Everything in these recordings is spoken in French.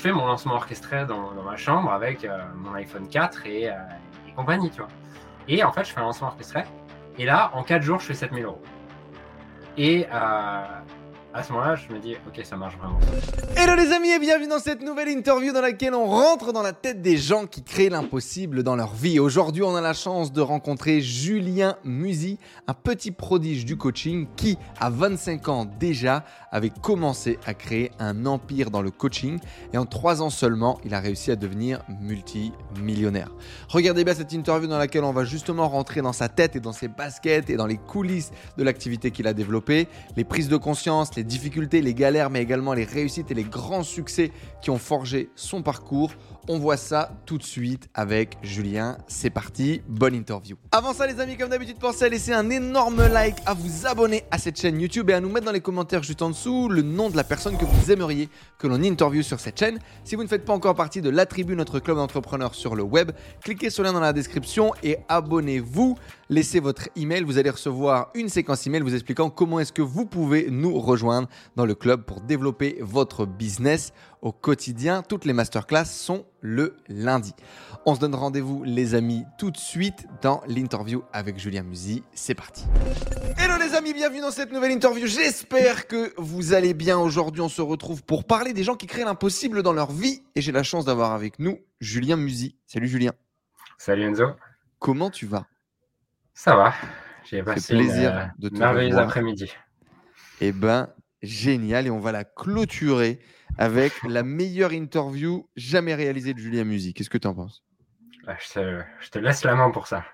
fais mon lancement orchestré dans ma chambre avec mon iPhone 4 et compagnie, tu vois. Et en fait, je fais un lancement orchestré. Et là, en 4 jours, je fais 7 000 euros. Et à ce moment-là, je me dis, ok, ça marche vraiment. Hello les amis et bienvenue dans cette nouvelle interview dans laquelle on rentre dans la tête des gens qui créent l'impossible dans leur vie. Aujourd'hui, on a la chance de rencontrer Julien Musi, un petit prodige du coaching qui, à 25 ans déjà, avait commencé à créer un empire dans le coaching et en 3 ans seulement, il a réussi à devenir multimillionnaire. Regardez bien cette interview dans laquelle on va justement rentrer dans sa tête et dans ses baskets et dans les coulisses de l'activité qu'il a développée, les prises de conscience, les difficultés, les galères, mais également les réussites et les grands succès qui ont forgé son parcours. On voit ça tout de suite avec Julien. C'est parti, bonne interview. Avant ça les amis, comme d'habitude, pensez à laisser un énorme like, à vous abonner à cette chaîne YouTube et à nous mettre dans les commentaires juste en dessous le nom de la personne que vous aimeriez que l'on interviewe sur cette chaîne. Si vous ne faites pas encore partie de La Tribu, notre club d'entrepreneurs sur le web, cliquez sur le lien dans la description et abonnez-vous. Laissez votre email, vous allez recevoir une séquence email vous expliquant comment est-ce que vous pouvez nous rejoindre dans le club pour développer votre business au quotidien. Toutes les masterclass sont le lundi. On se donne rendez-vous les amis tout de suite dans l'interview avec Julien Musi. C'est parti. Hello les amis, bienvenue dans cette nouvelle interview. J'espère que vous allez bien. Aujourd'hui, on se retrouve pour parler des gens qui créent l'impossible dans leur vie. Et j'ai la chance d'avoir avec nous Julien Musi. Salut Julien. Salut Enzo. Comment tu vas ? Ça va. J'ai passé plaisir de te merveilleuse revoir. après-midi. Eh ben, génial. Et on va la clôturer avec la meilleure interview jamais réalisée de Julien Musi. Qu'est-ce que tu en penses ? Je te laisse la main pour ça.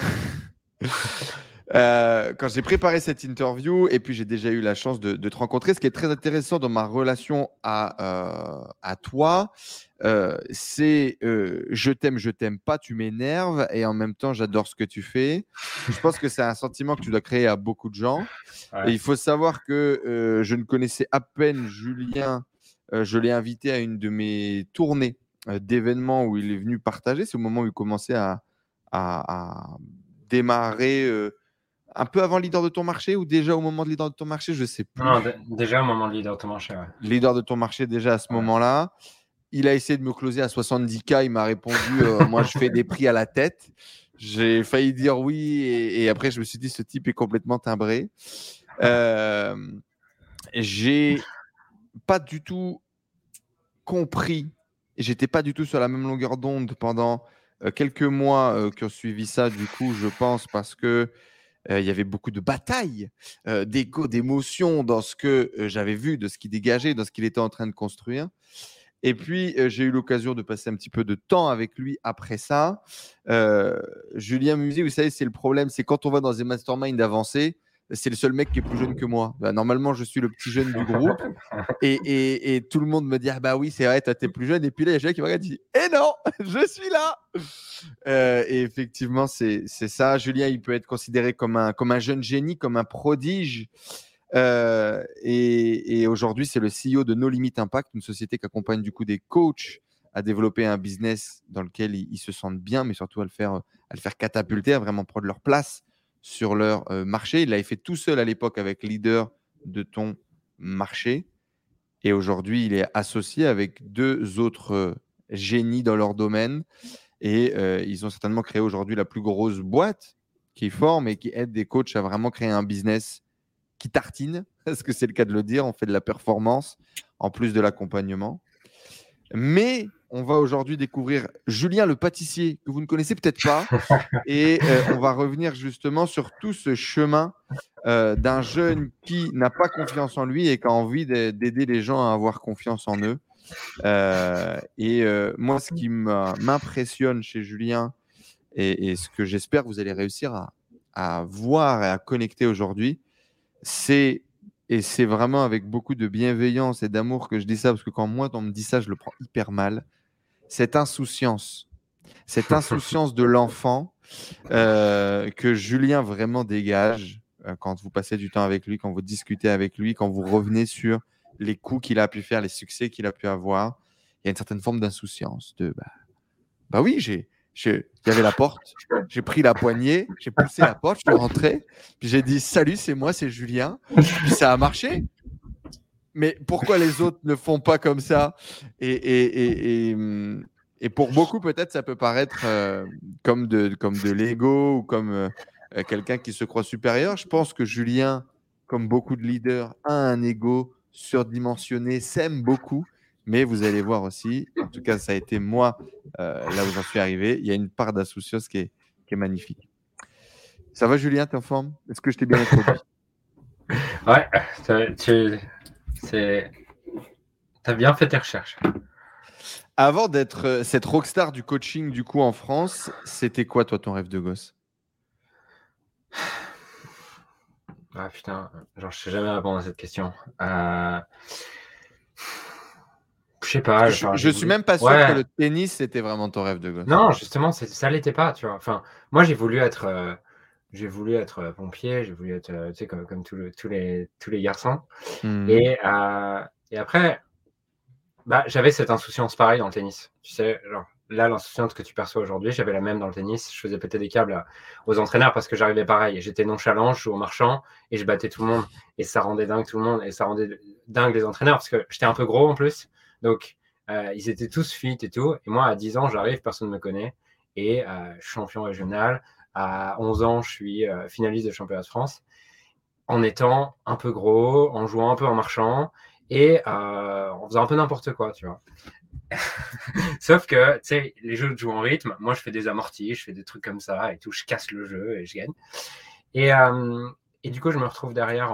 Quand j'ai préparé cette interview, et puis j'ai déjà eu la chance de te rencontrer, ce qui est très intéressant dans ma relation à toi, c'est je t'aime pas, tu m'énerves, et en même temps j'adore ce que tu fais. Je pense que c'est un sentiment que tu dois créer à beaucoup de gens. Ouais. Et il faut savoir que je ne connaissais à peine Julien. Je l'ai invité à une de mes tournées d'événements où il est venu partager. C'est au moment où il commençait à démarrer un peu avant Leader de ton marché ou déjà au moment de Leader de ton marché, je ne sais plus. Non, déjà au moment de Leader de ton marché. Ouais. Leader de ton marché déjà à ce moment-là. Il a essayé de me closer à 70K. Il m'a répondu moi, je fais des prix à la tête. J'ai failli dire oui. Et après, je me suis dit, ce type est complètement timbré. J'ai pas du tout compris. J'étais pas du tout sur la même longueur d'onde pendant quelques mois qui ont suivi ça, du coup, je pense, parce que il y avait beaucoup de batailles, d'ego, d'émotions dans ce que j'avais vu, de ce qu'il dégageait, dans ce qu'il était en train de construire. Et puis, j'ai eu l'occasion de passer un petit peu de temps avec lui après ça. Julien Musi, vous savez, c'est le problème, c'est quand on va dans des masterminds avancés, c'est le seul mec qui est plus jeune que moi. Normalement, je suis le petit jeune du groupe. Et tout le monde me dit ah bah oui, c'est vrai, toi, t'es plus jeune. Et puis là, il y a quelqu'un qui me regarde et dit eh non, je suis là. Et effectivement, c'est ça. Julien, il peut être considéré comme un jeune génie, comme un prodige. Et aujourd'hui, c'est le CEO de No Limit Impact, une société qui accompagne du coup des coachs à développer un business dans lequel ils se sentent bien, mais surtout à le faire catapulter, à vraiment prendre leur place sur leur marché. Il l'avait fait tout seul à l'époque avec Leader de ton marché. Et aujourd'hui, il est associé avec 2 autres génies dans leur domaine. Et ils ont certainement créé aujourd'hui la plus grosse boîte qui forme et qui aide des coachs à vraiment créer un business qui tartine, parce que c'est le cas de le dire. On fait de la performance en plus de l'accompagnement. Mais on va aujourd'hui découvrir Julien le pâtissier, que vous ne connaissez peut-être pas. Et on va revenir justement sur tout ce chemin d'un jeune qui n'a pas confiance en lui et qui a envie d'aider les gens à avoir confiance en eux. Moi, ce qui m'impressionne chez Julien et ce que j'espère que vous allez réussir à voir et à connecter aujourd'hui, c'est vraiment avec beaucoup de bienveillance et d'amour que je dis ça, parce que quand moi, on me dit ça, je le prends hyper mal. Cette insouciance de l'enfant que Julien vraiment dégage quand vous passez du temps avec lui, quand vous discutez avec lui, quand vous revenez sur les coups qu'il a pu faire, les succès qu'il a pu avoir. Il y a une certaine forme d'insouciance. Bah oui, il y avait la porte, j'ai pris la poignée, j'ai poussé la porte, je suis rentré, puis j'ai dit salut, c'est moi, c'est Julien, puis ça a marché. Mais pourquoi les autres ne font pas comme ça? Et pour beaucoup, peut-être, ça peut paraître comme de l'ego ou comme quelqu'un qui se croit supérieur. Je pense que Julien, comme beaucoup de leaders, a un ego surdimensionné, s'aime beaucoup. Mais vous allez voir aussi, en tout cas, ça a été moi, là où j'en suis arrivé, il y a une part d'insouciance qui est magnifique. Ça va, Julien, t'es en forme? Est-ce que je t'ai bien introduit? Ouais, t'as bien fait tes recherches. Avant d'être cette rockstar du coaching du coup en France, c'était quoi toi ton rêve de gosse? Ah putain, genre je sais jamais répondre à cette question. Je sais pas, Parce que enfin, je j'ai suis voulu. même pas sûr que Ouais, le tennis c'était vraiment ton rêve de gosse. non, justement, ça l'était pas, tu vois. Enfin, moi j'ai voulu être pompier, j'ai voulu être, tu sais, comme tous les garçons. Mhm. Et après, bah, j'avais cette insouciance pareille dans le tennis. Tu sais, genre, là, l'insouciance que tu perçois aujourd'hui, j'avais la même dans le tennis. Je faisais péter des câbles aux entraîneurs parce que j'arrivais pareil. J'étais nonchalant, je jouais au marchand et je battais tout le monde. Et ça rendait dingue tout le monde et ça rendait dingue les entraîneurs parce que j'étais un peu gros en plus. Donc, ils étaient tous fit et tout. Et moi, à 10 ans, j'arrive, personne ne me connaît. Et je suis champion régional. À 11 ans, je suis finaliste de championnat de France en étant un peu gros, en jouant un peu en marchand et en faisant un peu n'importe quoi, tu vois. Sauf que, tu sais, les jeux jouent en rythme. Moi, je fais des amortis, je fais des trucs comme ça et tout. Je casse le jeu et je gagne. Et, euh, et du coup, je me retrouve derrière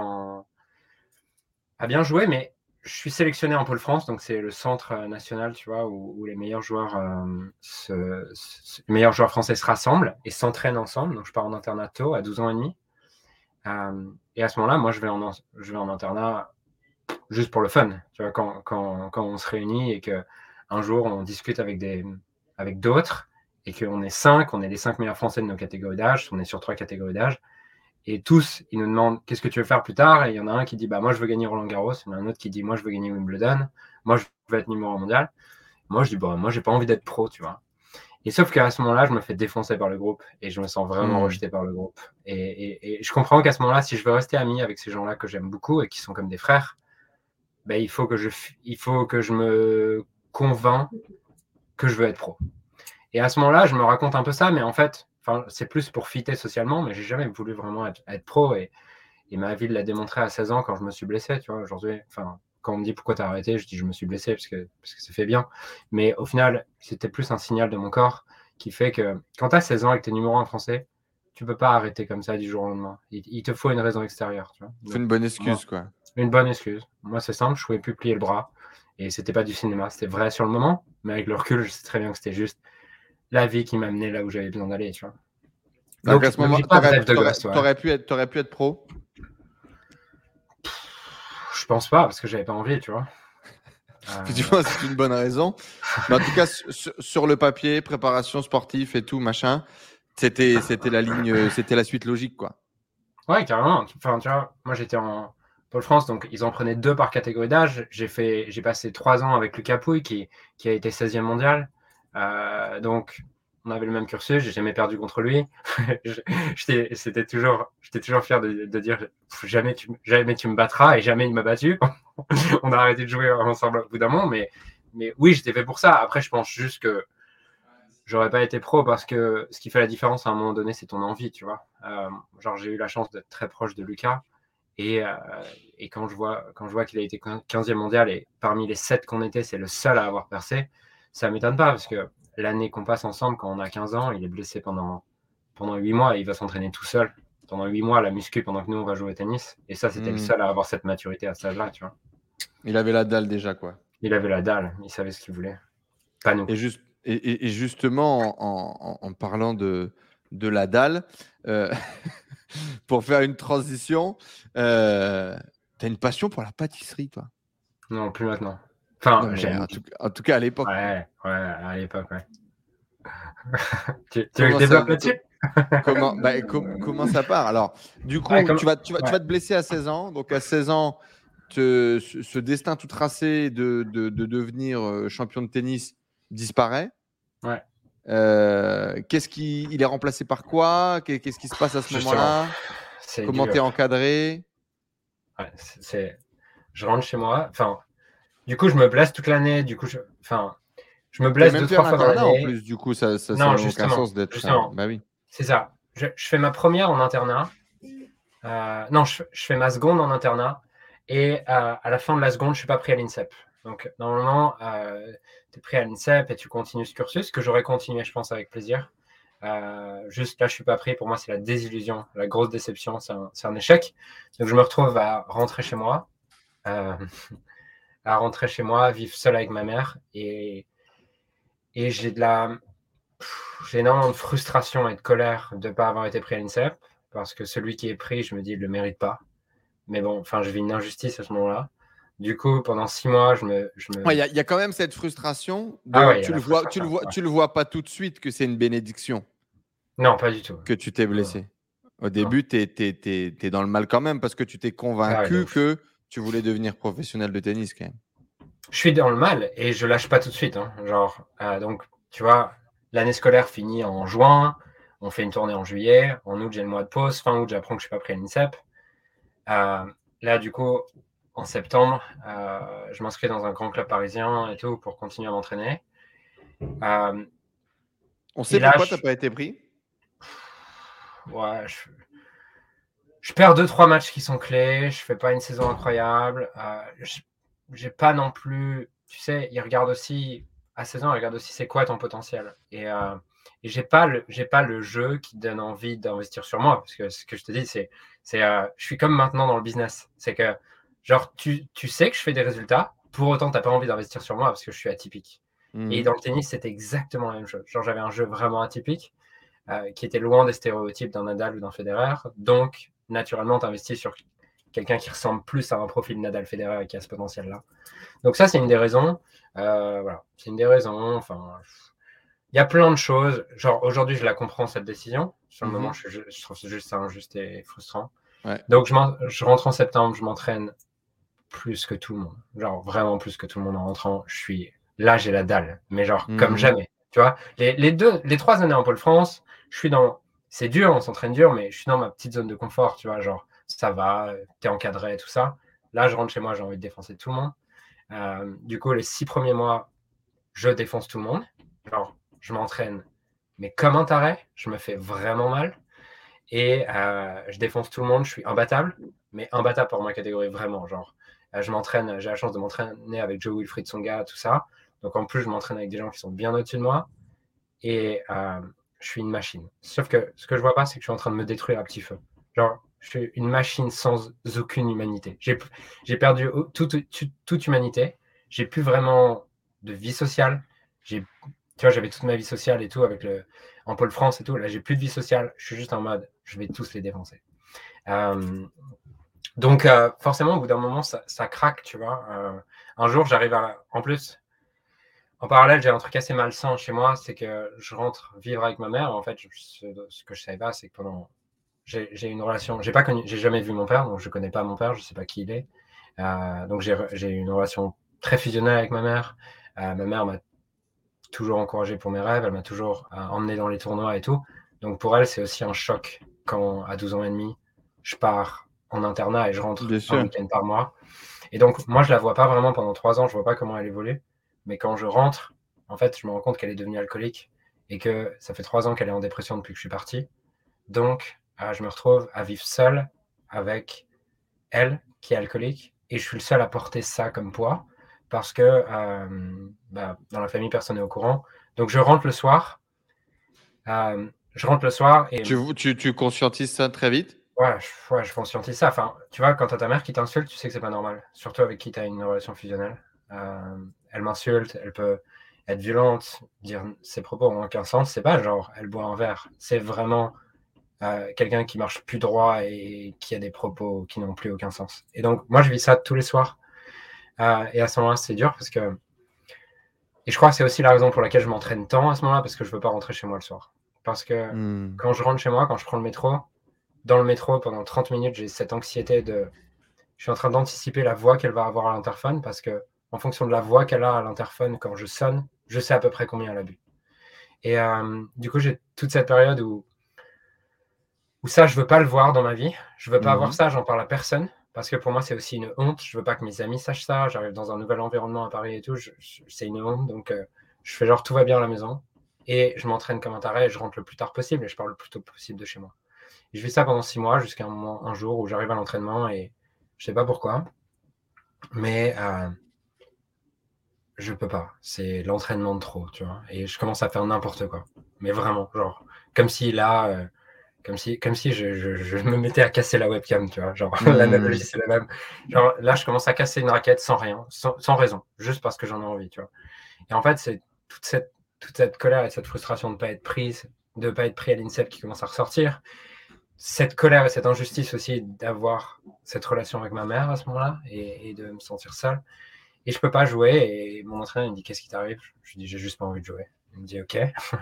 à bien jouer, mais je suis sélectionné en Pôle France, donc c'est le centre national, tu vois, où les meilleurs joueurs, les meilleurs joueurs français se rassemblent et s'entraînent ensemble. Donc, je pars en internat tôt à 12 ans et demi. Et à ce moment-là, moi, je vais en internat juste pour le fun. Tu vois, quand on se réunit et que un jour on discute avec d'autres et qu'on est cinq, on est les 5 meilleurs Français de nos catégories d'âge, on est sur 3 catégories d'âge, et tous, ils nous demandent qu'est-ce que tu veux faire plus tard, et il y en a un qui dit bah moi je veux gagner Roland Garros, il y en a un autre qui dit moi je veux gagner Wimbledon, moi je veux être numéro 1 mondial. Moi je dis bah moi j'ai pas envie d'être pro, tu vois. Et sauf qu'à ce moment-là, je me fais défoncer par le groupe et je me sens vraiment Mhm. rejeté par le groupe. Et je comprends qu'à ce moment-là, si je veux rester ami avec ces gens-là que j'aime beaucoup et qui sont comme des frères, ben, il faut que je me convainc que je veux être pro. Et à ce moment-là, je me raconte un peu ça, mais en fait, c'est plus pour fitter socialement, mais j'ai jamais voulu vraiment être pro. Et ma vie l'a démontré à 16 ans quand je me suis blessé, tu vois, aujourd'hui. Enfin, quand on me dit pourquoi t'as arrêté, je dis je me suis blessé parce que ça fait bien. Mais au final, c'était plus un signal de mon corps qui fait que quand tu as 16 ans et que tu es numéro 1 français, tu peux pas arrêter comme ça du jour au lendemain. Il te faut une raison extérieure, tu vois. C'est Donc, une bonne moi, excuse quoi. une bonne excuse. Moi, c'est simple, je pouvais plus plier le bras. Et c'était pas du cinéma. C'était vrai sur le moment, mais avec le recul, je sais très bien que c'était juste la vie qui m'a amené là où j'avais besoin d'aller, tu vois. Donc à Donc, ce donc moment, j'ai pas de rêve de gosse, ouais. t'aurais pu être pro. Je pense pas, parce que j'avais pas envie, tu vois. Effectivement, c'est une bonne raison. Mais en tout cas, sur le papier, préparation sportive et tout, machin, c'était la ligne, c'était la suite logique, quoi. Ouais, carrément. Enfin, tu vois, moi j'étais en Pôle France, donc ils en prenaient 2 par catégorie d'âge. J'ai passé 3 ans avec Lucas Pouille, qui a été 16e mondial. Donc, on avait le même cursus, j'ai jamais perdu contre lui. J'étais toujours fier de dire jamais tu me battras, et jamais il m'a battu. On a arrêté de jouer ensemble au bout d'un moment, mais oui, j'étais fait pour ça. Après, je pense juste que j'aurais pas été pro parce que ce qui fait la différence à un moment donné, c'est ton envie, tu vois. Genre, j'ai eu la chance d'être très proche de Lucas et, euh, et quand je vois qu'il a été 15e mondial et parmi les 7 qu'on était, c'est le seul à avoir percé, ça m'étonne pas parce que l'année qu'on passe ensemble quand on a 15 ans, il est blessé pendant 8 mois et il va s'entraîner tout seul pendant 8 mois à la muscu pendant que nous on va jouer au tennis. Et ça, c'était le Hmm. seul à avoir cette maturité à cet âge-là, tu vois. Il avait la dalle déjà, quoi. Il avait la dalle, il savait ce qu'il voulait. Pas nous. Et justement, en parlant de la dalle, euh, pour faire une transition, t'as une passion pour la pâtisserie, toi. Non, plus maintenant. Non, Enfin, mais j'aime. en tout cas, à l'époque. Ouais, ouais, à l'époque, ouais. Tu veux que je Comment ça, développe là-dessus? comment ça part? Alors, du Ouais, coup, tu ouais, vas te blesser à 16 ans. Donc, à 16 ans, ce destin tout tracé de devenir champion de tennis disparaît. ouais, Il est remplacé par quoi? Qu'est-ce qui se passe à ce justement. moment-là? C'est Comment tu es dur. encadré? Ouais, je rentre chez moi. Enfin, du coup, je me blesse toute l'année. Du coup, je me T'es blesse même deux, plus en trois fois dans internat en l'année. plus, du coup, ça Non, n'a aucun sens d'être. justement, Bah oui. c'est ça. Je fais ma première en internat. Non, je fais ma seconde en internat. Et à la fin de la seconde, je suis pas pris à l'INSEP. Donc, normalement, tu es pris à l'INSEP et tu continues ce cursus, que j'aurais continué, je pense, avec plaisir. Juste là, je suis pas pris. Pour moi, c'est la désillusion, la grosse déception. C'est un échec. Donc, je me retrouve à rentrer chez moi. À rentrer chez moi, vivre seul avec ma mère. Et j'ai énormément de frustration et de colère de ne pas avoir été pris à l'INSEP. Parce que celui qui est pris, je me dis, il ne le mérite pas. Mais bon, enfin, je vis une injustice à ce moment-là. Du coup, pendant 6 mois, Il y a quand même cette frustration Ah de ouais, il y a la frustration. Ouais. tu le vois pas tout de suite que c'est une bénédiction Non, pas du tout. que tu t'es Non. blessé. Au début, tu es dans le mal quand même parce que tu t'es Ah ouais, convaincu que tu voulais devenir professionnel de tennis quand même. je suis dans le mal et je lâche pas tout de suite. Hein. Genre, donc, tu vois, l'année scolaire finit en juin. On fait une tournée en juillet. En août, j'ai le mois de pause. Fin août, j'apprends que je suis pas pris à l'INSEP. Là, du coup, en septembre, je m'inscris dans un grand club parisien et tout pour continuer à m'entraîner. On sait pourquoi tu n'as pas été pris? Ouais, je perds 2-3 matchs qui sont clés. Je fais pas une saison incroyable. J'ai pas non plus. Tu sais, ils regardent aussi à saison, ils regardent aussi c'est quoi ton potentiel. Et j'ai pas le jeu qui donne envie d'investir sur moi parce que ce que je te dis, c'est je suis comme maintenant dans le business. C'est que genre tu sais que je fais des résultats. Pour autant, t'as pas envie d'investir sur moi parce que je suis atypique. Et dans le tennis, c'était exactement la même chose. Genre, j'avais un jeu vraiment atypique qui était loin des stéréotypes d'un Nadal ou d'un Federer. Donc, naturellement, tu investis sur quelqu'un qui ressemble plus à un profil Nadal-Federer et qui a ce potentiel-là. Donc ça, c'est une des raisons. Voilà, c'est une des raisons. Enfin, il y a plein de choses. Genre, aujourd'hui, je la comprends, cette décision. Sur le moment, je trouve juste ça injuste et frustrant. Ouais. Donc, je rentre en septembre, je m'entraîne plus que tout le monde. Genre, vraiment plus que tout le monde en rentrant. Là, j'ai la dalle. Mais genre, comme jamais. Tu vois, les 3 années en Pôle France, je suis dans. C'est dur, on s'entraîne dur, mais je suis dans ma petite zone de confort, tu vois. Genre, ça va, t'es encadré et tout ça. Là, je rentre chez moi, j'ai envie de défoncer tout le monde. Du coup, les 6 premiers mois, je défonce tout le monde. Genre, je m'entraîne, mais comme un taré, je me fais vraiment mal. Et je défonce tout le monde, je suis imbattable, mais imbattable pour ma catégorie, vraiment. Genre, je m'entraîne, j'ai la chance de m'entraîner avec Joe Wilfried Tsonga, tout ça. Donc en plus, je m'entraîne avec des gens qui sont bien au-dessus de moi. Et je suis une machine. Sauf que ce que je vois pas, c'est que je suis en train de me détruire à petit feu. Genre, je suis une machine sans aucune humanité. J'ai perdu toute humanité. J'ai plus vraiment de vie sociale. Tu vois, j'avais toute ma vie sociale et tout en Pôle France et tout. Là, j'ai plus de vie sociale. Je suis juste en mode, je vais tous les défoncer. Donc, forcément, au bout d'un moment, ça craque, tu vois. Un jour, j'arrive en plus, en parallèle, j'ai un truc assez malsain chez moi, c'est que je rentre vivre avec ma mère. En fait, ce que je savais pas, c'est que j'ai une relation. J'ai jamais vu mon père, donc je connais pas mon père, je sais pas qui il est. Donc j'ai une relation très fusionnelle avec ma mère. Ma mère m'a toujours encouragé pour mes rêves, elle m'a toujours emmené dans les tournois et tout. Donc pour elle, c'est aussi un choc quand à 12 ans et demi, je pars en internat et je rentre un week-end par mois. Et donc moi, je la vois pas vraiment pendant 3 ans, je vois pas comment elle évolue. Mais quand je rentre, en fait, je me rends compte qu'elle est devenue alcoolique et que ça fait 3 ans qu'elle est en dépression depuis que je suis parti. Donc, je me retrouve à vivre seul avec elle qui est alcoolique et je suis le seul à porter ça comme poids parce que dans la famille, personne n'est au courant. Donc, je rentre le soir. Et. Tu conscientises ça très vite? Ouais, je conscientise ça. Enfin, tu vois, quand t'as ta mère qui t'insulte, tu sais que c'est pas normal. Surtout avec qui t'as une relation fusionnelle. Elle m'insulte, elle peut être violente, dire ses propos n'ont aucun sens. C'est pas genre elle boit un verre. C'est vraiment quelqu'un qui marche plus droit et qui a des propos qui n'ont plus aucun sens. Et donc, moi, je vis ça tous les soirs. Et à ce moment-là, c'est dur parce que. Et je crois que c'est aussi la raison pour laquelle je m'entraîne tant à ce moment-là, parce que je veux pas rentrer chez moi le soir. Parce que quand je rentre chez moi, quand je prends le métro, dans le métro, pendant 30 minutes, j'ai cette anxiété de. Je suis en train d'anticiper la voix qu'elle va avoir à l'interphone parce que, en fonction de la voix qu'elle a à l'interphone quand je sonne, je sais à peu près combien elle a bu. Et du coup, j'ai toute cette période où ça, je veux pas le voir dans ma vie. Je veux pas avoir ça, j'en parle à personne parce que pour moi, c'est aussi une honte. Je veux pas que mes amis sachent ça. J'arrive dans un nouvel environnement à Paris et tout. C'est une honte. Donc, je fais genre tout va bien à la maison. Et je m'entraîne comme un taré et je rentre le plus tard possible et je pars le plus tôt possible de chez moi. Et je fais ça pendant 6 mois jusqu'à un jour où j'arrive à l'entraînement et je sais pas pourquoi, mais je peux pas. C'est l'entraînement de trop, tu vois. Et je commence à faire n'importe quoi. Mais vraiment, genre, comme si là, comme si je me mettais à casser la webcam, tu vois. Genre, l'analogie, c'est la même. Genre, là, je commence à casser une raquette sans rien, sans raison, juste parce que j'en ai envie, tu vois. Et en fait, c'est toute cette colère et cette frustration de ne pas être prise, de ne pas être pris à l'INSEP qui commence à ressortir. Cette colère et cette injustice aussi d'avoir cette relation avec ma mère à ce moment-là et de me sentir seul. Et je peux pas jouer. Et mon entraîneur il me dit qu'est-ce qui t'arrive? Je lui dis j'ai juste pas envie de jouer. Il me dit ok.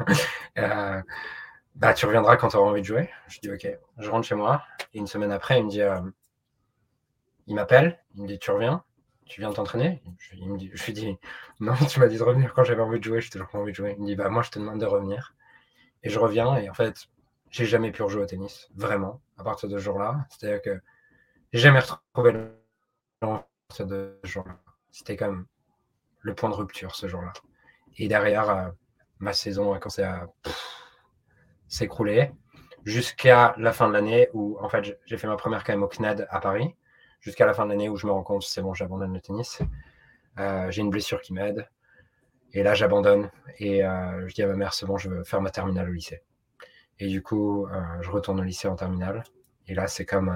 Bah tu reviendras quand tu auras envie de jouer. Je dis ok. Je rentre chez moi et une semaine après il me dit il m'appelle, il me dit tu reviens, tu viens t'entraîner. Je lui dis non, tu m'as dit de revenir quand j'avais envie de jouer, j'ai toujours pas envie de jouer. Il me dit bah moi je te demande de revenir. Et je reviens et en fait j'ai jamais pu rejouer au tennis, vraiment, à partir de ce jour-là. C'est-à-dire que j'ai jamais retrouvé l'envie à partir de ce jour-là. C'était comme le point de rupture ce jour-là. Et derrière, ma saison a commencé à s'écrouler jusqu'à la fin de l'année où, en fait, j'ai fait ma première KM au CNAD à Paris, jusqu'à la fin de l'année où je me rends compte, c'est bon, j'abandonne le tennis. J'ai une blessure qui m'aide. Et là, j'abandonne. Et je dis à ma mère, c'est bon, je veux faire ma terminale au lycée. Et du coup, je retourne au lycée en terminale. Et là, c'est comme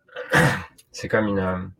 une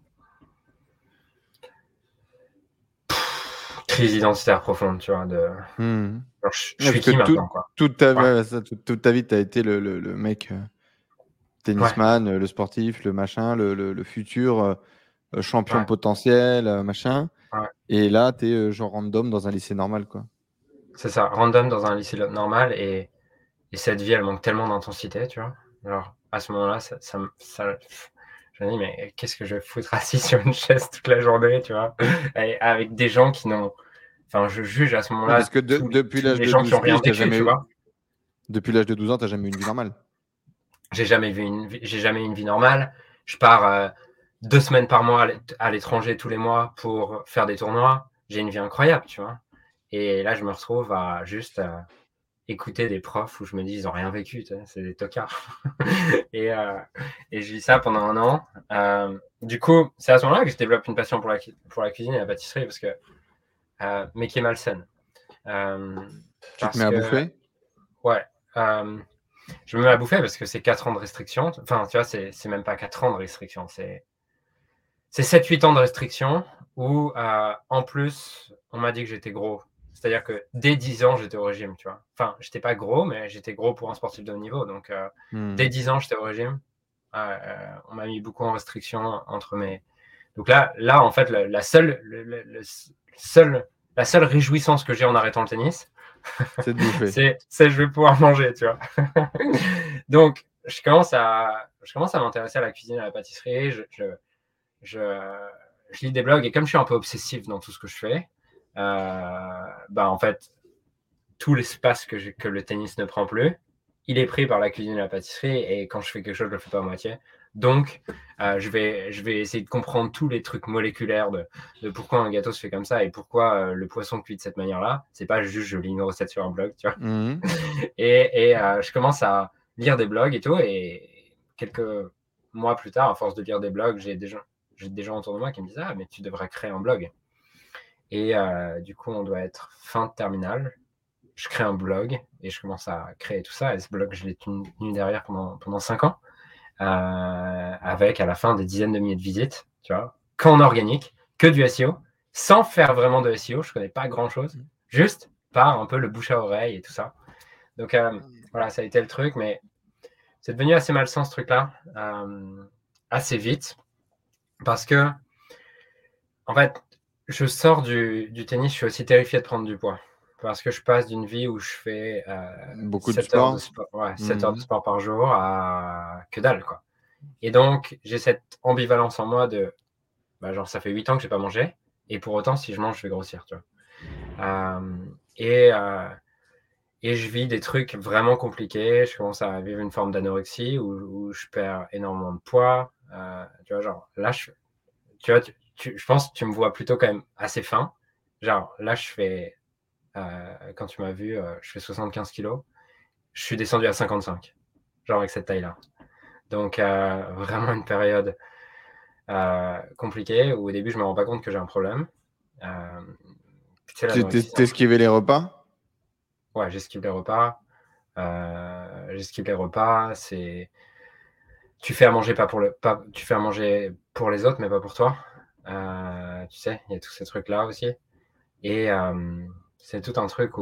crise identitaire profonde, tu vois. Alors, je suis qui maintenant, quoi. Toute ta vie, tu as été le mec tennisman, le sportif, le machin, le futur champion potentiel, machin. Ouais. Et là, tu es genre random dans un lycée normal, quoi. C'est ça, random dans un lycée normal. Et cette vie, elle manque tellement d'intensité, tu vois. Alors, à ce moment-là, je me dis, mais qu'est-ce que je vais foutre assis sur une chaise toute la journée, tu vois, avec des gens qui n'ont. Enfin, je juge à ce moment-là parce que depuis l'âge les de gens 12 qui n'ont rien piges, vécu, tu vois. Depuis l'âge de 12 ans, tu n'as jamais eu une vie normale. J'ai jamais eu une vie normale. Je pars 2 semaines par mois à l'étranger tous les mois pour faire des tournois. J'ai une vie incroyable, tu vois. Et là, je me retrouve à juste écouter des profs où je me dis, ils n'ont rien vécu, tu sais, c'est des tocards. et je vis ça pendant un an. Du coup, c'est à ce moment-là que je développe une passion pour la cuisine et la pâtisserie, parce que, mais qui est malsaine. Tu te mets à bouffer? Ouais. Je me mets à bouffer parce que c'est 4 ans de restriction. Enfin, tu vois, c'est même pas 4 ans de restriction. C'est 7-8 ans de restriction où, en plus, on m'a dit que j'étais gros. C'est-à-dire que dès 10 ans, j'étais au régime, tu vois. Enfin, j'étais pas gros, mais j'étais gros pour un sportif de haut niveau. Donc, dès 10 ans, j'étais au régime. On m'a mis beaucoup en restriction entre mes. Donc là en fait, la seule réjouissance que j'ai en arrêtant le tennis, c'est de bouffer. c'est je vais pouvoir manger, tu vois. Donc, je commence à m'intéresser à la cuisine et à la pâtisserie. Je lis des blogs et comme je suis un peu obsessif dans tout ce que je fais, en fait, tout l'espace que le tennis ne prend plus, il est pris par la cuisine et la pâtisserie. Et quand je fais quelque chose, je le fais pas à moitié. Donc, je vais essayer de comprendre tous les trucs moléculaires de pourquoi un gâteau se fait comme ça et pourquoi le poisson cuit de cette manière-là. C'est pas juste je lis une recette sur un blog, tu vois. Et je commence à lire des blogs et tout. Et quelques mois plus tard, à force de lire des blogs, j'ai des gens autour de moi qui me disent « Ah, mais tu devrais créer un blog. » Et du coup, on doit être fin de terminale. Je crée un blog et je commence à créer tout ça. Et ce blog, je l'ai tenu derrière pendant 5 ans. Avec à la fin des dizaines de milliers de visites, tu vois, qu'en organique, que du SEO, sans faire vraiment de SEO, je connais pas grand chose, juste par un peu le bouche à oreille et tout ça. Donc voilà, ça a été le truc, mais c'est devenu assez malsain ce truc-là, assez vite, parce que en fait, je sors du tennis, je suis aussi terrifié de prendre du poids. Parce que je passe d'une vie où je fais beaucoup 7 heures de sport. 7 heures de sport par jour à que dalle, quoi. Et donc, j'ai cette ambivalence en moi de, genre, ça fait 8 ans que j'ai pas mangé, et pour autant, si je mange, je vais grossir, tu vois. Et je vis des trucs vraiment compliqués. Je commence à vivre une forme d'anorexie où je perds énormément de poids. Tu vois, genre, là, tu vois, je pense que tu me vois plutôt quand même assez fin. Genre, là, quand tu m'as vu, je fais 75 kilos. Je suis descendu à 55, genre avec cette taille-là. Donc, vraiment une période compliquée où au début, je me rends pas compte que j'ai un problème. Tu sais, T'esquivais les repas? Ouais, j'esquive les repas. C'est tu fais à manger tu fais à manger pour les autres, mais pas pour toi. Tu sais, il y a tous ces trucs-là aussi. Et c'est tout un truc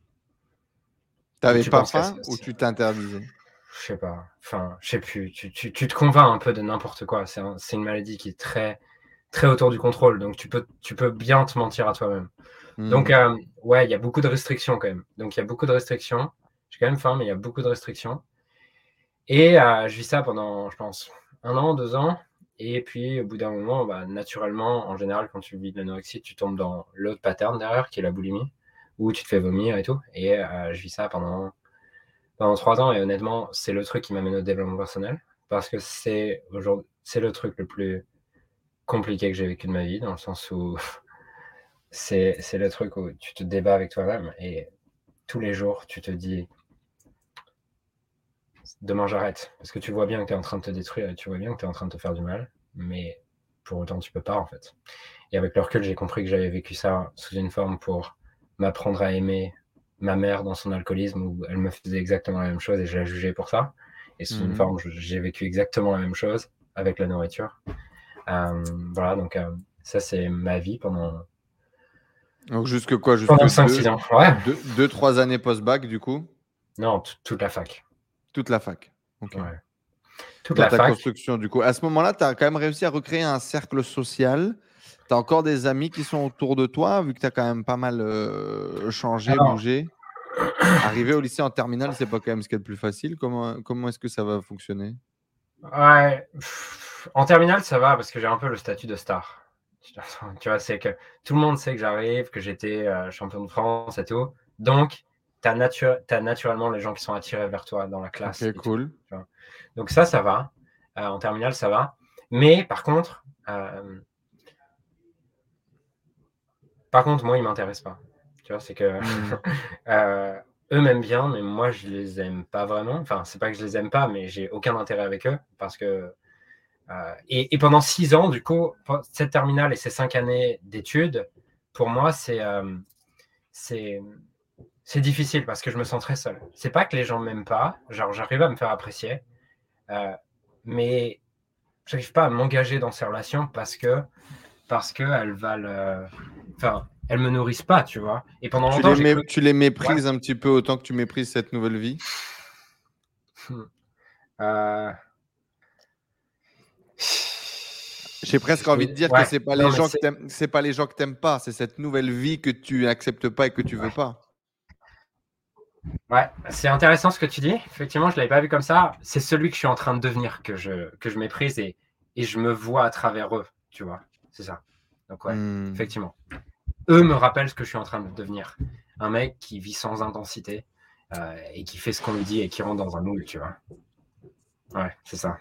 où T'avais tu pas penses que faim ou tu t'interdisais? je sais pas, enfin, je sais plus. Tu te convaincs un peu de n'importe quoi. C'est une maladie qui est très, très autour du contrôle. Donc tu peux bien te mentir à toi-même. Donc ouais, il y a beaucoup de restrictions quand même. Donc il y a beaucoup de restrictions. J'ai quand même faim, mais il y a beaucoup de restrictions. Et je vis ça pendant, je pense, 1 an, 2 ans. Et puis, au bout d'un moment, bah, naturellement, en général, quand tu vis de l'anorexie, tu tombes dans l'autre pattern derrière, qui est la boulimie, où tu te fais vomir et tout. Et je vis ça pendant 3 ans. Et honnêtement, c'est le truc qui m'amène au développement personnel. Parce que c'est le truc le plus compliqué que j'ai vécu de ma vie, dans le sens où c'est le truc où tu te débats avec toi-même. Et tous les jours, tu te dis, demain j'arrête. Parce que tu vois bien que tu es en train de te détruire et tu vois bien que tu es en train de te faire du mal. Mais pour autant, tu peux pas, en fait. Et avec le recul, j'ai compris que j'avais vécu ça sous une forme pour m'apprendre à aimer ma mère dans son alcoolisme, où elle me faisait exactement la même chose et je la jugeais pour ça. Et sous une forme, j'ai vécu exactement la même chose avec la nourriture. Voilà, donc ça, c'est ma vie pendant Donc jusque quoi? Jusque 5-6 ans. Ouais. 3 années post-bac, du coup? Non, toute la fac. Toute la fac. Ok. Ouais. Toute Dans la ta fac. construction, du coup. À ce moment-là, tu as quand même réussi à recréer un cercle social. Tu as encore des amis qui sont autour de toi, vu que tu as quand même pas mal changé, Alors, bougé. Arriver au lycée en terminale, c'est pas quand même ce qui est le plus facile. Comment est-ce que ça va fonctionner? ouais. En terminale, ça va parce que j'ai un peu le statut de star. Tu vois, c'est que tout le monde sait que j'arrive, que j'étais champion de France et tout. Donc, tu as naturellement les gens qui sont attirés vers toi dans la classe Ok, et tout. cool. Tu vois. Donc ça va. En terminale, ça va. Mais par contre, moi, ils m'intéressent pas. Tu vois, c'est que eux m'aiment bien, mais moi, je les aime pas vraiment. Enfin, c'est pas que je les aime pas, mais j'ai aucun intérêt avec eux parce que et pendant 6 ans, du coup, cette terminale et ces 5 années d'études, pour moi, c'est difficile parce que je me sens très seul. C'est pas que les gens m'aiment pas, genre j'arrive à me faire apprécier, mais j'arrive pas à m'engager dans ces relations parce que elles valent, enfin, elles me nourrissent pas, tu vois. Et pendant longtemps, j'ai cru. Tu les Ouais. méprises un petit peu autant que tu méprises cette nouvelle vie? Euh, J'ai presque envie de dire que Ouais, c'est pas non, les mais gens que t'aimes, c'est pas les gens que t'aimes pas, c'est cette nouvelle vie que tu n'acceptes pas et que tu veux pas. ouais, c'est intéressant ce que tu dis. Effectivement, je l'avais pas vu comme ça. C'est celui que je suis en train de devenir que je méprise et je me vois à travers eux, tu vois. C'est ça. Donc ouais, effectivement. Eux me rappellent ce que je suis en train de devenir. Un mec qui vit sans intensité et qui fait ce qu'on lui dit et qui rentre dans un moule, tu vois. Ouais, c'est ça.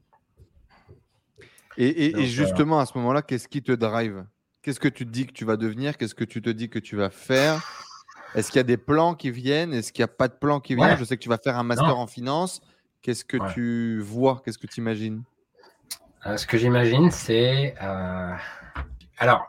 Et Donc, justement, à ce moment-là, qu'est-ce qui te drive? Qu'est-ce que tu te dis que tu vas devenir? Qu'est-ce que tu te dis que tu vas faire? Est-ce qu'il y a des plans qui viennent? Est-ce qu'il n'y a pas de plan qui vient? ouais, Je sais que tu vas faire un non, master en finance. Qu'est-ce que ouais. tu vois? Qu'est-ce que tu imagines? Ce que j'imagine, c'est alors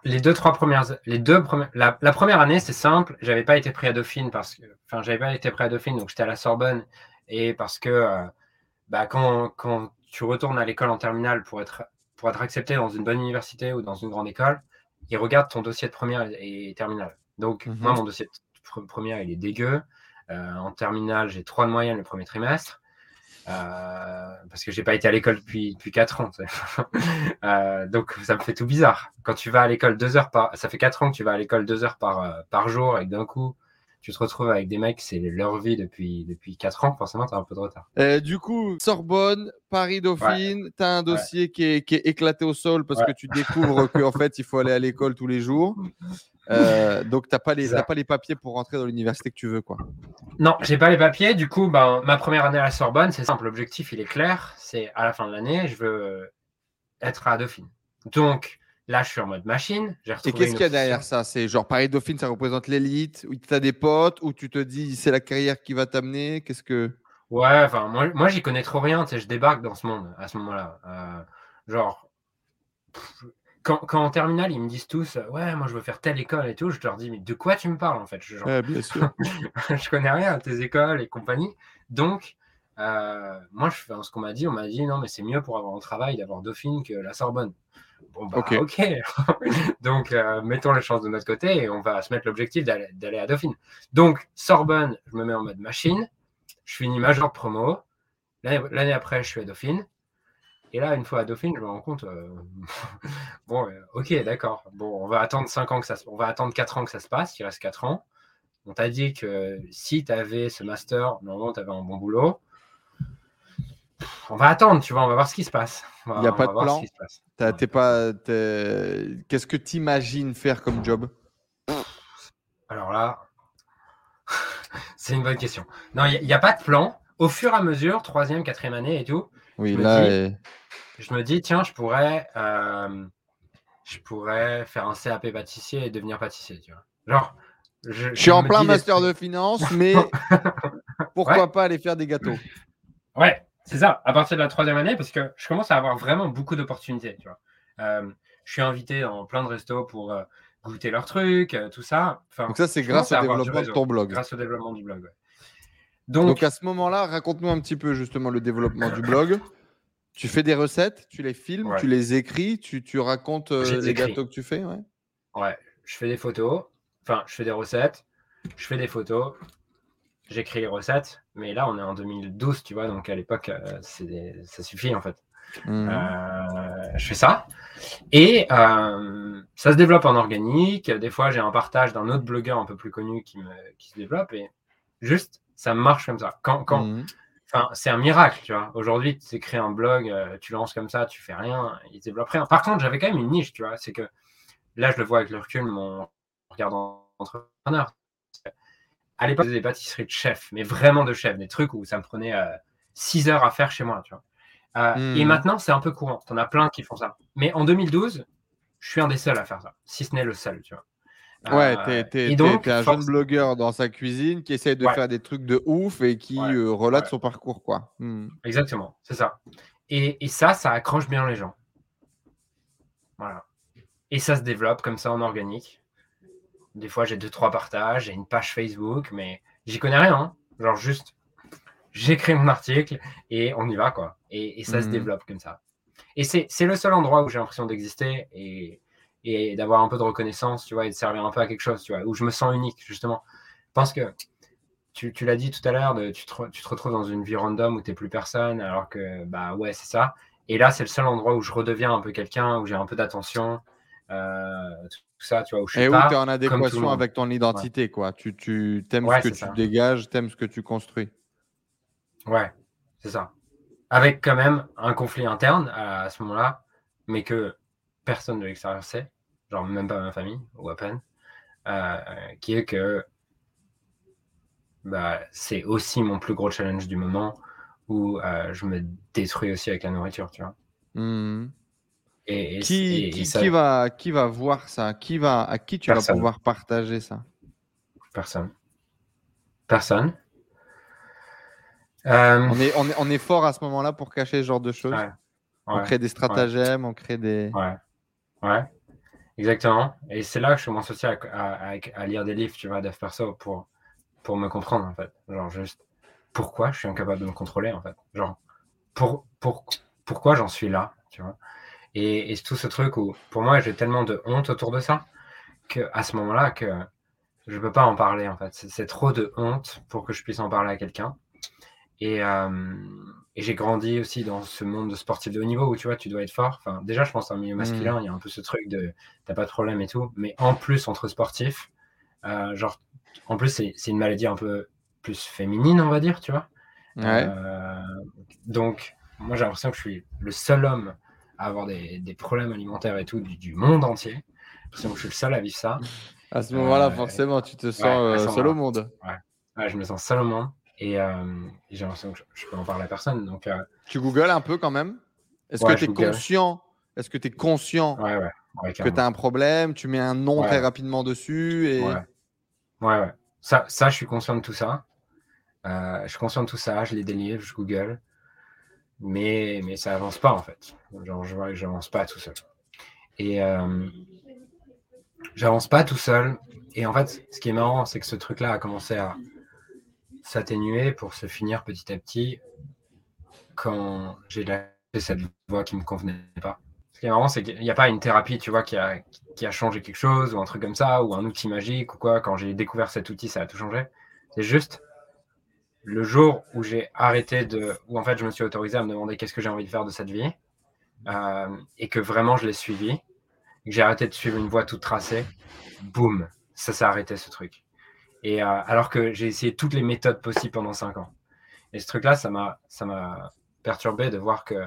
la première année, c'est simple. J'avais pas été pris à Dauphine j'avais pas été pris à Dauphine, donc j'étais à la Sorbonne et parce que quand tu retournes à l'école en terminale pour être accepté dans une bonne université ou dans une grande école, ils regardent ton dossier de première et terminale. Donc moi, mon dossier de première, il est dégueu. En terminale, j'ai 3 de moyenne le premier trimestre. Parce que j'ai pas été à l'école depuis 4 ans. Donc ça me fait tout bizarre. Quand tu vas à l'école 2 heures ça fait 4 ans que tu vas à l'école 2 heures par jour et que d'un coup tu te retrouves avec des mecs, c'est leur vie depuis 4 ans, forcément tu as un peu de retard. Du coup, Sorbonne, Ouais, Paris-Dauphine, tu as un ouais, dossier qui est éclaté au sol parce ouais. que tu découvres qu'en fait, il faut aller à l'école tous les jours. Donc, tu n'as pas les papiers pour rentrer dans l'université que tu veux, quoi. Non, j'ai pas les papiers. Du coup, ma première année à la Sorbonne, c'est simple. L'objectif, il est clair. C'est à la fin de l'année, je veux être à Dauphine. Donc là, je suis en mode machine. J'ai Et retrouvé qu'est-ce une qu'il y a obsession. derrière ça? C'est genre Paris-Dauphine, ça représente l'élite, où tu as des potes, où tu te dis c'est la carrière qui va t'amener. Qu'est-ce que. Ouais, enfin, moi j'y connais trop rien. Tu sais, je débarque dans ce monde à ce moment-là. Genre, quand en terminale, ils me disent tous, ouais, moi je veux faire telle école et tout, je leur dis, mais de quoi tu me parles en fait? Genre, Ouais, bien sûr. je connais rien à tes écoles et compagnie. Donc, moi, je fais ce qu'on m'a dit. On m'a dit, non, mais c'est mieux pour avoir un travail d'avoir Dauphine que la Sorbonne. Bon, bah, Ok. ok. Donc, mettons les chances de notre côté et on va se mettre l'objectif d'aller à Dauphine. Donc, Sorbonne, je me mets en mode machine. Je finis major de promo. L'année après, je suis à Dauphine. Et là, une fois à Dauphine, je me rends compte, bon, ok, d'accord. Bon, on va attendre 5 ans on va attendre 4 ans que ça se passe. Il reste 4 ans. On t'a dit que si tu avais ce master, normalement, tu avais un bon boulot. On va attendre, tu vois, on va voir ce qui se passe. Il n'y a On pas va de voir ce qui plan. se passe. T'es pas, Qu'est-ce que tu imagines faire comme job? Alors là, c'est une bonne question. Non, il n'y a pas de plan. Au fur et à mesure, 3e, 4e année et tout, Oui, je me dis, tiens, je pourrais faire un CAP pâtissier et devenir pâtissier, tu vois. Genre, je suis en me plein dis des master trucs. de finance, mais Ouais, pourquoi pas aller faire des gâteaux? ouais, c'est ça. À partir de la 3e année, parce que je commence à avoir vraiment beaucoup d'opportunités, tu vois. Je suis invité dans plein de restos pour goûter leurs trucs, tout ça. Enfin, Donc ça, c'est je commence grâce au à avoir du développement de réseau ton blog. grâce au développement du blog. Ouais. Donc Donc, à ce moment-là, raconte-nous un petit peu justement le développement du blog. Tu fais des recettes, tu les filmes, tu ouais, les écris, tu racontes les j'écris. gâteaux que tu fais, ouais. Ouais, je fais des photos. Enfin, je fais des recettes. Je fais des photos. J'écris les recettes. Mais là, on est en 2012, tu vois. Donc à l'époque, ça suffit en fait. Mhm. Je fais ça. Et ça se développe en organique. Des fois, j'ai un partage d'un autre blogueur un peu plus connu qui se développe. Et juste, ça marche comme ça. Mhm. Enfin, c'est un miracle, tu vois. Aujourd'hui, tu crées un blog, tu lances comme ça, tu fais rien, il se développe rien. Par contre, j'avais quand même une niche, tu vois. C'est que là, je le vois avec le recul, mon regard d'entrepreneur. À l'époque, je faisais des pâtisseries de chef, mais vraiment de chef, des trucs où ça me prenait 6 heures à faire chez moi, tu vois. Et Mhm. maintenant, c'est un peu courant. T'en as plein qui font ça. Mais en 2012, je suis un des seuls à faire ça, si ce n'est le seul, tu vois. Ouais, Et donc, t'es un jeune blogueur dans sa cuisine qui essaye de ouais, faire des trucs de ouf et qui ouais, relate ouais, son parcours, quoi. Mhm. exactement, c'est ça. Et ça accroche bien les gens. Voilà. Et ça se développe comme ça en organique. Des fois, j'ai 2-3 partages, j'ai une page Facebook, mais j'y connais rien. Hein. Genre juste, j'écris mon article et on y va, quoi. Et ça se Mhm. développe comme ça. Et c'est le seul endroit où j'ai l'impression d'exister et d'avoir un peu de reconnaissance, tu vois, et de servir un peu à quelque chose, tu vois, où je me sens unique, justement. Je pense que tu l'as dit tout à l'heure, tu te retrouves dans une vie random où tu n'es plus personne, alors que, bah ouais, c'est ça. Et là, c'est le seul endroit où je redeviens un peu quelqu'un, où j'ai un peu d'attention, tout ça, tu vois, où je suis Et où tu es pas en comme tout le adéquation monde. avec ton Ouais, identité, quoi. Tu t'aimes ce ouais que c'est tu ça. dégages, t'aimes ce que tu construis. Ouais, c'est ça. Avec quand même un conflit interne à ce moment-là, mais que personne de l'extérieur sait, genre même pas ma famille, ou à peine, euh, qui est que bah, c'est aussi mon plus gros challenge du moment où je me détruis aussi avec la nourriture, tu vois. Mhm. Et, Qui, et, et qui, ça, qui va voir ça? À qui tu vas personne, pouvoir partager ça? personne, personne. Euh, On est fort à ce moment-là pour cacher ce genre de choses. ouais, On ouais, crée des ouais, stratagèmes, on crée des. ouais, ouais, exactement. Et c'est là que je commence aussi à lire des livres, tu vois, dev perso pour me comprendre, en fait. Genre juste, pourquoi je suis incapable de me contrôler, en fait. Genre, pourquoi j'en suis là, tu vois. Et tout ce truc où, pour moi, j'ai tellement de honte autour de ça, qu'à ce moment-là, que je peux pas en parler, en fait. C'est trop de honte pour que je puisse en parler à quelqu'un. Et, euh, et j'ai grandi aussi dans ce monde de sportif de haut niveau où, tu vois, tu dois être fort. Enfin, déjà, je pense dans le milieu Mhm. masculin, il y a un peu ce truc de t'as pas de problème et tout. Mais en plus, entre sportifs, genre, en plus, c'est une maladie un peu plus féminine, on va dire, tu vois. Ouais. Euh, donc, moi, j'ai l'impression que je suis le seul homme à avoir des problèmes alimentaires et tout du monde entier. J'ai l'impression que je suis le seul à vivre ça. À ce moment-là, Euh, forcément, tu te ouais, à sens ce seul au moment-là. monde. Ouais. Ouais, je me sens seul au monde et j'ai l'impression que je peux en parler à personne. Donc, Tu googles un peu quand même. Est-ce que ouais, tu je es Google. conscient Est-ce que tu es conscient Ouais, que tu as un problème? Tu mets un nom très rapidement dessus et... Ouais. Ça, je suis conscient de tout ça. Je suis conscient de tout ça, je lis des livres, je Google. Mais ça avance pas, en fait. Genre, je vois que j'avance pas tout seul. Et j'avance pas tout seul. Et en fait, ce qui est marrant, c'est que ce truc-là a commencé à s'atténuer pour se finir petit à petit quand j'ai lâché cette voix qui me convenait pas. Ce qui est marrant, c'est qu'il n'y a pas une thérapie, tu vois, qui a changé quelque chose ou un truc comme ça, ou un outil magique ou quoi. Quand j'ai découvert cet outil, ça a tout changé. C'est juste le jour où j'ai arrêté où en fait je me suis autorisé à me demander qu'est-ce que j'ai envie de faire de cette vie, et que vraiment je l'ai suivi, et que j'ai arrêté de suivre une voie toute tracée, boum, ça s'est arrêté ce truc. Et alors que j'ai essayé toutes les méthodes possibles pendant 5 ans. Et ce truc-là, ça m'a perturbé de voir que,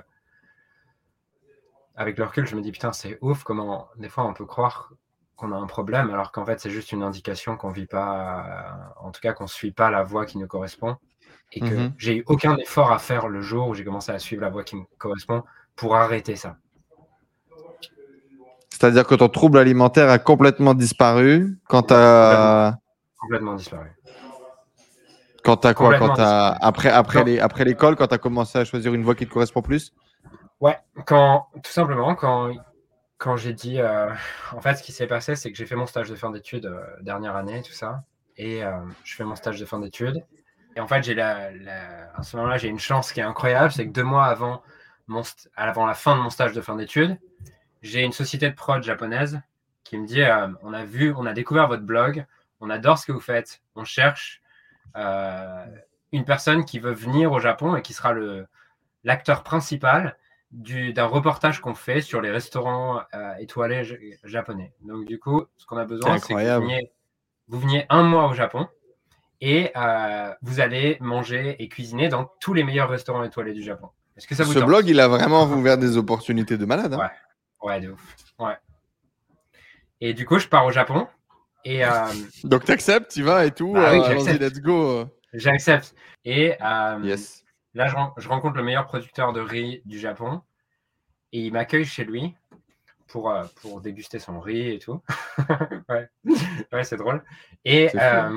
avec le recul, je me dis putain, c'est ouf comment des fois on peut croire qu'on a un problème alors qu'en fait c'est juste une indication qu'on vit pas, en tout cas qu'on suit pas la voie qui nous correspond, et que j'ai eu aucun effort à faire le jour où j'ai commencé à suivre la voie qui me correspond pour arrêter ça. C'est-à-dire que ton trouble alimentaire a complètement disparu quand tu as... Complètement disparu. Quand tu as quoi? Après l'école, quand tu as commencé à choisir une voie qui te correspond plus? Ouais, tout simplement, quand j'ai dit... en fait, ce qui s'est passé, c'est que j'ai fait mon stage de fin d'études dernière année, tout ça. Et je fais mon stage de fin d'études. Et en fait, à ce moment-là, j'ai une chance qui est incroyable, c'est que 2 mois avant la fin de mon stage de fin d'études, j'ai une société de prod japonaise qui me dit on a découvert votre blog, on adore ce que vous faites, on cherche une personne qui veut venir au Japon et qui sera l'acteur principal d'un reportage qu'on fait sur les restaurants étoilés japonais. Donc du coup, ce qu'on a besoin, c'est que vous veniez 1 mois au Japon et vous allez manger et cuisiner dans tous les meilleurs restaurants étoilés du Japon. Est-ce que ça vous tente? blog, il a vraiment ouvert des opportunités de malade. Hein. Ouais, de ouf. Ouais. Et du coup, je pars au Japon. Et donc, tu acceptes, tu vas et tout. Oui, allons-y, let's go. J'accepte. Et yes. Là, je rencontre le meilleur producteur de riz du Japon. Et il m'accueille chez lui pour déguster son riz et tout. ouais, c'est drôle. Et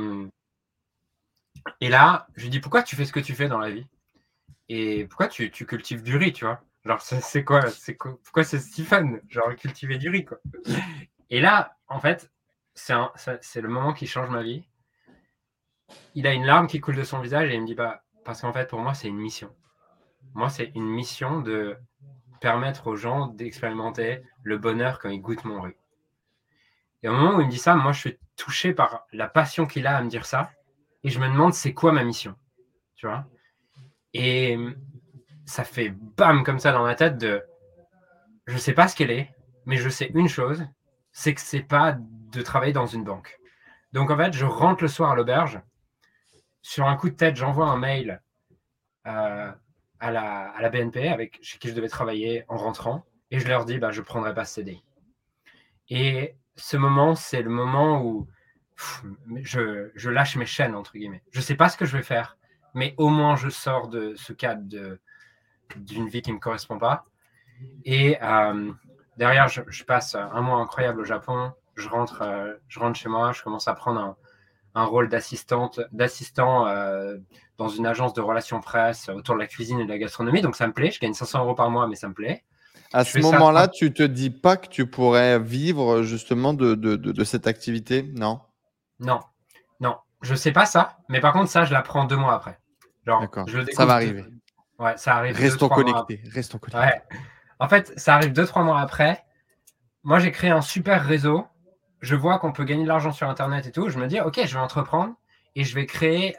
là, je lui dis, pourquoi tu fais ce que tu fais dans la vie? Et pourquoi tu cultives du riz, tu vois? Genre, c'est quoi? Pourquoi c'est si fun? Genre, cultiver du riz, quoi. Et là, en fait, c'est le moment qui change ma vie. Il a une larme qui coule de son visage et il me dit, parce qu'en fait, pour moi, c'est une mission. Moi, c'est une mission de permettre aux gens d'expérimenter le bonheur quand ils goûtent mon riz. Et au moment où il me dit ça, moi, je suis touché par la passion qu'il a à me dire ça. Et je me demande, c'est quoi ma mission? Tu vois? Et ça fait bam comme ça dans ma tête je sais pas ce qu'elle est, mais je sais une chose, c'est que c'est pas de travailler dans une banque. Donc en fait, je rentre le soir à l'auberge. Sur un coup de tête, j'envoie un mail à la BNP chez qui je devais travailler en rentrant, et je leur dis je prendrai pas ce CDI. Et ce moment, c'est le moment où je lâche mes chaînes, entre guillemets. Je sais pas ce que je vais faire, mais au moins je sors de ce cadre d'une vie qui me correspond pas. Et derrière, je passe un mois incroyable au Japon. Je rentre chez moi, je commence à prendre un rôle d'assistant dans une agence de relations presse autour de la cuisine et de la gastronomie. Donc ça me plaît, je gagne 500 € par mois, mais ça me plaît. À ce moment-là, tu te dis pas que tu pourrais vivre justement de cette activité, non? Non, je sais pas ça, mais par contre ça, je l'apprends 2 mois après. Genre, d'accord, je le découvre. Ça va arriver. Ouais, ça arrive. Restons connectés. Ouais. En fait, ça arrive 2-3 mois après. Moi, j'ai créé un super réseau. Je vois qu'on peut gagner de l'argent sur Internet et tout. Je me dis, OK, je vais entreprendre et je vais créer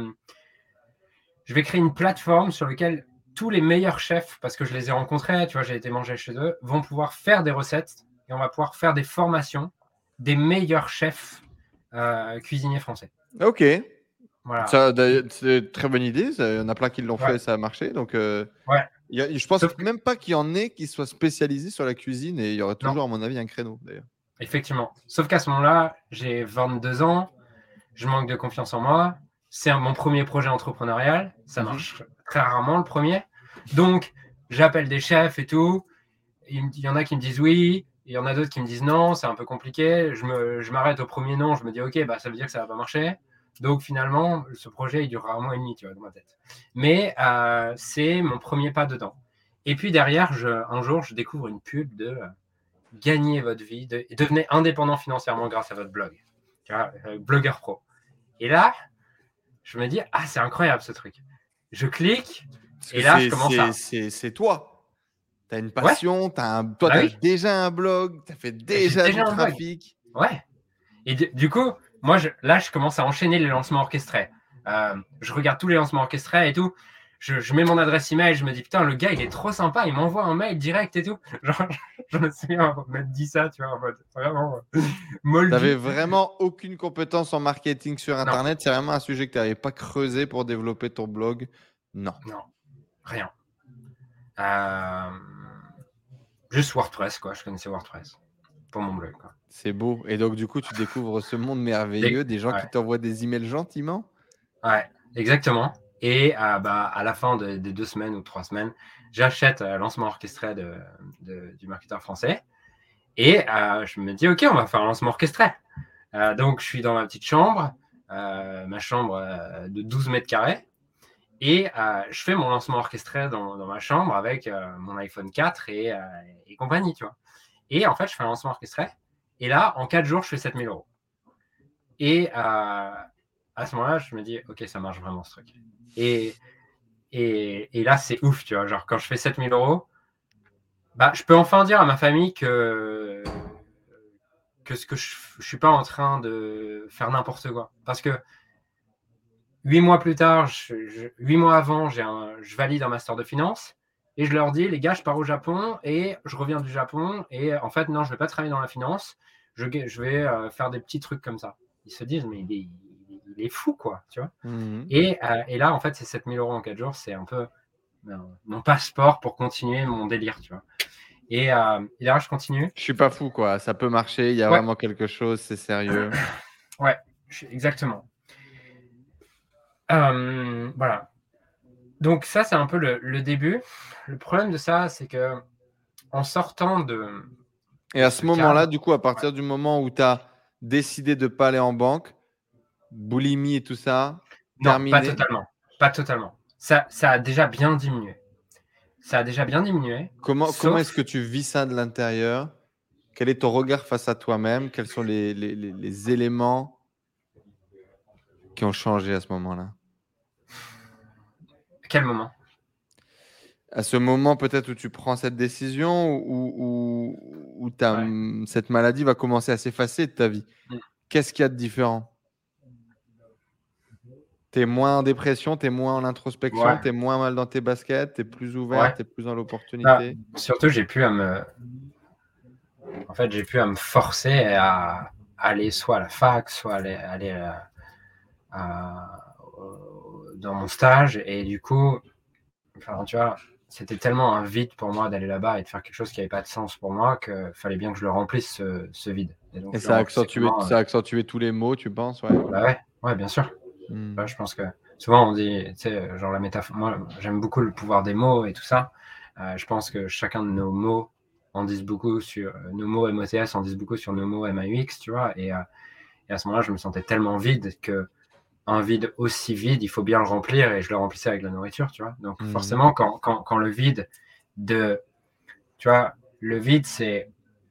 une plateforme sur laquelle tous les meilleurs chefs, parce que je les ai rencontrés, tu vois, j'ai été manger chez eux, vont pouvoir faire des recettes et on va pouvoir faire des formations des meilleurs chefs cuisiniers français. OK. Voilà. C'est une très bonne idée. Il y en a plein qui l'ont fait et ça a marché. Donc, je pense même pas qu'il y en ait qui soient spécialisés sur la cuisine et il y aurait toujours, à mon avis, un créneau d'ailleurs. Effectivement. Sauf qu'à ce moment-là, j'ai 22 ans, je manque de confiance en moi. C'est mon premier projet entrepreneurial. Ça marche très rarement, le premier. Donc, j'appelle des chefs et tout. il y en a qui me disent oui, il y en a d'autres qui me disent non, c'est un peu compliqué. Je m'arrête au premier non, je me dis ok, bah, ça veut dire que ça va pas marcher. Donc finalement, ce projet, il durera un mois et demi, tu vois, dans ma tête. Mais c'est mon premier pas dedans. Et puis derrière, un jour, je découvre une pub de gagner votre vie, devenez indépendant financièrement grâce à votre blog. Tu vois, blogueur pro. Et là, je me dis, ah, c'est incroyable ce truc. Je clique, Parce et que là, je commence à. c'est toi. Tu as une Ouais, passion, toi, bah tu as oui, déjà un blog, tu as fait j'ai déjà du déjà un blog. trafic. Ouais. Et du coup, moi, là, je commence à enchaîner les lancements orchestrés. Je regarde tous les lancements orchestrés et tout. Je mets mon adresse email, je me dis, putain, le gars, il est trop sympa, il m'envoie un mail direct et tout. Genre, je me souviens m'être dit ça, tu vois, en mode vraiment Tu moldu. n'avais vraiment aucune compétence en marketing sur Non, Internet. C'est vraiment un sujet que tu n'avais pas creusé pour développer ton blog. Non. non, rien. Euh, Juste WordPress, quoi. Je connaissais WordPress pour mon blog, quoi. C'est beau. Et donc, du coup, tu découvres ce monde merveilleux, des gens qui Ouais, t'envoient des emails gentiment. ouais, exactement. Et bah, à la fin des 2 semaines ou 3 semaines, j'achète lancement orchestré du marketeur français. Et je me dis, OK, on va faire un lancement orchestré. Donc, je suis dans ma petite chambre, ma chambre de 12 mètres carrés. Et je fais mon lancement orchestré dans ma chambre avec mon iPhone 4 et compagnie, tu vois. Et en fait, je fais un lancement orchestré. Et là, en 4 jours, je fais 7 000 euros. Et à ce moment-là, je me dis, OK, ça marche vraiment ce truc. Et là, c'est ouf, tu vois. Genre, quand je fais 7 000 euros, bah, je peux enfin dire à ma famille que je suis pas en train de faire n'importe quoi. Parce que 8 mois plus tard, 8 mois avant, je valide un master de finance. Et je leur dis, les gars, je pars au Japon et je reviens du Japon. Et en fait, non, je ne vais pas travailler dans la finance. Je vais faire des petits trucs comme ça. Ils se disent, mais il est fou, quoi. Tu vois. Mhm. Et là, en fait, ces 7 000 euros en 4 jours, c'est un peu mon passeport pour continuer mon délire. Tu vois. Et là, je continue. Je suis pas fou, quoi. Ça peut marcher. Il y a Ouais. vraiment quelque chose. C'est sérieux. Ouais, exactement. Voilà. Donc ça, c'est un peu le début. Le problème de ça, c'est que en sortant Et de à ce ce moment-là, cadre, du coup, à partir du moment où tu as décidé de ne pas aller en banque, boulimie et tout ça, non, pas terminé. totalement. Pas totalement. Ça a déjà bien diminué. Ça a déjà bien diminué, Comment est-ce que sauf tu vis ça de l'intérieur? Quel est ton regard face à toi-même? Quels sont les éléments qui ont changé à ce moment-là? à quel moment? À ce moment peut-être où tu prends cette décision, où Ouais. cette maladie va commencer à s'effacer de ta vie. Mm. Qu'est-ce qu'il y a de différent? Tu es moins en dépression, tu es moins en introspection, Ouais. tu es moins mal dans tes baskets, tu es plus ouvert, Ouais. tu es plus dans Bah, l'opportunité. surtout, j'ai pu à me forcer à aller soit à la fac, soit aller dans mon stage. Et du coup, enfin, tu vois, c'était tellement un vide pour moi d'aller là-bas et de faire quelque chose qui n'avait pas de sens pour moi qu'il fallait bien que je le remplisse, ce vide. Et donc, Et je le remplissais comment ça a accentué tous les maux, tu penses, ouais. Bah ouais, bien sûr. Hmm. Ouais, je pense que souvent on dit, tu sais, genre la métaphore. Moi, j'aime beaucoup le pouvoir des mots et tout ça. Je pense que chacun de nos mots en disent beaucoup sur nos mots MOTS, en disent beaucoup sur nos mots MAUX, tu vois. Et à ce moment-là, je me sentais tellement vide que un vide aussi vide, il faut bien le remplir, et je le remplissais avec la nourriture, tu vois. Donc forcément, quand le vide tu vois, le vide, c'est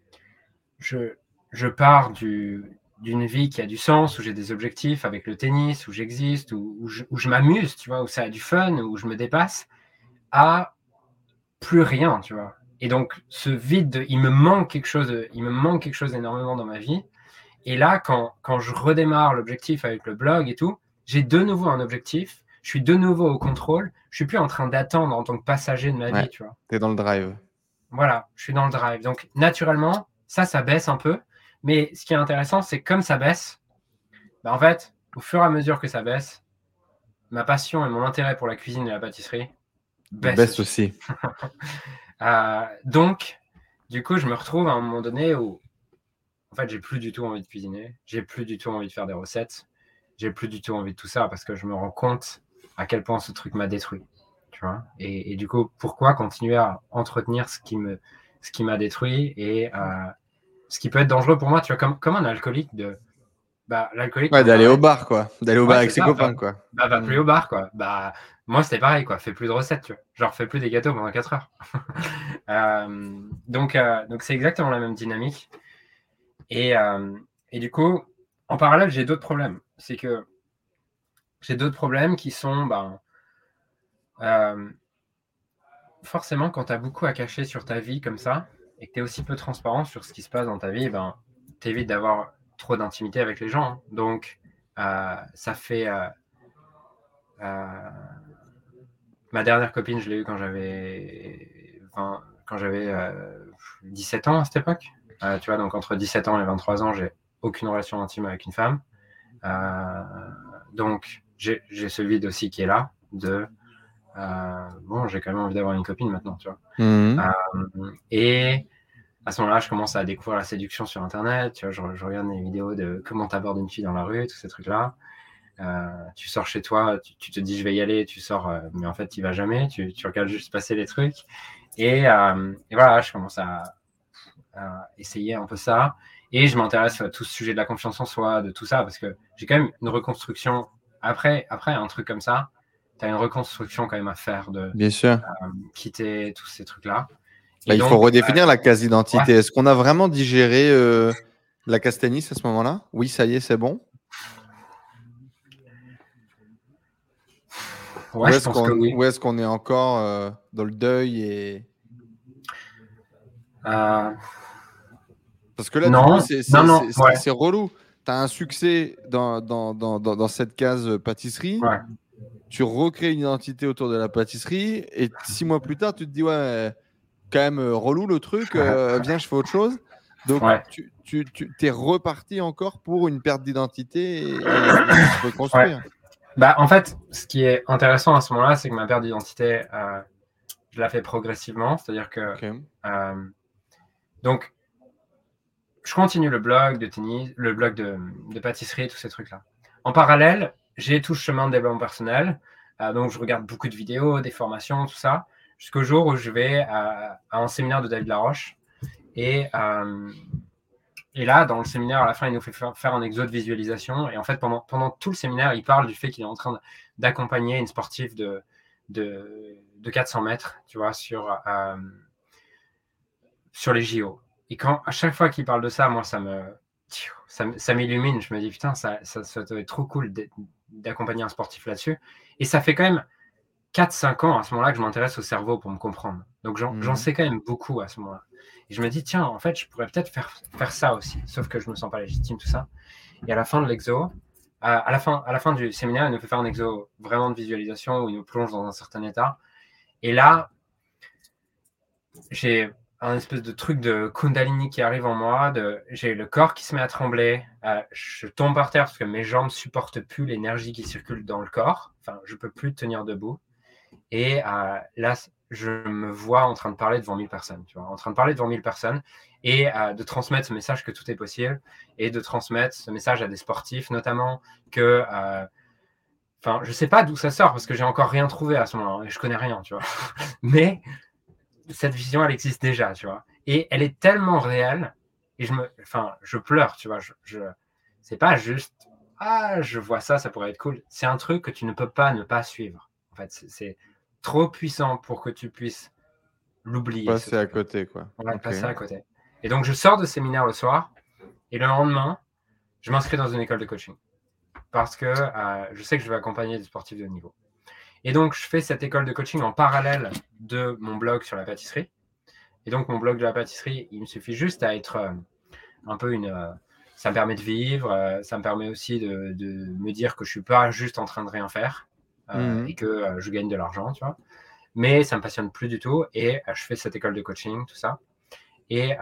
je pars d'une vie qui a du sens, où j'ai des objectifs avec le tennis, où j'existe, où je m'amuse, tu vois, où ça a du fun, où je me dépasse, à plus rien, tu vois. Et donc ce vide, il me manque quelque chose énormément dans ma vie. Et là, quand je redémarre l'objectif avec le blog et tout, j'ai de nouveau un objectif, je suis de nouveau au contrôle, je suis plus en train d'attendre en tant que passager de ma Ouais, vie, tu vois. tu es dans le drive. Voilà, je suis dans le drive. Donc naturellement, ça baisse un peu. Mais ce qui est intéressant, c'est comme ça baisse, bah, en fait, au fur et à mesure que ça baisse, ma passion et mon intérêt pour la cuisine et la pâtisserie Il baissent baisse aussi. aussi. Donc, du coup, je me retrouve à un moment donné où, en fait, j'ai plus du tout envie de cuisiner, j'ai plus du tout envie de faire des recettes, j'ai plus du tout envie de tout ça, parce que je me rends compte à quel point ce truc m'a détruit, tu vois. Et du coup, pourquoi continuer à entretenir ce ce qui m'a détruit et ce qui peut être dangereux pour moi, tu vois, comme un alcoolique l'alcoolique. Ouais, d'aller au bar, quoi. D'aller au bar avec c'est ses ça, copains, quoi. va plus au bar, quoi. Moi, c'était pareil, quoi. Fais plus de recettes, tu vois. Genre, fais plus des gâteaux pendant 4 heures. Donc, c'est exactement la même dynamique. Et du coup, en parallèle, j'ai d'autres problèmes. C'est que j'ai d'autres problèmes qui sont, forcément, quand tu as beaucoup à cacher sur ta vie comme ça, et que tu es aussi peu transparent sur ce qui se passe dans ta vie, tu évites d'avoir trop d'intimité avec les gens. Hein. Donc, ça fait... ma dernière copine, je l'ai eue quand j'avais 17 ans à cette époque. Tu vois, donc entre 17 ans et 23 ans, j'ai aucune relation intime avec une femme. Donc, j'ai ce vide aussi qui est là de j'ai quand même envie d'avoir une copine maintenant, tu vois. Et à ce moment-là, je commence à découvrir la séduction sur Internet. Tu vois, je regarde des vidéos de comment t'abordes une fille dans la rue, tous ces trucs-là. Tu sors chez toi, tu te dis je vais y aller, tu sors, mais en fait tu vas jamais, tu regardes juste passer les trucs. Et voilà, je commence à essayer un peu ça. Et je m'intéresse à tout ce sujet de la confiance en soi, de tout ça, parce que j'ai quand même une reconstruction. Après un truc comme ça, tu as une reconstruction quand même à faire de Bien sûr. quitter tous ces trucs-là. Il faut redéfinir la case-identité. Ouais. Est-ce qu'on a vraiment digéré la castanis à ce moment-là? Oui, ça y est, c'est bon. Ouais, je pense que oui. Ou est-ce qu'on est encore dans le deuil et... Parce que là, non, du coup, c'est relou. Tu as un succès dans cette case pâtisserie. Ouais. Tu recrées une identité autour de la pâtisserie et 6 mois plus tard, tu te dis, ouais, quand même relou le truc, viens, je fais autre chose. Donc, tu es reparti encore pour une perte d'identité et se reconstruire. Ouais. En fait, ce qui est intéressant à ce moment-là, c'est que ma perte d'identité, je la fais progressivement. C'est-à-dire que... donc, je continue le blog de tennis, le blog de pâtisserie, tous ces trucs-là. En parallèle, j'ai tout ce chemin de développement personnel. Donc, je regarde beaucoup de vidéos, des formations, tout ça, jusqu'au jour où je vais à un séminaire de David Laroche. Et là, dans le séminaire, à la fin, il nous fait faire un exo de visualisation. Et en fait, pendant tout le séminaire, il parle du fait qu'il est en train d'accompagner une sportive de 400 mètres, tu vois, sur les JO. Et à chaque fois qu'il parle de ça, moi, ça m'illumine. Je me dis, putain, ça doit être trop cool d'accompagner un sportif là-dessus. Et ça fait quand même 4-5 ans à ce moment-là que je m'intéresse au cerveau pour me comprendre. Donc, j'en sais quand même beaucoup à ce moment-là. Et je me dis, tiens, en fait, je pourrais peut-être faire ça aussi. Sauf que je me sens pas légitime, tout ça. Et à la fin de l'exo, à la fin du séminaire, il nous fait faire un exo vraiment de visualisation où il nous plonge dans un certain état. Et là, j'ai un espèce de truc de Kundalini qui arrive en moi. J'ai le corps qui se met à trembler. Je tombe par terre parce que mes jambes supportent plus l'énergie qui circule dans le corps. Enfin, je peux plus tenir debout. Et là, je me vois en train de parler devant 1000 personnes, tu vois, en train de parler devant 1000 personnes et de transmettre ce message que tout est possible et de transmettre ce message à des sportifs, notamment que, je sais pas d'où ça sort parce que j'ai encore rien trouvé à ce moment-là et je connais rien, tu vois. Mais cette vision, elle existe déjà, tu vois, et elle est tellement réelle et je pleure, tu vois. C'est pas juste je vois ça pourrait être cool. C'est un truc que tu ne peux pas ne pas suivre. En fait, c'est trop puissant pour que tu puisses l'oublier. Passer à côté, quoi. Ouais, passer à côté. Et donc, je sors de séminaire le soir et le lendemain, je m'inscris dans une école de coaching parce que je sais que je vais accompagner des sportifs de haut niveau. Et donc, je fais cette école de coaching en parallèle de mon blog sur la pâtisserie. Et donc, mon blog de la pâtisserie, il me suffit juste à être un peu ça me permet de vivre, ça me permet aussi de me dire que je ne suis pas juste en train de rien faire et que je gagne de l'argent, tu vois. Mais ça ne me passionne plus du tout et je fais cette école de coaching, tout ça. Et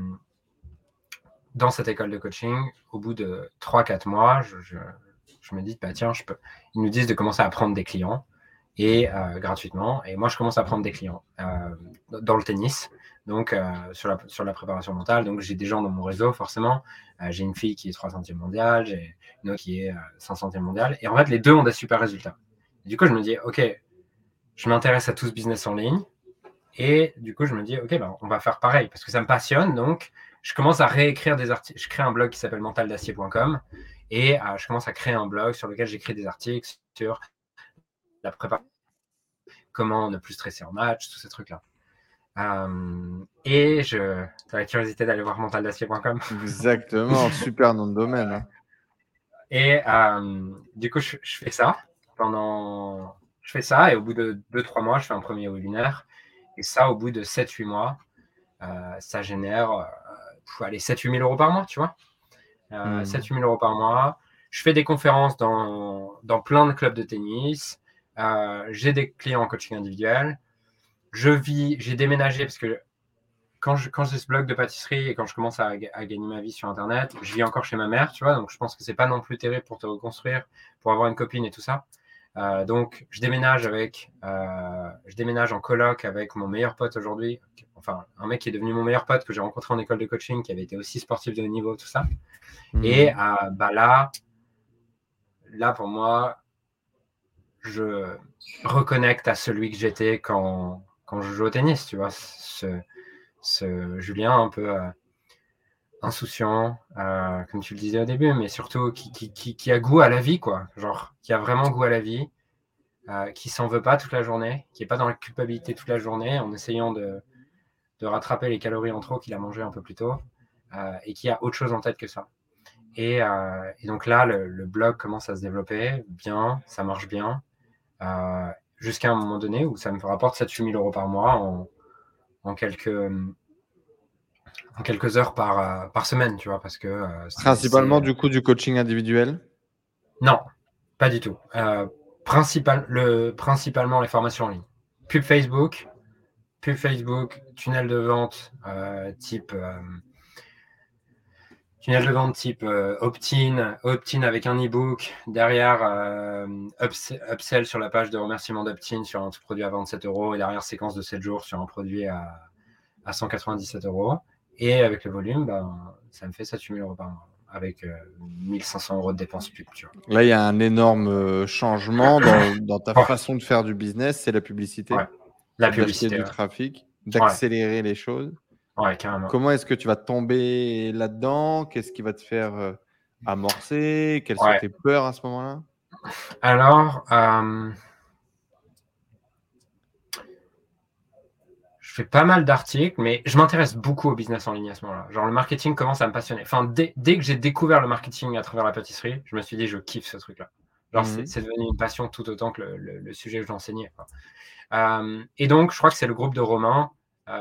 dans cette école de coaching, au bout de 3-4 mois, je me dis, tiens, ils nous disent de commencer à prendre des clients et gratuitement. Et moi, je commence à prendre des clients dans le tennis, donc sur la préparation mentale. Donc, j'ai des gens dans mon réseau, forcément. J'ai une fille qui est 300e mondiale, j'ai une autre qui est 500e mondiale. Et en fait, les deux ont des super résultats. Et du coup, je me dis, OK, je m'intéresse à tout ce business en ligne. Et du coup, je me dis, OK, ben, on va faire pareil parce que ça me passionne. Donc, je commence à réécrire des articles. Je crée un blog qui s'appelle mentaldacier.com et je commence à créer un blog sur lequel j'écris des articles sur la préparation, comment ne plus stresser en match, tous ces trucs-là. Et tu as la curiosité d'aller voir mentaldacier.com. Exactement, super nom de domaine. Hein. Et du coup, je fais ça Je fais ça et au bout de 2-3 mois, je fais un premier webinaire. Et ça, au bout de 7-8 mois, ça génère 7-8 000 euros par mois, tu vois. 7-8 000 euros par mois. Je fais des conférences dans plein de clubs de tennis. J'ai des clients en coaching individuel. J'ai déménagé parce que quand j'ai ce blog de pâtisserie et quand je commence à gagner ma vie sur Internet, je vis encore chez ma mère, tu vois. Donc, je pense que c'est pas non plus terrible pour te reconstruire, pour avoir une copine et tout ça. Donc, je déménage en coloc avec mon meilleur pote aujourd'hui. Enfin, un mec qui est devenu mon meilleur pote que j'ai rencontré en école de coaching, qui avait été aussi sportif de haut niveau, tout ça. Et là, pour moi, je reconnecte à celui que j'étais quand je jouais au tennis, tu vois. Ce Julien un peu insouciant, comme tu le disais au début, mais surtout qui a goût à la vie, quoi. Genre, qui a vraiment goût à la vie, qui s'en veut pas toute la journée, qui est pas dans la culpabilité toute la journée, en essayant de rattraper les calories en trop qu'il a mangé un peu plus tôt, et qui a autre chose en tête que ça. Et donc là, le blog commence à se développer bien, ça marche bien, jusqu'à un moment donné où ça me rapporte 7-8 000 euros par mois en quelques heures par semaine, tu vois, parce que Principalement du coup du coaching individuel? Non, pas du tout. Principalement les formations en ligne. Pub Facebook, tunnel de vente type opt-in avec un e-book, derrière upsell sur la page de remerciement d'opt-in sur un produit à 27 euros et derrière séquence de 7 jours sur un produit à 197 euros. Et avec le volume, ça me fait 7-8 000 euros par mois avec 1500 euros de dépenses pub. Tu vois. Là, il y a un énorme changement dans ta façon de faire du business, c'est la publicité. Ouais. La publicité. D'acheter du trafic, d'accélérer les choses. Ouais, carrément. Comment est-ce que tu vas tomber là-dedans? Qu'est-ce qui va te faire amorcer? Quelles sont tes peurs à ce moment-là? Alors, je fais pas mal d'articles, mais je m'intéresse beaucoup au business en ligne à ce moment-là. Genre, le marketing commence à me passionner. Enfin, dès que j'ai découvert le marketing à travers la pâtisserie, je me suis dit, je kiffe ce truc-là. Genre, c'est devenu une passion tout autant que le sujet que j'enseignais. Et donc, je crois que c'est le groupe de Romain.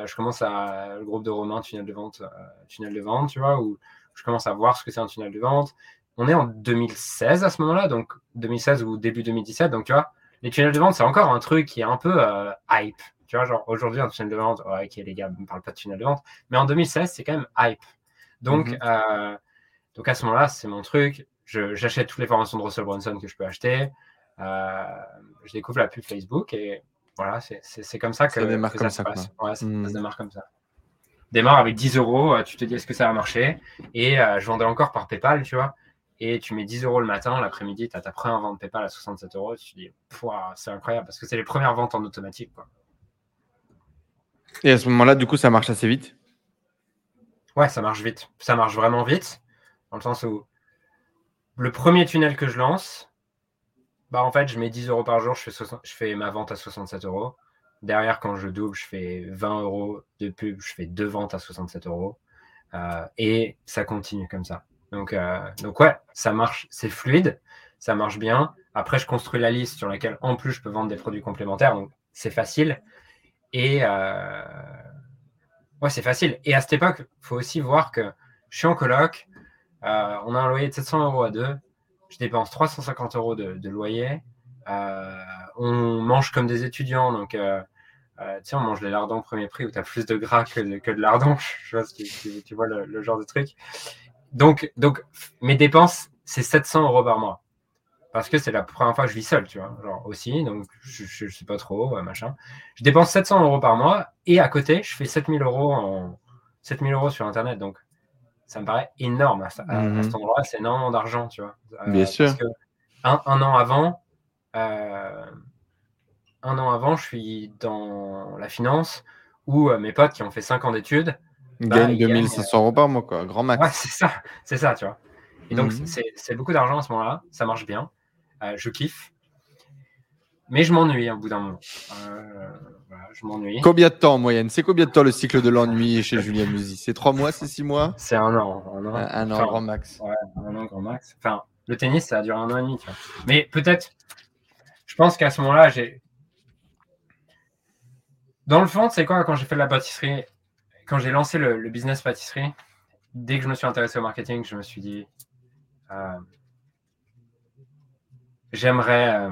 Le groupe de Romain, tunnel de vente, tu vois, où je commence à voir ce que c'est un tunnel de vente. On est en 2016 à ce moment-là, donc 2016 ou début 2017. Donc, tu vois, les tunnels de vente, c'est encore un truc qui est un peu hype. Tu vois, genre aujourd'hui, un tunnel de vente, ok, les gars, ne me parlent pas de tunnel de vente, mais en 2016, c'est quand même hype. Donc, à ce moment-là, c'est mon truc. J'achète toutes les formations de Russell Brunson que je peux acheter. Je découvre la pub Facebook et voilà, c'est comme ça que ça se passe. Ouais, ça démarre comme ça. Démarre avec 10 euros, tu te dis est-ce que ça va marcher? Et je vendais encore par PayPal, tu vois. Et tu mets 10 euros le matin, l'après-midi, tu as ta première vente PayPal à 67 euros. Tu te dis, c'est incroyable parce que c'est les premières ventes en automatique, quoi. Et à ce moment-là, du coup, ça marche assez vite? Ouais, ça marche vite. Ça marche vraiment vite. Dans le sens où le premier tunnel que je lance, en fait, je mets 10 euros par jour, je fais ma vente à 67 euros. Derrière, quand je double, je fais 20 euros de pub, je fais 2 ventes à 67 euros. Et ça continue comme ça. Donc ouais, ça marche, c'est fluide, ça marche bien. Après, je construis la liste sur laquelle, en plus, je peux vendre des produits complémentaires. Donc, c'est facile. Et ouais, c'est facile. Et à cette époque, il faut aussi voir que je suis en coloc, on a un loyer de 700 euros à deux, je dépense 350 euros de loyer, on mange comme des étudiants, donc on mange les lardons premier prix où tu as plus de gras que de lardons, je vois si tu vois le genre de truc. Donc mes dépenses, c'est 700 euros par mois. Parce que c'est la première fois que je vis seul, tu vois, genre aussi, donc je sais pas trop, machin. Je dépense 700 euros par mois et à côté, je fais 7000 euros sur Internet, donc ça me paraît énorme à cet endroit, c'est énormément d'argent, tu vois. Bien sûr. Parce que un an avant, je suis dans la finance, ou mes potes qui ont fait 5 ans d'études, Ils bah, gagnent ils gagnent. 2500 € par mois, quoi. Grand max. Ouais, c'est ça, tu vois. Et donc, Mhm. c'est beaucoup d'argent à ce moment-là. Ça marche bien. Je kiffe. Mais je m'ennuie au bout d'un moment. Voilà, je m'ennuie. Combien de temps en moyenne? C'est combien de temps le cycle de l'ennui chez Julien Musi? C'est 3 mois, c'est 6 mois? C'est un an. Un an, Enfin, grand max. ouais, un an grand max. Enfin, le tennis, ça a duré 1 an et demi, tu vois. Mais peut-être, je pense qu'à ce moment-là, dans le fond, c'est quoi, quand j'ai fait de la pâtisserie, quand j'ai lancé le business pâtisserie, dès que je me suis intéressé au marketing, je me suis dit, j'aimerais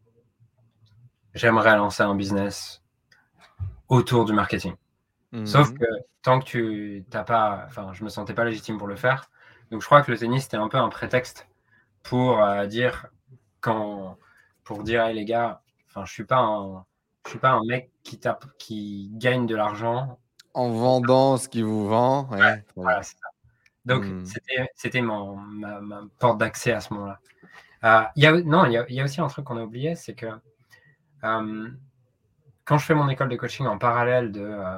lancer un business autour du marketing. Sauf que tant que tu n'as pas, enfin, je me sentais pas légitime pour le faire. Donc, je crois que le tennis, c'était un peu un prétexte pour dire, hey, les gars, enfin, je suis pas un mec qui gagne de l'argent. En vendant ce qu'il vous vend. Ouais, très bien. Voilà, c'est ça. Donc, c'était ma porte d'accès à ce moment-là. Il y a aussi un truc qu'on a oublié, c'est que quand je fais mon école de coaching en parallèle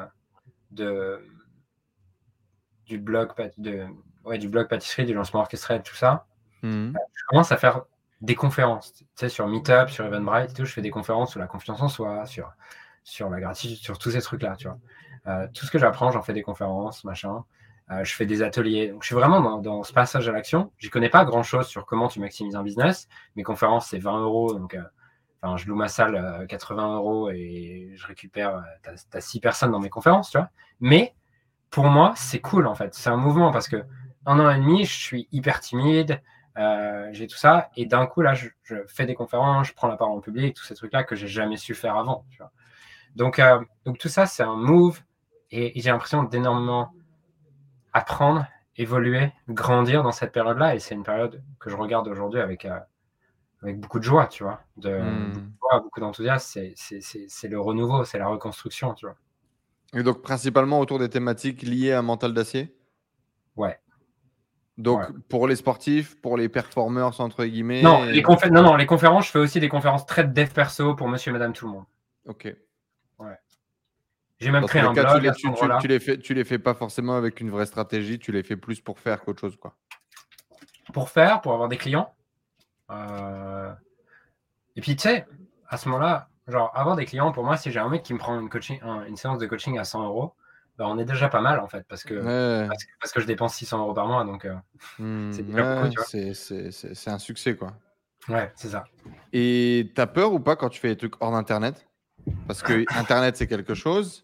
du blog pâtisserie, du lancement orchestré, tout ça, je commence à faire des conférences. Tu sais, sur Meetup, sur Eventbrite et tout, je fais des conférences sur la confiance en soi, sur la gratitude, sur tous ces trucs-là, tu vois. Tout ce que j'apprends, j'en fais des conférences, machin. Je fais des ateliers. Donc, je suis vraiment dans ce passage à l'action. Je connais pas grand-chose sur comment tu maximises un business. Mes conférences, c'est 20 €. Donc, je loue ma salle 80 € et je récupère. T'as 6 personnes dans mes conférences, tu vois. Mais pour moi, c'est cool, en fait. C'est un mouvement parce que 1 an et demi, je suis hyper timide. J'ai tout ça. Et d'un coup, là, je fais des conférences, je prends la parole en public, tous ces trucs-là que j'ai jamais su faire avant, tu vois. Donc, tout ça, c'est un move. Et j'ai l'impression d'énormément apprendre, évoluer, grandir dans cette période-là. Et c'est une période que je regarde aujourd'hui avec beaucoup de joie, tu vois. Beaucoup de joie, beaucoup d'enthousiasme. C'est le renouveau, c'est la reconstruction, tu vois. Et donc, principalement autour des thématiques liées à mental d'acier? Ouais. Donc, Ouais. pour les sportifs, pour les performers, entre guillemets. Non, les conférences, je fais aussi des conférences très dev perso pour monsieur et madame tout le monde. Ok. Ouais. J'ai même Dans tous créé les un cas, blog à cet endroit-là. tu les fais pas forcément avec une vraie stratégie, tu les fais plus pour faire qu'autre chose, quoi. Pour avoir des clients. Et puis, tu sais, à ce moment-là, genre, avoir des clients, pour moi, si j'ai un mec qui me prend une séance de coaching à 100 €, bah, on est déjà pas mal, en fait, parce que Ouais, je dépense 600 € par mois, donc c'est déjà beaucoup, ouais, tu vois. c'est un succès, quoi. Ouais, c'est ça. Et t'as peur ou pas quand tu fais des trucs hors d'Internet? Parce que Internet, c'est quelque chose,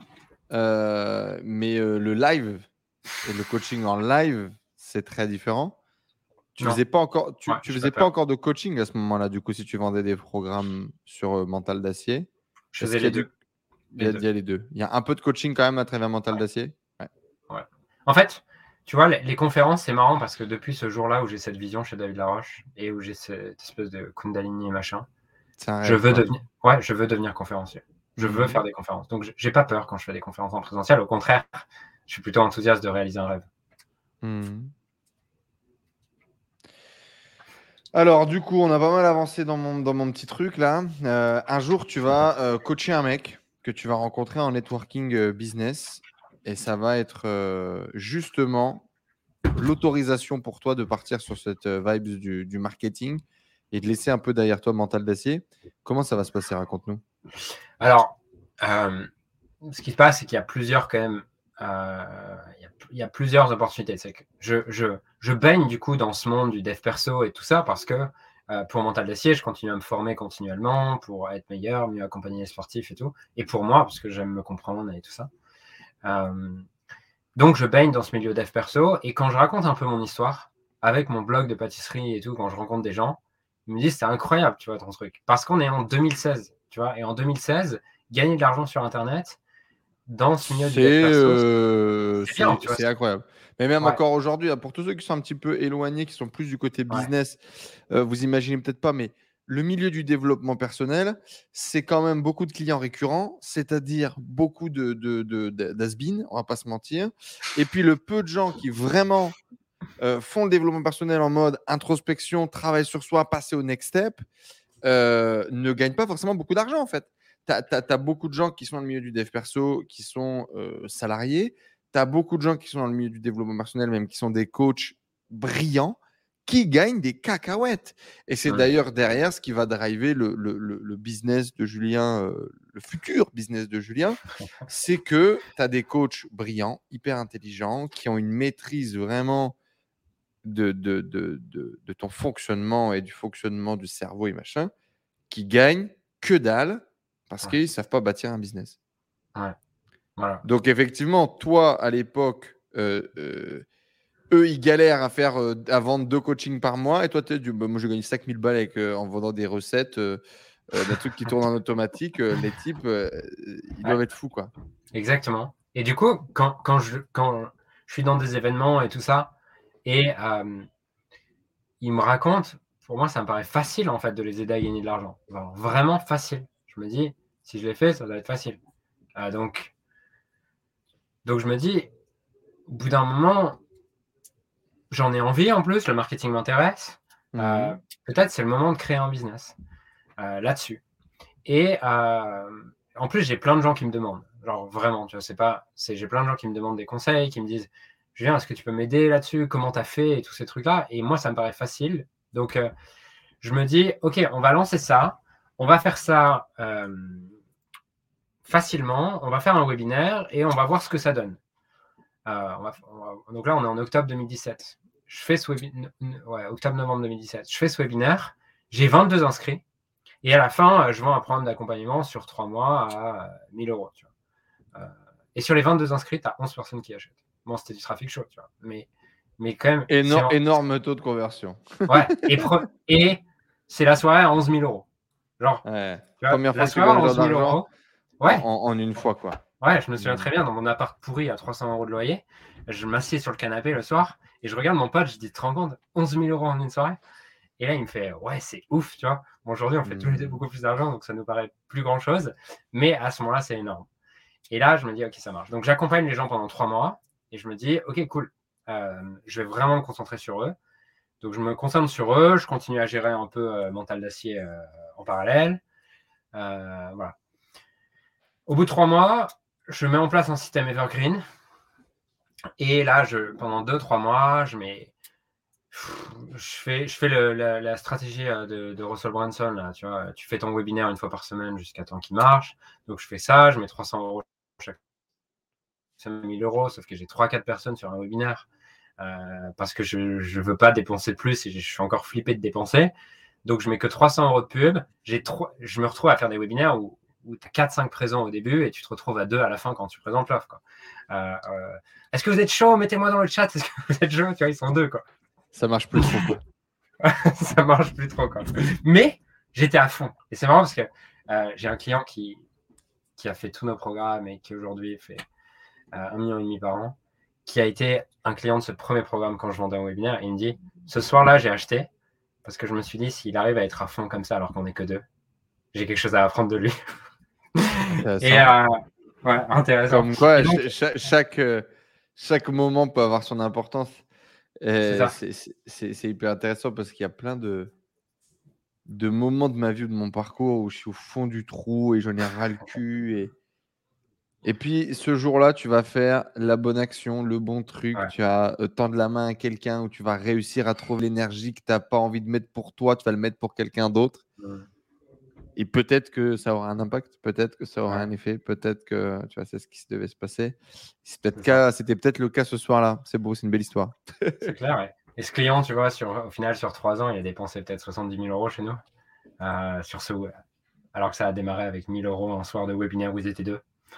mais le live et le coaching en live, c'est très différent. Tu Non, faisais pas encore, ouais, tu j'ai faisais pas pas peur. encore de coaching à ce moment-là, du coup, si tu vendais des programmes sur mental d'acier. Je Est-ce faisais qu'il y a les deux. il y a les deux. Il y a un peu de coaching quand même à travers mental d'acier? Ouais. Ouais. En fait, tu vois, les conférences, c'est marrant parce que depuis ce jour-là où j'ai cette vision chez David Laroche et où j'ai cette espèce de Kundalini et machin, C'est un je rêve, veux quoi. devenir conférencier. Je veux faire des conférences. Donc, j'ai pas peur quand je fais des conférences en présentiel. Au contraire, je suis plutôt enthousiaste de réaliser un rêve. Alors, du coup, on a pas mal avancé dans mon petit truc là. Un jour, tu vas coacher un mec que tu vas rencontrer en networking business et ça va être justement l'autorisation pour toi de partir sur cette vibes du marketing et de laisser un peu derrière toi mental d'acier. Comment ça va se passer? Raconte-nous. Alors, ce qui se passe, c'est qu'il y a plusieurs quand même. Il y a plusieurs opportunités. C'est que je baigne du coup dans ce monde du dev perso et tout ça parce que pour Mental d'acier, je continue à me former continuellement pour être meilleur, mieux accompagner les sportifs et tout. Et pour moi, parce que j'aime me comprendre et tout ça. Donc, je baigne dans ce milieu dev perso. Et quand je raconte un peu mon histoire avec mon blog de pâtisserie et tout, quand je rencontre des gens, ils me disent c'est incroyable, tu vois, ton truc. Parce qu'on est en 2016, tu vois. Et en 2016, gagner de l'argent sur Internet dans ce milieu du dev perso, c'est bien, tu vois. C'est incroyable. Mais même Ouais, encore aujourd'hui, pour tous ceux qui sont un petit peu éloignés, qui sont plus du côté ouais, business, vous imaginez peut-être pas, mais le milieu du développement personnel, c'est quand même beaucoup de clients récurrents, c'est-à-dire beaucoup d'has-been, on va pas se mentir. Et puis le peu de gens qui vraiment font le développement personnel en mode introspection, travail sur soi, passer au next step, ne gagnent pas forcément beaucoup d'argent en fait. tu as beaucoup de gens qui sont dans le milieu du dev perso, qui sont salariés. Tu as beaucoup de gens qui sont dans le milieu du développement personnel, même qui sont des coachs brillants, qui gagnent des cacahuètes. Et c'est d'ailleurs derrière ce qui va driver le business de Julien, le futur business de Julien, c'est que tu as des coachs brillants, hyper intelligents, qui ont une maîtrise vraiment de ton fonctionnement et du fonctionnement du cerveau et machin, qui gagnent que dalle parce qu'ils ne savent pas bâtir un business. Ouais. Voilà. Donc effectivement, toi, à l'époque, eux, ils galèrent à vendre 2 coachings par mois. Et toi, tu dis, moi, je gagne 5000 balles en vendant des recettes, des trucs qui tournent en automatique. Les types, ils doivent être fous, quoi. Exactement. Et du coup, quand je suis dans des événements et tout ça, et ils me racontent, pour moi, ça me paraît facile, en fait, de les aider à gagner de l'argent. Alors, vraiment facile. Je me dis, si je l'ai fait, ça doit être facile. Donc, je me dis, au bout d'un moment, j'en ai envie en plus, le marketing m'intéresse. Peut-être c'est le moment de créer un business là-dessus. Et en plus, j'ai plein de gens qui me demandent, genre vraiment, tu vois, j'ai plein de gens qui me demandent des conseils, qui me disent, Julien, est-ce que tu peux m'aider là-dessus? Comment tu as fait? Et tous ces trucs-là. Et moi, ça me paraît facile. Donc, je me dis, OK, on va lancer ça. On va faire ça facilement. On va faire un webinaire et on va voir ce que ça donne. Donc là, on est en octobre 2017. Je fais ce octobre-novembre 2017. Je fais ce webinaire. J'ai 22 inscrits. Et à la fin, je vends un programme d'accompagnement sur 3 mois à 1000 euros. Tu vois. Et sur les 22 inscrits, tu as 11 personnes qui achètent. Bon, c'était du trafic chaud, tu vois. Mais quand même. Énorme taux de conversion. Ouais. Et c'est la soirée à 11 000 euros. Genre, ouais. Tu vois, Première fois la que tu soirée à gagnes 11 000 euros. Ouais. En une fois, quoi. Ouais, je me souviens très bien, dans mon appart pourri à 300 euros de loyer, je m'assieds sur le canapé le soir et je regarde mon pote, je dis, tu te rends compte, 11 000 euros en une soirée? Et là, il me fait, ouais, c'est ouf, tu vois. Bon, aujourd'hui, on fait tous les deux beaucoup plus d'argent, donc ça nous paraît plus grand-chose. Mais à ce moment-là, c'est énorme. Et là, je me dis, OK, ça marche. Donc, j'accompagne les gens pendant 3 mois et je me dis, OK, cool. Je vais vraiment me concentrer sur eux. Donc, je me concentre sur eux. Je continue à gérer un peu Mental d'Acier en parallèle. Voilà. Au bout de 3 mois, je mets en place un système Evergreen. Et là, pendant 2-3 mois, je fais la stratégie de Russell Brunson. Là, tu vois, tu fais ton webinaire une fois par semaine jusqu'à temps qu'il marche. Donc, je fais ça. Je mets 300 euros chaque semaine, 1000 euros, sauf que j'ai 3-4 personnes sur un webinaire parce que je ne veux pas dépenser plus et je suis encore flippé de dépenser. Donc, je mets que 300 euros de pub. Je me retrouve à faire des webinaires où tu as 4-5 présents au début et tu te retrouves à 2 à la fin quand tu présentes l'offre. Est-ce que vous êtes chaud? Mettez-moi dans le chat. Est-ce que vous êtes chaud? Tu vois, ils sont 2, quoi. Ça marche plus trop, quoi. Ça marche plus trop, quoi. Mais j'étais à fond. Et c'est marrant parce que j'ai un client qui a fait tous nos programmes et qui aujourd'hui fait 1,5 million par an, qui a été un client de ce premier programme quand je vendais un webinaire. Et il me dit, ce soir-là, j'ai acheté parce que je me suis dit, s'il arrive à être à fond comme ça alors qu'on n'est que 2, j'ai quelque chose à apprendre de lui. Et ouais, intéressant. Comme quoi, donc, chaque moment peut avoir son importance. C'est hyper intéressant parce qu'il y a plein de moments de ma vie ou de mon parcours où je suis au fond du trou et j'en ai ras le cul. Et puis, ce jour-là, tu vas faire la bonne action, le bon truc. Ouais. Tu vas tendre la main à quelqu'un où tu vas réussir à trouver l'énergie que tu n'as pas envie de mettre pour toi. Tu vas le mettre pour quelqu'un d'autre. Ouais. Et peut-être que ça aura un impact, peut-être que ça aura un effet, peut-être que tu vois, c'est ce qui devait se passer. C'était peut-être le cas ce soir-là. C'est beau, c'est une belle histoire. C'est clair, ouais. Et ce client, tu vois, au final, sur 3 ans, il a dépensé peut-être 70 000 euros chez nous. Alors que ça a démarré avec 1 000 euros un soir de webinaire où ils étaient 2.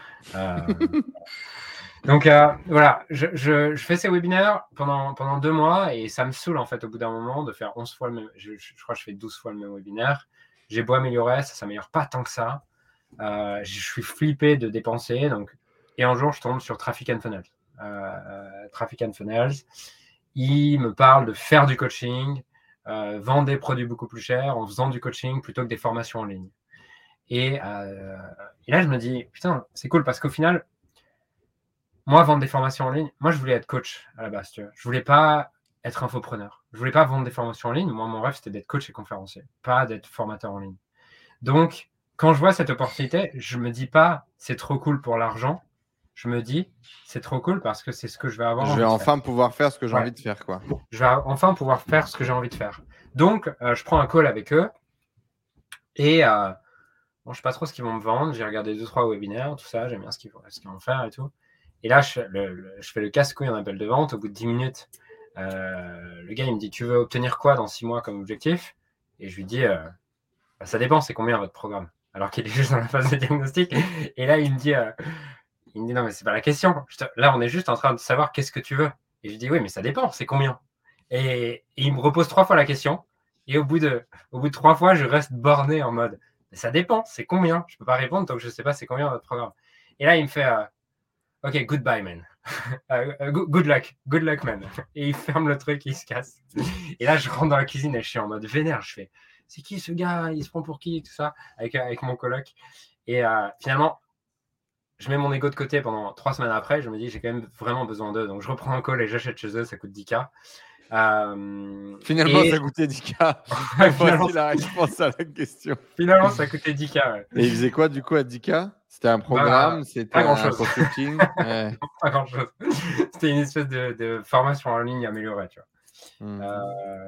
Donc voilà, je fais ces webinaires pendant 2 mois et ça me saoule en fait au bout d'un moment de faire 11 fois le même. Je crois que je fais 12 fois le même webinaire. J'ai beau améliorer, ça s'améliore pas tant que ça. Je suis flippé de dépenser. Et un jour, je tombe sur Traffic and Funnels. Traffic and Funnels, il me parle de faire du coaching, vendre des produits beaucoup plus chers en faisant du coaching plutôt que des formations en ligne. Et là, je me dis, putain, c'est cool parce qu'au final, moi, vendre des formations en ligne, moi, je voulais être coach à la base. Tu vois. Je voulais pas être infopreneur. Je voulais pas vendre des formations en ligne. Moi, mon rêve, c'était d'être coach et conférencier, pas d'être formateur en ligne. Donc, quand je vois cette opportunité, je me dis pas c'est trop cool pour l'argent. Je me dis c'est trop cool parce que c'est ce que je vais avoir Je vais envie de faire. enfin pouvoir faire ce que j'ai Ouais. envie de faire, quoi. Je vais enfin pouvoir faire ce que j'ai envie de faire. Donc, je prends un call avec eux et bon, je sais pas trop ce qu'ils vont me vendre. J'ai regardé 2-3 webinaires, tout ça. J'aime bien ce qu'ils vont faire et tout. Et là, je fais le casse-couille en appel de vente. Au bout de 10 minutes, le gars, il me dit, tu veux obtenir quoi dans 6 mois comme objectif? Et je lui dis, bah, ça dépend, c'est combien votre programme? Alors qu'il est juste dans la phase de diagnostic. Et là, il me dit, non, mais c'est pas la question. Là, on est juste en train de savoir qu'est-ce que tu veux. Et je lui dis, oui, mais ça dépend, c'est combien? Et il me repose 3 fois la question. Et au bout de 3 fois, je reste borné en mode, mais ça dépend, c'est combien? Je peux pas répondre tant que je sais pas c'est combien votre programme. Et là, il me fait, OK, goodbye, man. Good luck, man. Et il ferme le truc, il se casse. Et là, je rentre dans la cuisine et je suis en mode vénère. Je fais, c'est qui ce gars? Il se prend pour qui? Tout ça, avec mon coloc. Et finalement, je mets mon ego de côté pendant 3 semaines après. Je me dis, j'ai quand même vraiment besoin d'eux. Donc, je reprends un call et j'achète chez eux. Ça coûte 10K. Finalement, ça coûtait 10K. Voici la réponse à la question. Finalement, ça coûtait 10K. Ouais. Et il faisait quoi du coup à 10K? C'était un programme? C'était un consulting? Ouais. Pas grand-chose. C'était une espèce de formation en ligne améliorée, tu vois.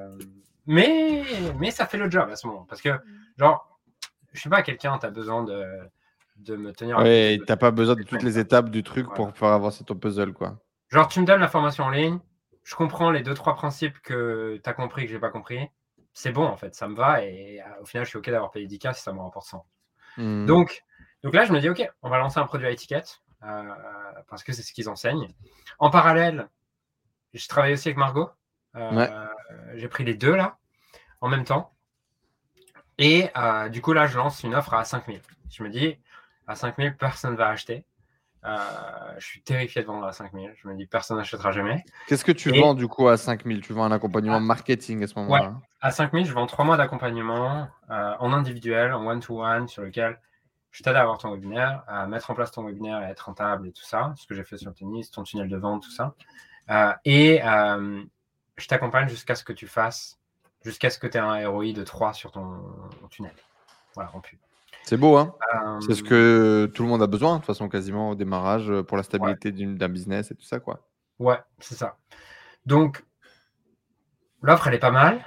Mais ça fait le job à ce moment. Parce que, genre, je suis pas quelqu'un, tu as besoin de me tenir. Ouais, t'as pas besoin de toutes les étapes du truc pour faire avancer ton puzzle, quoi. Genre, tu me donnes la formation en ligne, je comprends les 2-3 principes que tu as compris, que j'ai pas compris. C'est bon, en fait, ça me va. Et au final, je suis OK d'avoir payé 10K si ça me rapporte 100. Donc là, je me dis, OK, on va lancer un produit à étiquette parce que c'est ce qu'ils enseignent. En parallèle, je travaille aussi avec Margot. J'ai pris les deux là, en même temps. Et du coup, là, je lance une offre à 5000. Je me dis, à 5000, personne ne va acheter. Je suis terrifié de vendre à 5000. Je me dis, personne n'achètera jamais. Qu'est-ce que tu vends du coup à 5000? Tu vends un accompagnement marketing à ce moment-là? Ouais, à 5000, je vends 3 mois d'accompagnement en individuel, en one-to-one, sur lequel je t'aide à avoir ton webinaire, à mettre en place ton webinaire et à être rentable et tout ça, ce que j'ai fait sur le tennis, ton tunnel de vente, tout ça. Et je t'accompagne jusqu'à ce que tu fasses, jusqu'à ce que tu aies un ROI de 3 sur ton tunnel. Voilà, en pub. C'est beau, hein? C'est ce que tout le monde a besoin, de toute façon, quasiment au démarrage, pour la stabilité d'un business et tout ça, quoi. Ouais, c'est ça. Donc, l'offre, elle est pas mal.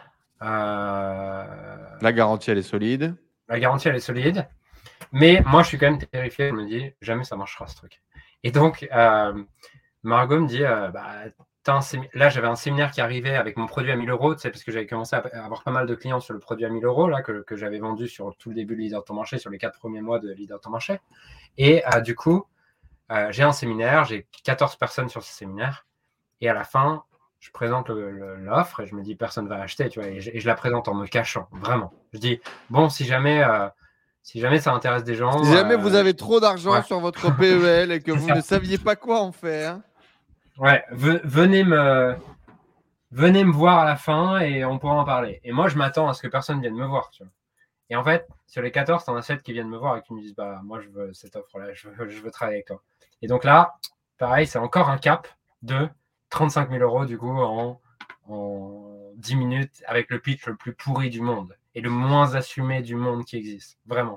La garantie, elle est solide. La garantie, elle est solide. Mais moi, je suis quand même terrifié. Je me dis, jamais ça marchera, ce truc. Et donc, Margot me dit, là, j'avais un séminaire qui arrivait avec mon produit à 1000 euros, tu sais, parce que j'avais commencé à avoir pas mal de clients sur le produit à 1000 euros, là, que j'avais vendu sur tout le début de Leader Ton Marché, sur les 4 premiers mois de Leader Ton Marché. Et du coup, j'ai un séminaire, j'ai 14 personnes sur ce séminaire. Et à la fin, je présente l'offre et je me dis, personne ne va acheter, tu vois, et je la présente en me cachant, vraiment. Je dis, bon, si jamais ça intéresse des gens. Si jamais vous avez trop d'argent sur votre PEL et que vous ne saviez pas quoi en faire. Ouais, venez me voir à la fin et on pourra en parler. Et moi, je m'attends à ce que personne vienne me voir, tu vois. Et en fait, sur les 14, t'en as 7 qui viennent me voir et qui me disent, bah, moi, je veux cette offre-là, je veux travailler avec toi. Et donc là, pareil, c'est encore un cap de 35 000 euros, du coup, en 10 minutes, avec le pitch le plus pourri du monde et le moins assumé du monde qui existe. Vraiment.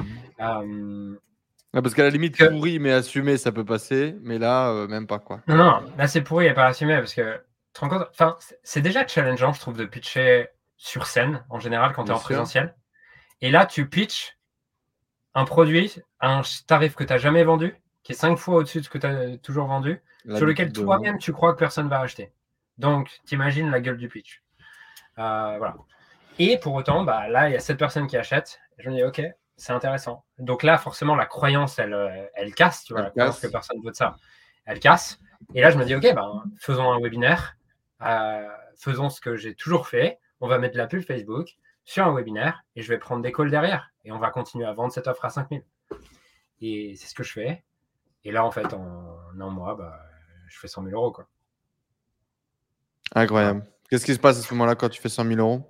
Parce qu'à la limite, pourri mais assumé, ça peut passer. Mais là, même pas, quoi. Non, là, c'est pourri et pas assumé parce que, tu te rends compte, enfin, c'est déjà challengeant, je trouve, de pitcher sur scène, en général, quand tu es en présentiel. Et là, tu pitches un produit à un tarif que tu n'as jamais vendu, qui est 5 fois au-dessus de ce que tu as toujours vendu, sur lequel toi-même tu crois que personne ne va acheter. Donc, t'imagines la gueule du pitch. Voilà. Et pour autant, là, il y a 7 personnes qui achètent. Je me dis, OK, c'est intéressant. Donc là, forcément, la croyance, elle casse, tu vois, la croyance que personne ne veut de ça. Elle casse. Et là, je me dis, OK, faisons un webinaire. Faisons ce que j'ai toujours fait. On va mettre de la pub Facebook sur un webinaire et je vais prendre des calls derrière. Et on va continuer à vendre cette offre à 5000. Et c'est ce que je fais. Et là, en fait, en un mois, je fais 100 000 euros, quoi. Incroyable. Ouais. Qu'est-ce qui se passe à ce moment-là quand tu fais 100 000 euros?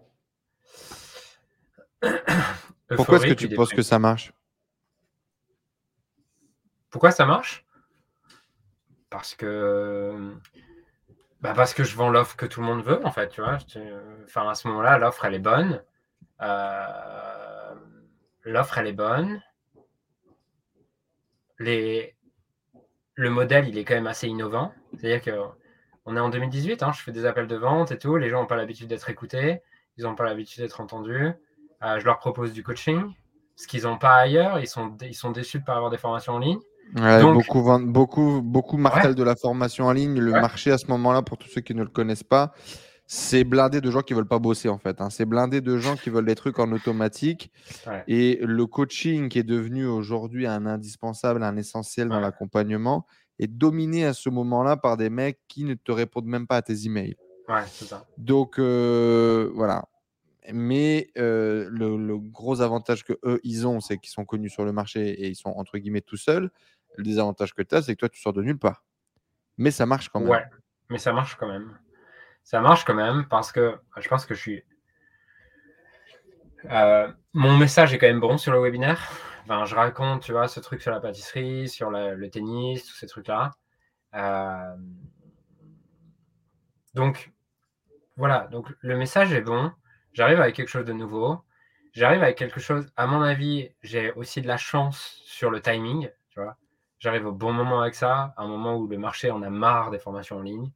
Pourquoi est-ce que tu penses que ça marche? Pourquoi ça marche? Parce que je vends l'offre que tout le monde veut, en fait, tu vois. Enfin, à ce moment-là, l'offre, elle est bonne. l'offre, elle est bonne. Le modèle, il est quand même assez innovant. C'est-à-dire qu'on est en 2018, je fais des appels de vente et tout. Les gens n'ont pas l'habitude d'être écoutés. Ils n'ont pas l'habitude d'être entendus. Je leur propose du coaching, ce qu'ils n'ont pas ailleurs. Ils sont déçus de ne pas avoir des formations en ligne. Ouais, Donc, beaucoup ouais, martèlent de la formation en ligne. Le ouais, marché à ce moment-là, pour tous ceux qui ne le connaissent pas, c'est blindé de gens qui veulent pas bosser en fait. C'est blindé de gens qui veulent des trucs en automatique. ouais, Et le coaching qui est devenu aujourd'hui un indispensable, un essentiel dans ouais, l'accompagnement, est dominé à ce moment-là par des mecs qui ne te répondent même pas à tes emails. ouais, c'est ça. Donc voilà. Mais le gros avantage que eux ils ont, c'est qu'ils sont connus sur le marché et ils sont entre guillemets tout seuls. Le désavantage que tu as, c'est que toi, tu sors de nulle part. Mais ça marche quand même. Ouais, mais ça marche quand même. Ça marche quand même parce que je pense que mon message est quand même bon sur le webinaire. Enfin, je raconte, tu vois, ce truc sur la pâtisserie, sur le tennis, tous ces trucs-là. Donc, voilà. Donc, le message est bon. J'arrive avec quelque chose de nouveau. J'arrive avec quelque chose, à mon avis, j'ai aussi de la chance sur le timing, tu vois. J'arrive au bon moment avec ça, à un moment où le marché en a marre des formations en ligne.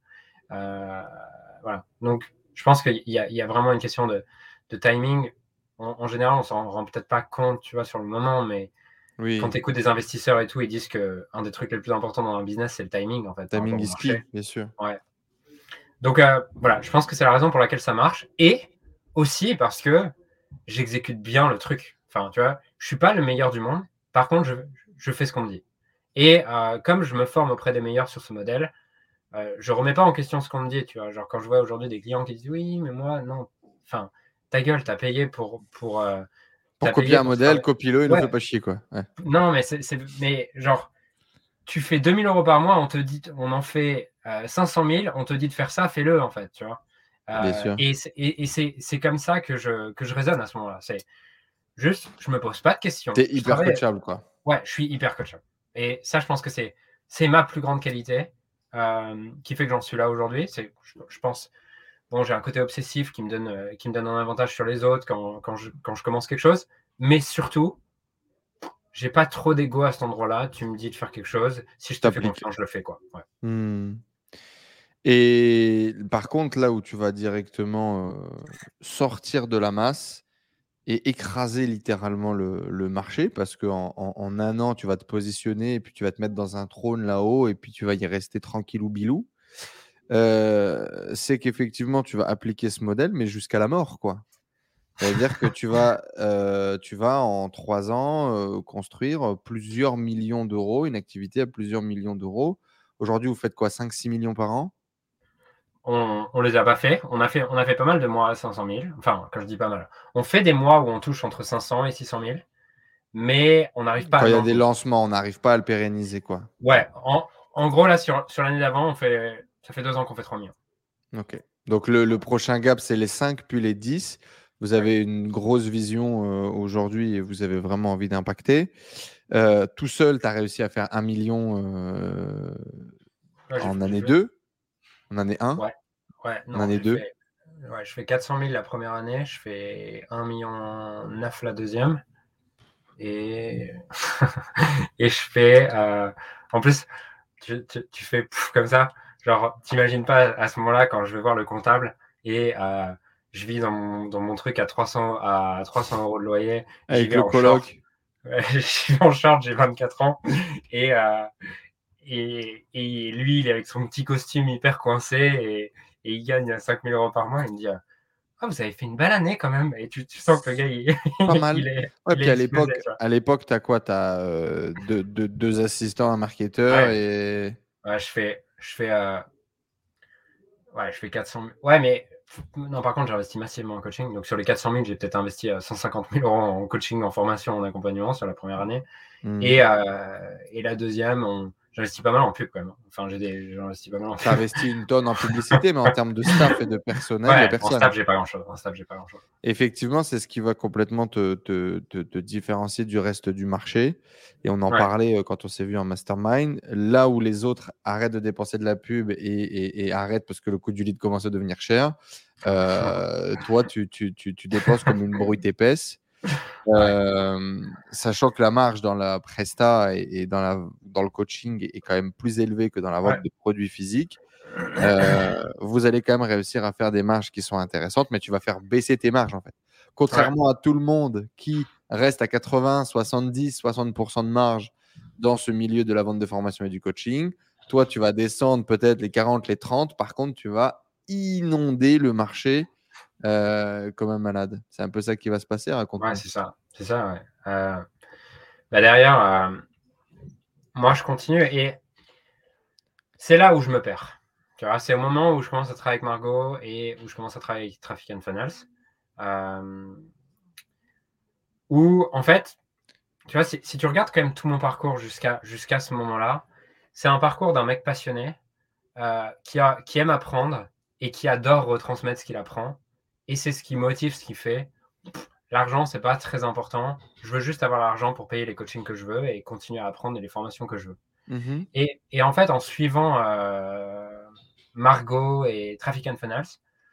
Voilà. Donc, je pense qu'il y a vraiment une question de timing. En général, on s'en rend peut-être pas compte, tu vois, sur le moment, mais quand Oui, tu écoutes des investisseurs et tout, ils disent qu'un des trucs les plus importants dans un business, c'est le timing, en fait, par rapport timing au is marché. key, bien sûr. Ouais. Donc, voilà, je pense que c'est la raison pour laquelle ça marche. Et aussi parce que j'exécute bien le truc. Enfin, tu vois, je suis pas le meilleur du monde. Par contre, je fais ce qu'on me dit. Et comme je me forme auprès des meilleurs sur ce modèle, je remets pas en question ce qu'on me dit, tu vois. Genre, quand je vois aujourd'hui des clients qui disent oui, mais moi, non. Enfin, ta gueule, t'as payé Pour t'as copier payé un pour modèle, travailler. copie-le et nous fais Ouais, pas chier, quoi. Ouais, non, mais genre, tu fais 2 000 € par mois, on te dit, on en fait 500 000, on te dit de faire ça, fais-le, en fait, tu vois. bien sûr. Et c'est comme ça que je raisonne à ce moment-là. C'est juste, je me pose pas de questions. T'es Je hyper travaille. coachable, quoi. Ouais, je suis hyper coachable. Et ça, je pense que c'est ma plus grande qualité qui fait que j'en suis là aujourd'hui. Je pense, bon, j'ai un côté obsessif qui me donne un avantage sur les autres quand je commence quelque chose. Mais surtout, j'ai pas trop d'ego à cet endroit-là. Tu me dis de faire quelque chose. Si je te fais T'appliques. confiance, je le fais, quoi. Ouais. Hmm. Et par contre, là où tu vas directement sortir de la masse et écraser littéralement le marché, parce qu'en un an, tu vas te positionner et puis tu vas te mettre dans un trône là-haut et puis tu vas y rester tranquillou bilou, c'est qu'effectivement, tu vas appliquer ce modèle, mais jusqu'à la mort, quoi. C'est-à-dire que tu vas en 3 ans construire plusieurs millions d'euros, une activité à plusieurs millions d'euros. Aujourd'hui, vous faites quoi, 5-6 millions par an? On les a pas fait. On a fait pas mal de mois à 500 000. Enfin, quand je dis pas mal, on fait des mois où on touche entre 500 et 600 000, mais on n'arrive pas à Quand il y a des lancer. lancements, on n'arrive pas à le pérenniser, quoi. Ouais, en gros, là, sur l'année d'avant, ça fait 2 ans qu'on fait 3 millions. Ok. Donc le prochain gap, c'est les 5 puis les 10. Vous Ouais. avez une grosse vision aujourd'hui et vous avez vraiment envie d'impacter. Tout seul, tu as réussi à faire 1 million Ouais, en j'ai année fait. 2, en année 1, Ouais, ouais, en non, année 2. ouais, je fais 400 000 la première année, je fais 1,9 million la deuxième, et, et je fais, en plus, tu fais pouf comme ça, genre, t'imagines pas à ce moment-là quand je vais voir le comptable et je vis dans mon truc à 300 € de loyer, j'y Avec vais le en short, coloc. j'y vais en short, j'ai 24 ans, et, et lui, il est avec son petit costume hyper coincé et il gagne 5 000 € par mois. Il me dit ah, vous avez fait une belle année quand même. Et tu sens que le gars, Pas mal. Ouais, il est puis explosé. Tu vois. à l'époque, tu as quoi? Tu as deux assistants, un marketeur Ouais, et. ouais, je fais 400 000. Ouais, mais non, par contre, j'investis massivement en coaching. Donc sur les 400 000, j'ai peut-être investi 150 000 € en coaching, en formation, en accompagnement sur la première année. Hmm. Et la deuxième, j'investis pas mal en pub quand même. Enfin, j'investis pas mal en Tu as pub. investi une tonne en publicité, mais en termes de staff et de personnel, il n'y a Ouais, en personne. staff, j'ai pas grand-chose. Effectivement, c'est ce qui va complètement te différencier du reste du marché. Et on en Ouais. parlait quand on s'est vu en mastermind. Là où les autres arrêtent de dépenser de la pub et arrêtent parce que le coût du lead commence à devenir cher, toi, tu dépenses comme une brute épaisse. Sachant que la marge dans la presta et dans le coaching est quand même plus élevée que dans la vente Ouais. de produits physiques, vous allez quand même réussir à faire des marges qui sont intéressantes, mais tu vas faire baisser tes marges en fait. Contrairement à tout le monde qui reste à 80, 70, 60% de marge dans ce milieu de la vente de formation et du coaching, toi, tu vas descendre peut-être les 40, les 30. Par contre, tu vas inonder le marché comme un malade. C'est un peu ça qui va se passer, Ouais, raconte-moi. c'est ça. C'est ça, ouais. Derrière, moi, je continue et c'est là où je me perds. Tu vois, c'est au moment où je commence à travailler avec Margot et où je commence à travailler avec Traffic and Funnels. Où, en fait, tu vois, si tu regardes quand même tout mon parcours jusqu'à ce moment-là, c'est un parcours d'un mec passionné qui aime apprendre et qui adore retransmettre ce qu'il apprend. Et c'est ce qui motive ce qu'il fait. L'argent, c'est pas très important. Je veux juste avoir l'argent pour payer les coachings que je veux et continuer à apprendre et les formations que je veux. Mhm. Et en fait, en suivant Margot et Traffic and Funnels,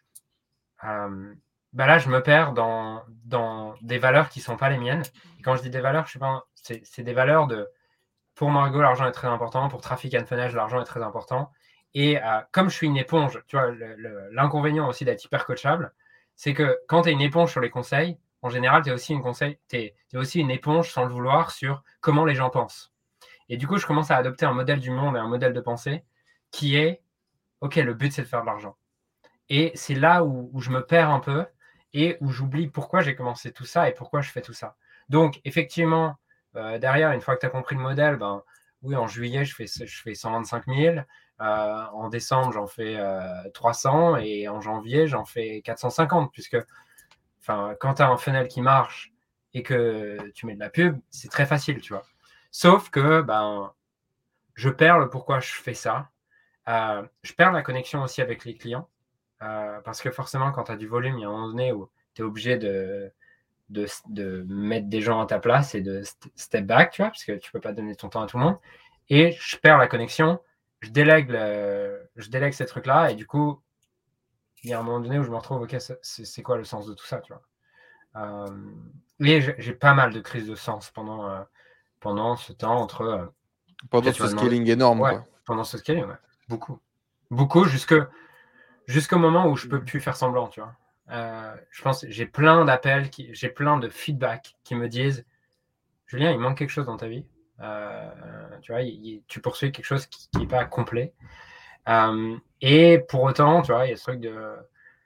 là, je me perds dans des valeurs qui sont pas les miennes. Et quand je dis des valeurs, je sais pas, c'est des valeurs de pour Margot, l'argent est très important. Pour Traffic and Funnels, l'argent est très important. Et comme je suis une éponge, tu vois, l'inconvénient aussi d'être hyper coachable, c'est que quand tu es une éponge sur les conseils, en général, tu es aussi aussi une éponge sans le vouloir sur comment les gens pensent. Et du coup, je commence à adopter un modèle du monde et un modèle de pensée qui est, OK, le but, c'est de faire de l'argent. Et c'est là où je me perds un peu et où j'oublie pourquoi j'ai commencé tout ça et pourquoi je fais tout ça. Donc, effectivement, derrière, une fois que tu as compris le modèle, ben, oui, en juillet, je fais 125 000. En décembre, j'en fais 300 et en janvier, j'en fais 450 puisque quand tu as un funnel qui marche et que tu mets de la pub, c'est très facile, tu vois. Sauf que je perds le pourquoi je fais ça. Je perds la connexion aussi avec les clients. Parce que forcément, quand tu as du volume, il y a un moment donné où tu es obligé de mettre des gens à ta place et de step back, tu vois, parce que tu peux pas donner ton temps à tout le monde. Et je perds la connexion, je délègue ces trucs-là, et du coup, il y a un moment donné où je me retrouve, ok, c'est quoi le sens de tout ça, tu vois. Et j'ai pas mal de crises de sens pendant ce temps entre. Pendant Tu ce m'as demandé. scaling énorme, Ouais, quoi. pendant ce scaling, ouais. Beaucoup. Beaucoup jusqu'au moment où je peux plus faire semblant, tu vois. Je pense j'ai plein d'appels, j'ai plein de feedback qui me disent Julien, il manque quelque chose dans ta vie. Tu vois, tu poursuis quelque chose qui n'est pas complet. Et pour autant, tu vois, il y a ce truc de.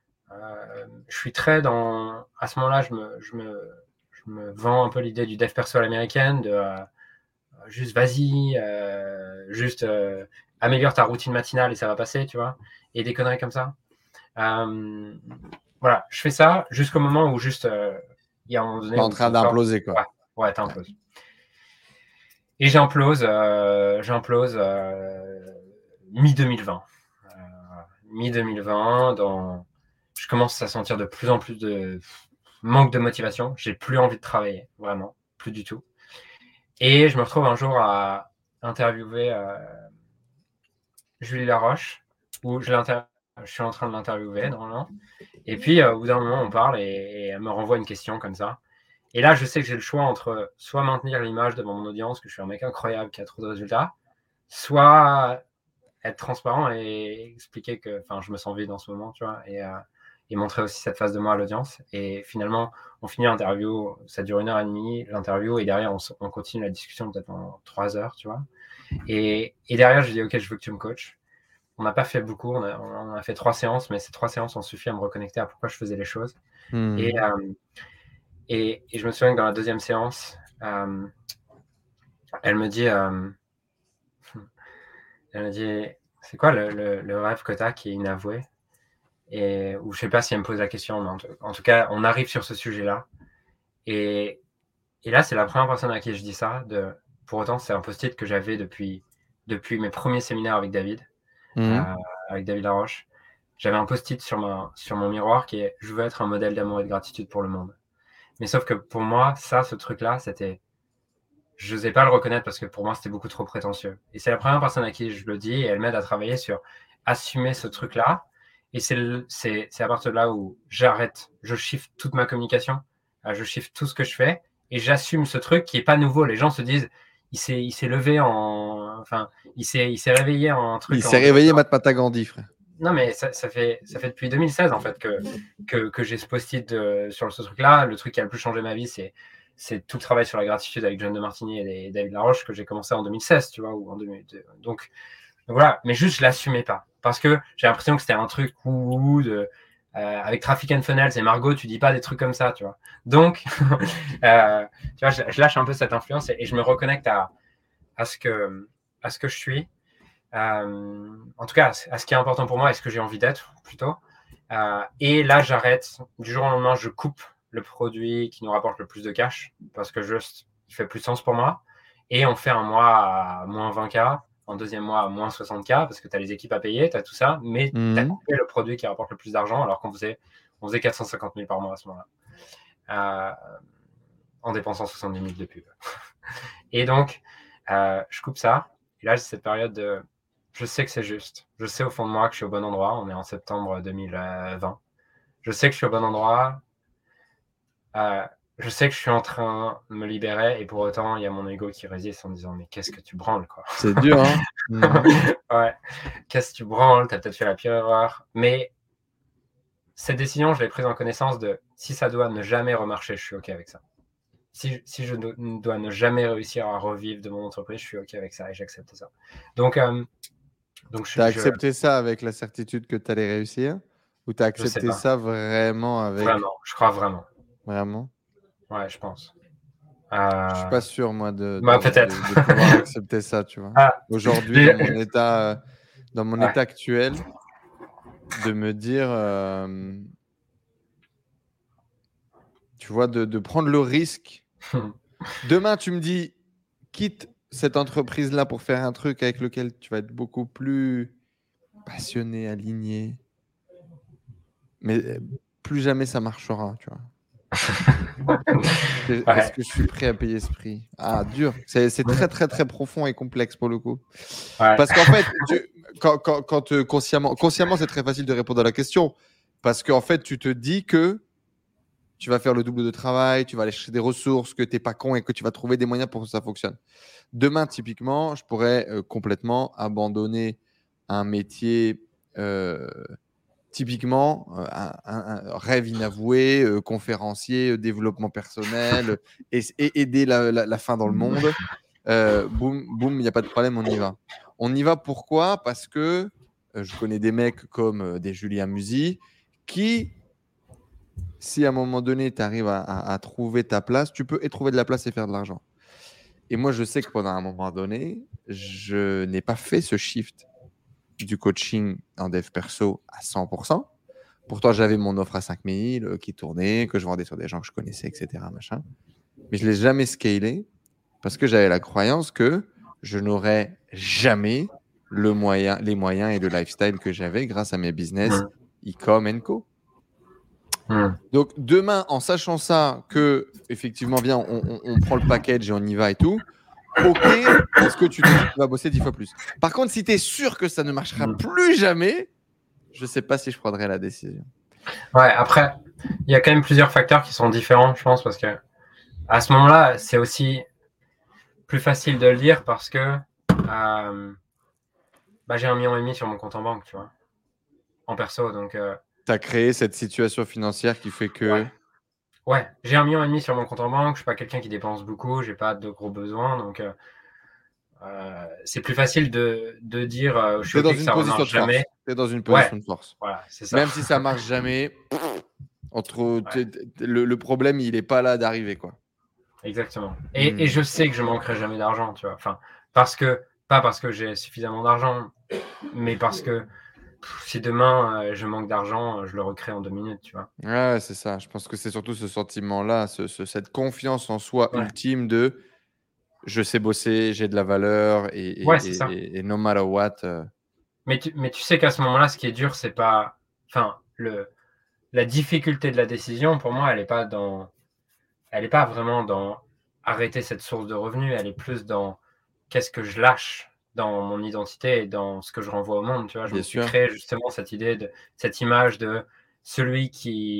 Je suis très dans. À ce moment-là, je me vends un peu l'idée du dev perso à l'américaine, de juste vas-y, juste améliore ta routine matinale et ça va passer, tu vois. Et des conneries comme ça. Voilà, je fais ça jusqu'au moment où juste il y a un moment donné T'es en où train ton corps. d'imploser, quoi. Ouais, t'imploses. Et j'implose mi-2020. Mi-2020, je commence à sentir de plus en plus de manque de motivation. J'ai plus envie de travailler, vraiment, plus du tout. Et je me retrouve un jour à interviewer Julie Laroche, où je suis en train de l'interviewer normalement. Et puis, au bout d'un moment, on parle et elle me renvoie une question comme ça. Et là, je sais que j'ai le choix entre soit maintenir l'image devant mon audience, que je suis un mec incroyable qui a trop de résultats, soit être transparent et expliquer que je me sens vide en ce moment, tu vois, et montrer aussi cette face de moi à l'audience. Et finalement, on finit l'interview, ça dure 1h30, l'interview, et derrière, on continue la discussion peut-être pendant 3 heures, tu vois. Et derrière, je dis, OK, je veux que tu me coaches. On n'a pas fait beaucoup, on a fait 3 séances, mais ces 3 séances ont suffi à me reconnecter à pourquoi je faisais les choses. Et, je me souviens que dans la deuxième séance, elle me dit, c'est quoi le rêve que tu as qui est inavoué? Ou je sais pas si elle me pose la question, mais en tout cas, on arrive sur ce sujet-là. Et là, c'est la première personne à qui je dis ça. Pour autant, c'est un post-it que j'avais depuis mes premiers séminaires avec David Laroche. J'avais un post-it sur mon miroir qui est « Je veux être un modèle d'amour et de gratitude pour le monde ». Mais sauf que pour moi, ce truc-là, je n'osais pas le reconnaître parce que pour moi, c'était beaucoup trop prétentieux. Et c'est la première personne à qui je le dis et elle m'aide à travailler sur assumer ce truc-là. Et c'est à partir de là où je shift toute ma communication. je shift tout ce que je fais et j'assume ce truc qui est pas nouveau. Les gens se disent, il s'est levé enfin, il s'est réveillé en un truc. Il s'est réveillé Mahatma Gandhi, frère. Non, mais ça fait depuis 2016 en fait que j'ai ce post-it sur ce truc-là. Le truc qui a le plus changé ma vie, c'est tout le travail sur la gratitude avec John de Martini et David Laroche que j'ai commencé en 2016, tu vois, ou en 2002. Donc voilà, mais juste je l'assumais pas parce que j'ai l'impression que c'était un truc avec Traffic and Funnels et Margot, tu dis pas des trucs comme ça, tu vois. Donc, tu vois, je lâche un peu cette influence et je me reconnecte à ce que je suis. En tout cas, à ce qui est important pour moi et ce que j'ai envie d'être plutôt. Et là, j'arrête. Du jour au lendemain, je coupe le produit qui nous rapporte le plus de cash parce que juste, il fait plus de sens pour moi. Et on fait un mois à moins 20K, en deuxième mois à moins 60K parce que tu as les équipes à payer, tu as tout ça, mais tu as coupé le produit qui rapporte le plus d'argent alors qu'on faisait 450 000 par mois à ce moment-là, en dépensant 70 000 de pub. Et donc, je coupe ça. Et là, j'ai cette période de... Je sais que c'est juste. Je sais au fond de moi que je suis au bon endroit. On est en septembre 2020. Je sais que je suis au bon endroit. Je sais que je suis en train de me libérer et pour autant, il y a mon ego qui résiste en me disant « Mais qu'est-ce que tu branles, quoi ?» C'est dur, hein. Ouais. Qu'est-ce que tu branles? T'as peut-être fait la pire erreur. Mais cette décision, je l'ai prise en connaissance de si ça doit ne jamais remarcher, je suis OK avec ça. Si je dois ne jamais réussir à revivre de mon entreprise, je suis OK avec ça et j'accepte ça. Donc tu as accepté ça avec la certitude que tu allais réussir ou tu as accepté ça vraiment avec... Vraiment, je crois vraiment. Vraiment? Ouais, je pense. Je suis pas sûr, moi, de pouvoir accepter ça, tu vois. Aujourd'hui, dans mon état actuel, de me dire, tu vois, de prendre le risque. Demain, tu me dis, quitte cette entreprise-là pour faire un truc avec lequel tu vas être beaucoup plus passionné, aligné. Mais plus jamais ça marchera, tu vois. Est-ce que je suis prêt à payer ce prix? Ah, dur. C'est très, très, très profond et complexe pour le coup. Ouais. Parce qu'en fait, quand consciemment, c'est très facile de répondre à la question. Parce qu'en fait, tu te dis que tu vas faire le double de travail, tu vas aller chercher des ressources, que tu n'es pas con et que tu vas trouver des moyens pour que ça fonctionne. Demain, typiquement, je pourrais complètement abandonner un métier typiquement, un rêve inavoué, conférencier, développement personnel, et aider la fin dans le monde. Boum, boum, il n'y a pas de problème, on y va. On y va pourquoi? Parce que je connais des mecs comme des Julien Musi qui, si à un moment donné, tu arrives à trouver ta place, tu peux trouver de la place et faire de l'argent. Et moi, je sais que pendant un moment donné, je n'ai pas fait ce shift du coaching en dev perso à 100%. Pourtant, j'avais mon offre à 5000 qui tournait, que je vendais sur des gens que je connaissais, etc. Machin. Mais je ne l'ai jamais scalé parce que j'avais la croyance que je n'aurais jamais les moyens et le lifestyle que j'avais grâce à mes business e-com & co. Donc, demain, en sachant ça, que effectivement, bien, on prend le package et on y va et tout, OK, est-ce que tu te dis que tu vas bosser 10 fois plus? Par contre, si tu es sûr que ça ne marchera plus jamais, je ne sais pas si je prendrai la décision. Ouais, après, il y a quand même plusieurs facteurs qui sont différents, je pense, parce que à ce moment-là, c'est aussi plus facile de le dire parce que j'ai 1,5 million sur mon compte en banque, tu vois, en perso. Donc, tu as créé cette situation financière qui fait que... Ouais, j'ai 1,5 million sur mon compte en banque. Je ne suis pas quelqu'un qui dépense beaucoup. Je n'ai pas de gros besoins. Donc, c'est plus facile de dire je suis OK que ça ne marche jamais. Tu es dans une position de force. Voilà, c'est ça. Même si ça ne marche jamais, le problème, il n'est pas là d'arriver, quoi. Exactement. Et je sais que je ne manquerai jamais d'argent, tu vois. Enfin, pas parce que j'ai suffisamment d'argent, mais parce que si demain je manque d'argent, je le recrée en 2 minutes, tu vois. Ouais, c'est ça. Je pense que c'est surtout ce sentiment-là, cette confiance en soi ultime de je sais bosser, j'ai de la valeur et no matter what. Mais tu sais qu'à ce moment-là, ce qui est dur, c'est pas. Enfin, la difficulté de la décision, pour moi, elle n'est pas vraiment dans arrêter cette source de revenus, elle est plus dans qu'est-ce que je lâche dans mon identité et dans ce que je renvoie au monde. Tu vois, je me suis créé justement cette idée cette image de celui qui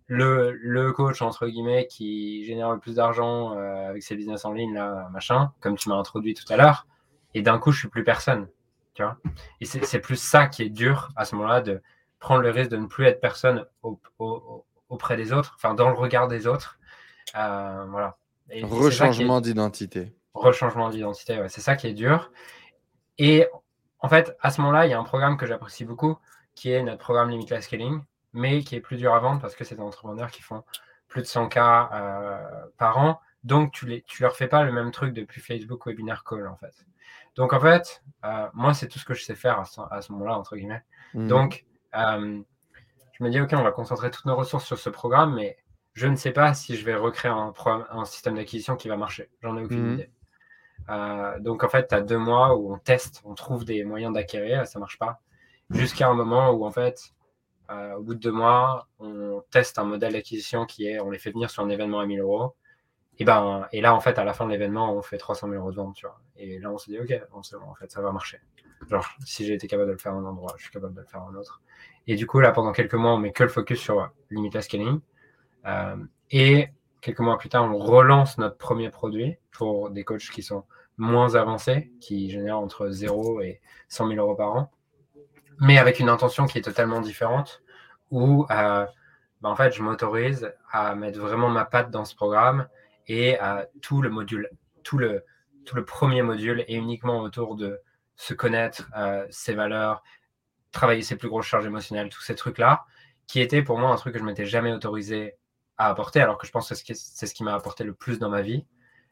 le coach, entre guillemets, qui génère le plus d'argent avec ses business en ligne, là, machin, comme tu m'as introduit tout à l'heure, et d'un coup, je suis plus personne, tu vois. Et c'est plus ça qui est dur à ce moment-là, de prendre le risque de ne plus être personne auprès des autres, enfin, dans le regard des autres. Voilà. Et c'est ça qui est Rechangement d'identité. rechangement d'identité, ouais, c'est ça qui est dur. Et en fait, à ce moment-là, il y a un programme que j'apprécie beaucoup, qui est notre programme Limitless Scaling, mais qui est plus dur à vendre parce que c'est des entrepreneurs qui font plus de 100K par an. Donc, tu leur fais pas le même truc depuis Facebook Webinar Call, en fait. Donc, en fait, moi, c'est tout ce que je sais faire à ce moment-là, entre guillemets. Donc, je me dis, OK, on va concentrer toutes nos ressources sur ce programme, mais je ne sais pas si je vais recréer un système d'acquisition qui va marcher. J'en ai aucune idée. Donc en fait, tu as 2 mois où on teste, on trouve des moyens d'acquérir, ça marche pas. Jusqu'à un moment où en fait, au bout de 2 mois, on teste un modèle d'acquisition qui est, on les fait venir sur un événement à 1000 euros. Et là, en fait, à la fin de l'événement, on fait 300 000 euros de vente, tu vois. Et là, on se dit, OK, c'est bon, en fait, ça va marcher. Genre, si j'ai été capable de le faire à un endroit, je suis capable de le faire à un autre. Et du coup, là, pendant quelques mois, on met que le focus sur Limitless Scaling. Et quelques mois plus tard, on relance notre premier produit pour des coachs qui sont moins avancés, qui génèrent entre 0 et 100 000 euros par an, mais avec une intention qui est totalement différente, où en fait, je m'autorise à mettre vraiment ma patte dans ce programme et tout le premier module est uniquement autour de se connaître, ses valeurs, travailler ses plus grosses charges émotionnelles, tous ces trucs-là, qui étaient pour moi un truc que je m'étais jamais autorisé à apporter, alors que je pense que c'est ce qui m'a apporté le plus dans ma vie.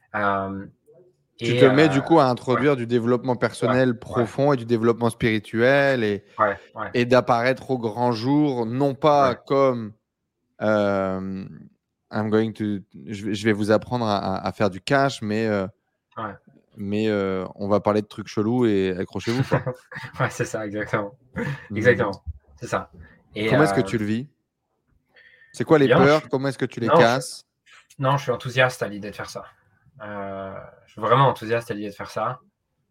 Tu te mets du coup à introduire du développement ouais, personnel profond et du développement spirituel et d'apparaître au grand jour, non pas comme je vais vous apprendre à faire du cash, mais on va parler de trucs chelous et accrochez-vous, quoi. Ouais, c'est ça, exactement. Exactement, c'est ça. Et comment est-ce que tu le vis? C'est quoi les bien, peurs? Comment est-ce que tu les casses? Non, je suis enthousiaste à l'idée de faire ça. Je suis vraiment enthousiaste à l'idée de faire ça.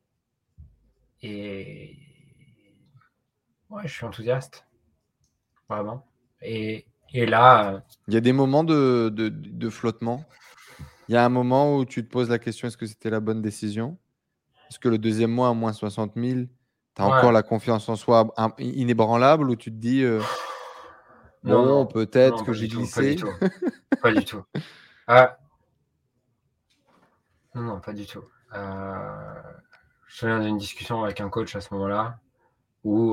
Et ouais, je suis enthousiaste. Vraiment. Et là, Il y a des moments de flottement. Il y a un moment où tu te poses la question, est-ce que c'était la bonne décision? Est-ce que le deuxième mois à moins 60 000, tu as encore la confiance en soi inébranlable ou tu te dis, bon, peut-être que j'ai glissé? Pas du tout. Non, pas du tout. Je me souviens d'une discussion avec un coach à ce moment-là où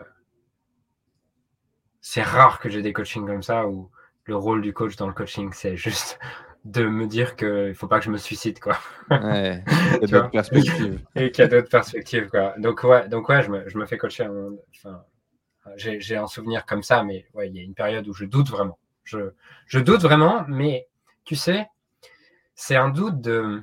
c'est rare que j'ai des coachings comme ça où le rôle du coach dans le coaching, c'est juste de me dire qu'il ne faut pas que je me suicide, quoi. Ouais, il y a d'autres perspectives. Et qu'il y a d'autres perspectives, quoi. Donc ouais, je me fais coacher. Enfin, j'ai un souvenir comme ça, mais ouais, il y a une période où je doute vraiment. Je doute vraiment, mais tu sais, c'est un doute de...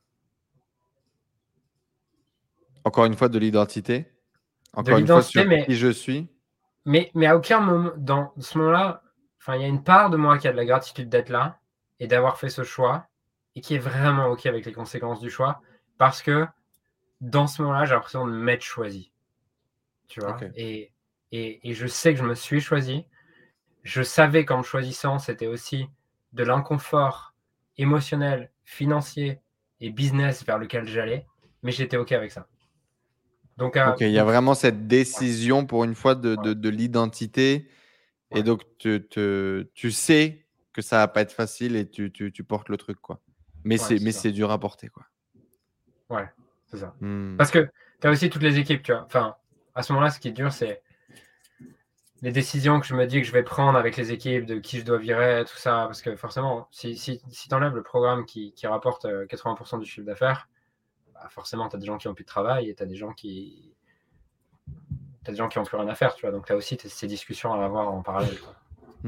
Encore une fois, de l'identité. De Encore une fois, l'identité, sur qui je suis. mais à aucun moment, dans ce moment-là, enfin, il y a une part de moi qui a de la gratitude d'être là et d'avoir fait ce choix et qui est vraiment OK avec les conséquences du choix parce que dans ce moment-là, j'ai l'impression de m'être choisi. Tu vois, Okay. Et je sais que je me suis choisi. Je savais qu'en me choisissant, c'était aussi de l'inconfort émotionnel, financier et business vers lequel j'allais, mais j'étais OK avec ça. Donc, Ok, il y a vraiment cette décision pour une fois de ouais. l'identité. Et donc, tu sais que ça va pas être facile et tu portes le truc, quoi. Mais c'est dur à porter, quoi. Ouais, c'est ça. Hmm. Parce que tu as aussi toutes les équipes, tu vois. Enfin, à ce moment-là, ce qui est dur, c'est les décisions que je me dis que je vais prendre avec les équipes, de qui je dois virer, tout ça. Parce que forcément, si tu enlèves le programme qui rapporte 80% du chiffre d'affaires, bah forcément, tu as des gens qui n'ont plus de travail et tu as des gens qui n'ont plus rien à faire, tu vois. Donc, tu as aussi ces discussions à avoir en parallèle, quoi.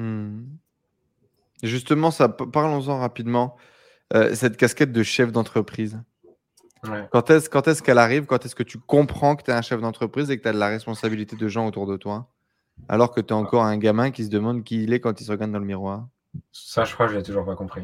Justement, parlons-en rapidement. Cette casquette de chef d'entreprise. Ouais. Quand est-ce qu'elle arrive? Quand est-ce que tu comprends que tu es un chef d'entreprise et que tu as de la responsabilité de gens autour de toi? Alors que tu es encore un gamin qui se demande qui il est quand il se regarde dans le miroir. Ça, je crois que je l'ai toujours pas compris.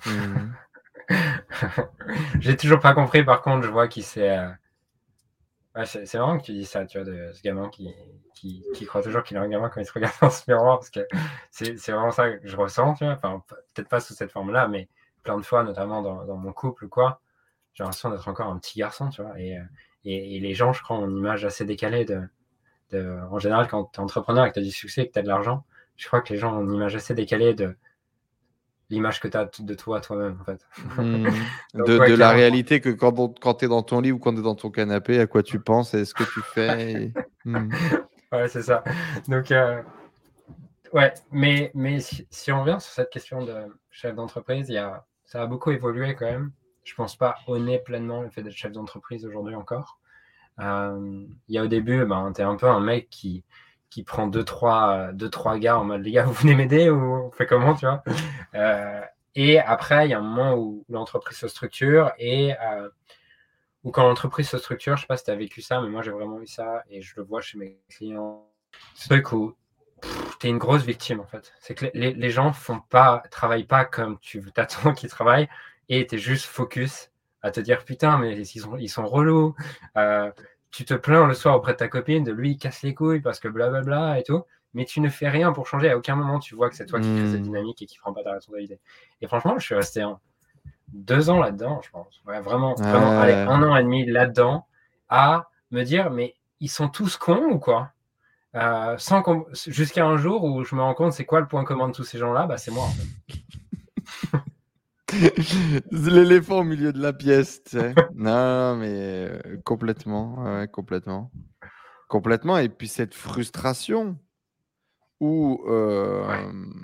Hmm. J'ai toujours pas compris. Par contre, je vois qu'il s'est... Ouais, c'est marrant que tu dis ça, tu vois, de ce gamin qui croit toujours qu'il est un gamin quand il se regarde dans ce miroir, parce que c'est vraiment ça que je ressens, tu vois. Enfin, peut-être pas sous cette forme-là, mais plein de fois, notamment dans mon couple ou quoi, j'ai l'impression d'être encore un petit garçon, tu vois. Et les gens, je crois, ont une image assez décalée en général, quand tu es entrepreneur et que tu as du succès et que tu as de l'argent, je crois que les gens ont une image assez décalée de l'image que tu as de toi, toi-même, en fait. Donc, De ouais, la carrément. réalité que quand tu es dans ton lit ou quand tu es dans ton canapé, à quoi tu penses et ce que tu fais. Ouais, c'est ça. Donc, ouais, mais si on revient sur cette question de chef d'entreprise, ça a beaucoup évolué quand même. Je pense pas honner pleinement le fait d'être chef d'entreprise aujourd'hui encore. Il y a au début, ben, tu es un peu un mec qui prend deux, trois gars en mode les gars, vous venez m'aider ou on fait comment, tu vois. Et après, il y a un moment où l'entreprise se structure ou quand l'entreprise se structure, je sais pas si tu as vécu ça, mais moi j'ai vraiment eu ça et je le vois chez mes clients. Ce truc où tu es une grosse victime en fait. C'est que les gens travaillent pas comme tu t'attends qu'ils travaillent et tu es juste focus à te dire putain, mais ils sont relous. Tu te plains le soir auprès de ta copine de lui, il casse les couilles parce que blablabla et tout. Mais tu ne fais rien pour changer. À aucun moment tu vois que c'est toi qui crée cette dynamique et qui prend pas ta responsabilité. Et franchement, je suis resté 2 ans là-dedans, je pense. Ouais, vraiment, vraiment, allez, 1 an et demi là-dedans à me dire, mais ils sont tous cons ou quoi? Jusqu'à un jour où je me rends compte c'est quoi le point commun de tous ces gens-là, bah c'est moi en fait. L'éléphant au milieu de la pièce, tu sais. Non, mais complètement, ouais, complètement. Complètement. Et puis cette frustration où Ouais.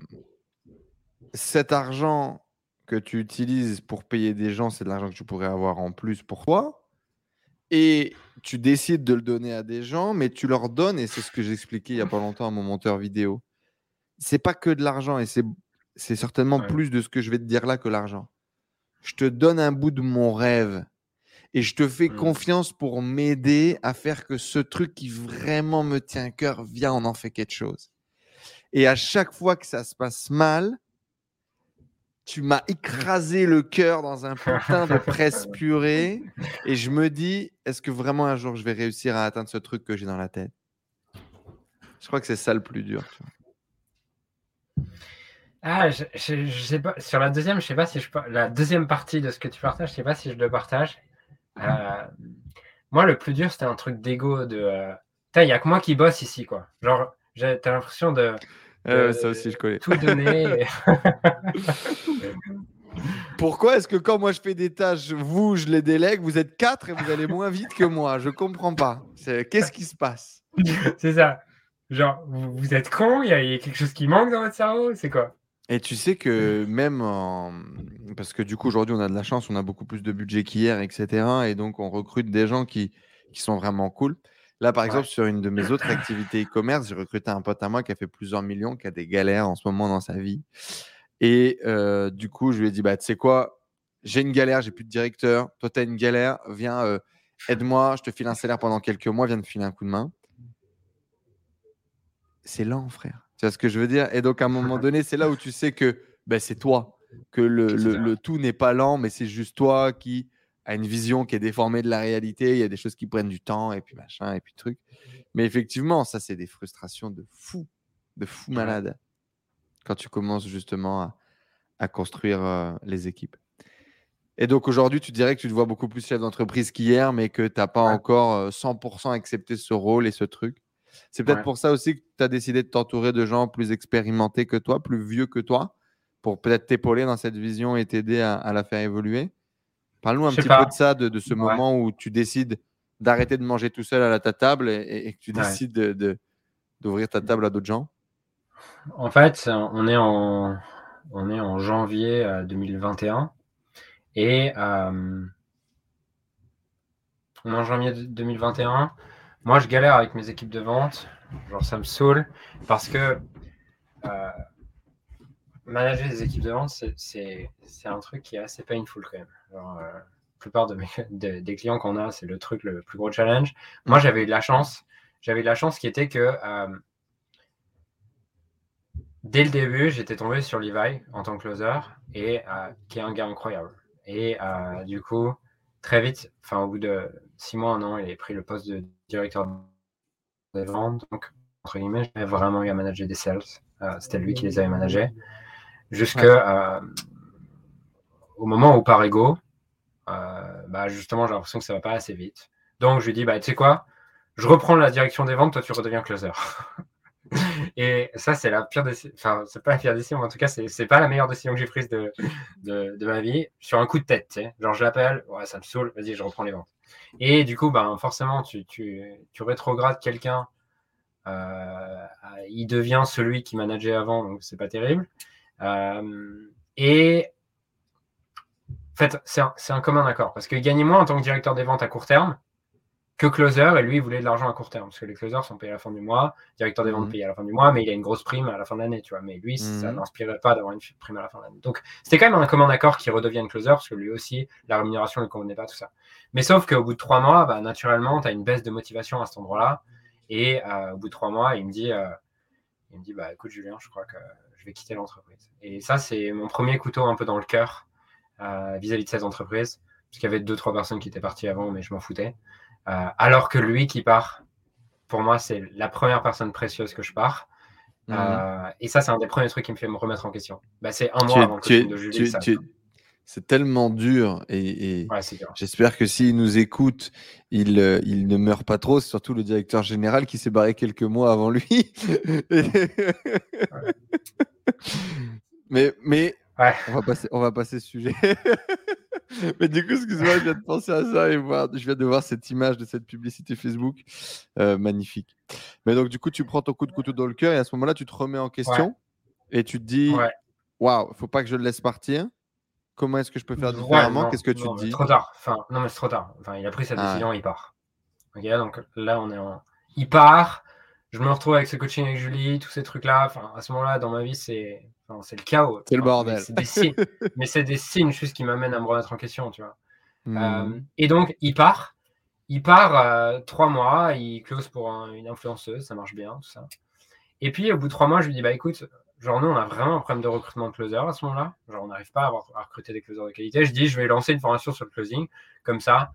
cet argent que tu utilises pour payer des gens, c'est de l'argent que tu pourrais avoir en plus pour toi. Et tu décides de le donner à des gens, mais tu leur donnes, et c'est ce que j'expliquais il n'y a pas longtemps à mon monteur vidéo. C'est pas que de l'argent, et c'est certainement Ouais. plus de ce que je vais te dire là que l'argent. Je te donne un bout de mon rêve et je te fais Mm. confiance pour m'aider à faire que ce truc qui vraiment me tient à cœur, viens, on en fait quelque chose. Et à chaque fois que ça se passe mal, tu m'as écrasé le cœur dans un putain de presse purée. Et je me dis, est-ce que vraiment un jour je vais réussir à atteindre ce truc que j'ai dans la tête? Je crois que c'est ça le plus dur. Tu vois. Ah, je sais pas. Sur la deuxième, je sais pas si la deuxième partie de ce que tu partages, je sais pas si je le partage. Moi, le plus dur, c'était un truc d'ego il y a que moi qui bosse ici, quoi. Genre, t'as l'impression Ça aussi, je connais. tout donner. Pourquoi est-ce que quand moi je fais des tâches, vous, je les délègue, vous êtes 4 et vous allez moins vite que moi? Je comprends pas. Qu'est-ce qui se passe? C'est ça. Genre, vous êtes con, il y a quelque chose qui manque dans votre cerveau, c'est quoi? Et tu sais que parce que du coup, aujourd'hui, on a de la chance, on a beaucoup plus de budget qu'hier, etc. Et donc, on recrute des gens qui sont vraiment cool. Là, par exemple, Ouais. sur une de mes autres activités e-commerce, j'ai recruté un pote à moi qui a fait plusieurs millions, qui a des galères en ce moment dans sa vie. Et du coup, je lui ai dit, bah, tu sais quoi, j'ai une galère, j'ai plus de directeur. Toi, tu as une galère, viens, aide-moi, je te file un salaire pendant quelques mois, viens me filer un coup de main. C'est lent, frère. Tu vois ce que je veux dire? Et donc, à un moment donné, c'est là où tu sais que ben, c'est toi, que le tout n'est pas lent, mais c'est juste toi qui a une vision qui est déformée de la réalité. Il y a des choses qui prennent du temps, et puis machin, et puis truc. Mais effectivement, ça, c'est des frustrations de fou Ouais. malade, quand tu commences justement à construire les équipes. Et donc, aujourd'hui, tu dirais que tu te vois beaucoup plus chef d'entreprise qu'hier, mais que tu n'as pas Ouais. encore 100% accepté ce rôle et ce truc. C'est peut-être Ouais. pour ça aussi que tu as décidé de t'entourer de gens plus expérimentés que toi, plus vieux que toi, pour peut-être t'épauler dans cette vision et t'aider à la faire évoluer. Parle-nous un Je sais petit peu pas. de ça, de ce Ouais. moment où tu décides d'arrêter de manger tout seul à ta table et que tu Ouais. décides d'ouvrir ta table à d'autres gens. En fait, on est en janvier 2021 et on est en janvier 2021. Moi, je galère avec mes équipes de vente. Genre, ça me saoule parce que manager des équipes de vente, c'est un truc qui est assez painful quand même. Genre, la plupart des clients qu'on a, c'est le truc le plus gros challenge. Moi, j'avais eu de la chance. J'avais eu de la chance qui était que dès le début, j'étais tombé sur Levi en tant que closer et qui est un gars incroyable. Et du coup, très vite, enfin, au bout de 6 mois, 1 an, il avait pris le poste de directeur des ventes. Donc, entre guillemets, j'avais vraiment eu à manager des sales. C'était lui qui les avait managés. Jusqu'à au moment où, par ego, justement, j'ai l'impression que ça va pas assez vite. Donc, je lui dis, tu sais quoi, je reprends la direction des ventes, toi, tu redeviens closer. Et ça, c'est la pire décision. Enfin, c'est pas la pire décision, mais en tout cas, c'est pas la meilleure décision que j'ai prise de ma vie. Sur un coup de tête, tu sais. Genre, je l'appelle, ouais, ça me saoule, vas-y, je reprends les ventes. Et du coup, forcément, tu rétrogrades quelqu'un. Il devient celui qui manageait avant, donc c'est pas terrible. Et en fait, c'est un commun accord, parce qu'il gagnait moins en tant que directeur des ventes à court terme que closer, et lui, il voulait de l'argent à court terme, parce que les closers sont payés à la fin du mois, directeur des ventes payé à la fin du mois, mais il a une grosse prime à la fin de l'année, tu vois. Mais lui, ça n'inspirait pas d'avoir une prime à la fin de l'année. Donc, c'était quand même un commun accord qu'il redevienne closer, parce que lui aussi, la rémunération ne lui convenait pas, tout ça. Mais sauf qu'au bout de 3 mois, naturellement, tu as une baisse de motivation à cet endroit-là, et au bout de 3 mois, il me dit, écoute, Julien, je crois que je vais quitter l'entreprise. Et ça, c'est mon premier couteau un peu dans le cœur vis-à-vis de cette entreprise, parce qu'il y avait 2-3 personnes qui étaient parties avant, mais je m'en foutais. Alors que lui qui part, pour moi, c'est la première personne précieuse que je pars. Et ça, c'est un des premiers trucs qui me fait me remettre en question. C'est 1 mois avant le coaching de Julie. C'est tellement dur et ouais, c'est dur. J'espère que s'il nous écoute, il ne meurt pas trop. C'est surtout le directeur général qui s'est barré quelques mois avant lui. Mais ouais. on va passer ce sujet. Mais du coup, excuse-moi, je viens de penser à ça et je viens de voir cette image de cette publicité Facebook. Magnifique. Mais donc, du coup, tu prends ton coup de couteau dans le cœur et à ce moment-là, tu te remets en question et tu te dis waouh, il ne faut pas que je le laisse partir. Comment est-ce que je peux faire différemment? Qu'est-ce que tu te dis? Trop tard. Non, mais c'est trop tard. Il a pris sa décision, il part. Ok, donc là, il part. Je me retrouve avec ce coaching avec Julie, tous ces trucs-là. À ce moment-là, dans ma vie, c'est le chaos. C'est le bordel. Mais c'est des signes juste qui m'amènent à me remettre en question, tu vois. Et donc, il part. 3 mois, il close pour une influenceuse, ça marche bien, tout ça. Et puis, au bout de 3 mois, je lui dis, écoute, genre, nous, on a vraiment un problème de recrutement de closer à ce moment-là. Genre, on n'arrive pas à recruter des closers de qualité. Je dis, je vais lancer une formation sur le closing. Comme ça,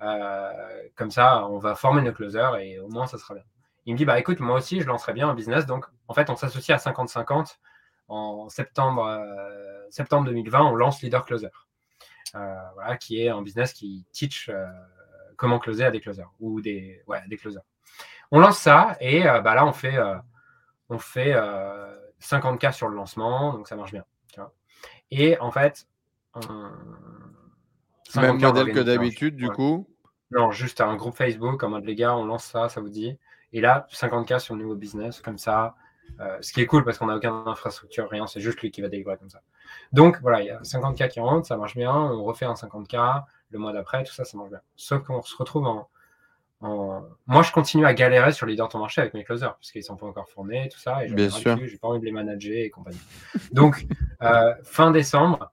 on va former nos closers et au moins, ça sera bien. Il me dit, écoute, moi aussi, je lancerai bien un business. Donc, en fait, on s'associe à 50-50. En septembre 2020, on lance Leader Closer. Qui est un business qui teach comment closer à des closers ou des closers. On lance ça et là, on fait 50K sur le lancement, donc ça marche bien. Tu vois. Et en fait, même modèle que d'habitude, du coup. Non, juste un groupe Facebook en mode les gars, on lance ça, ça vous dit. Et là, 50K sur le nouveau business, comme ça. Ce qui est cool parce qu'on n'a aucune infrastructure, rien, c'est juste lui qui va délivrer comme ça. Donc voilà, il y a 50K qui rentrent, ça marche bien, on refait un 50K le mois d'après, tout ça, ça marche bien. Sauf qu'on se retrouve moi, je continue à galérer sur Leader ton marché avec mes closers parce qu'ils ne sont pas encore formés, tout ça, et j'ai pas envie de les manager et compagnie. Donc, fin décembre,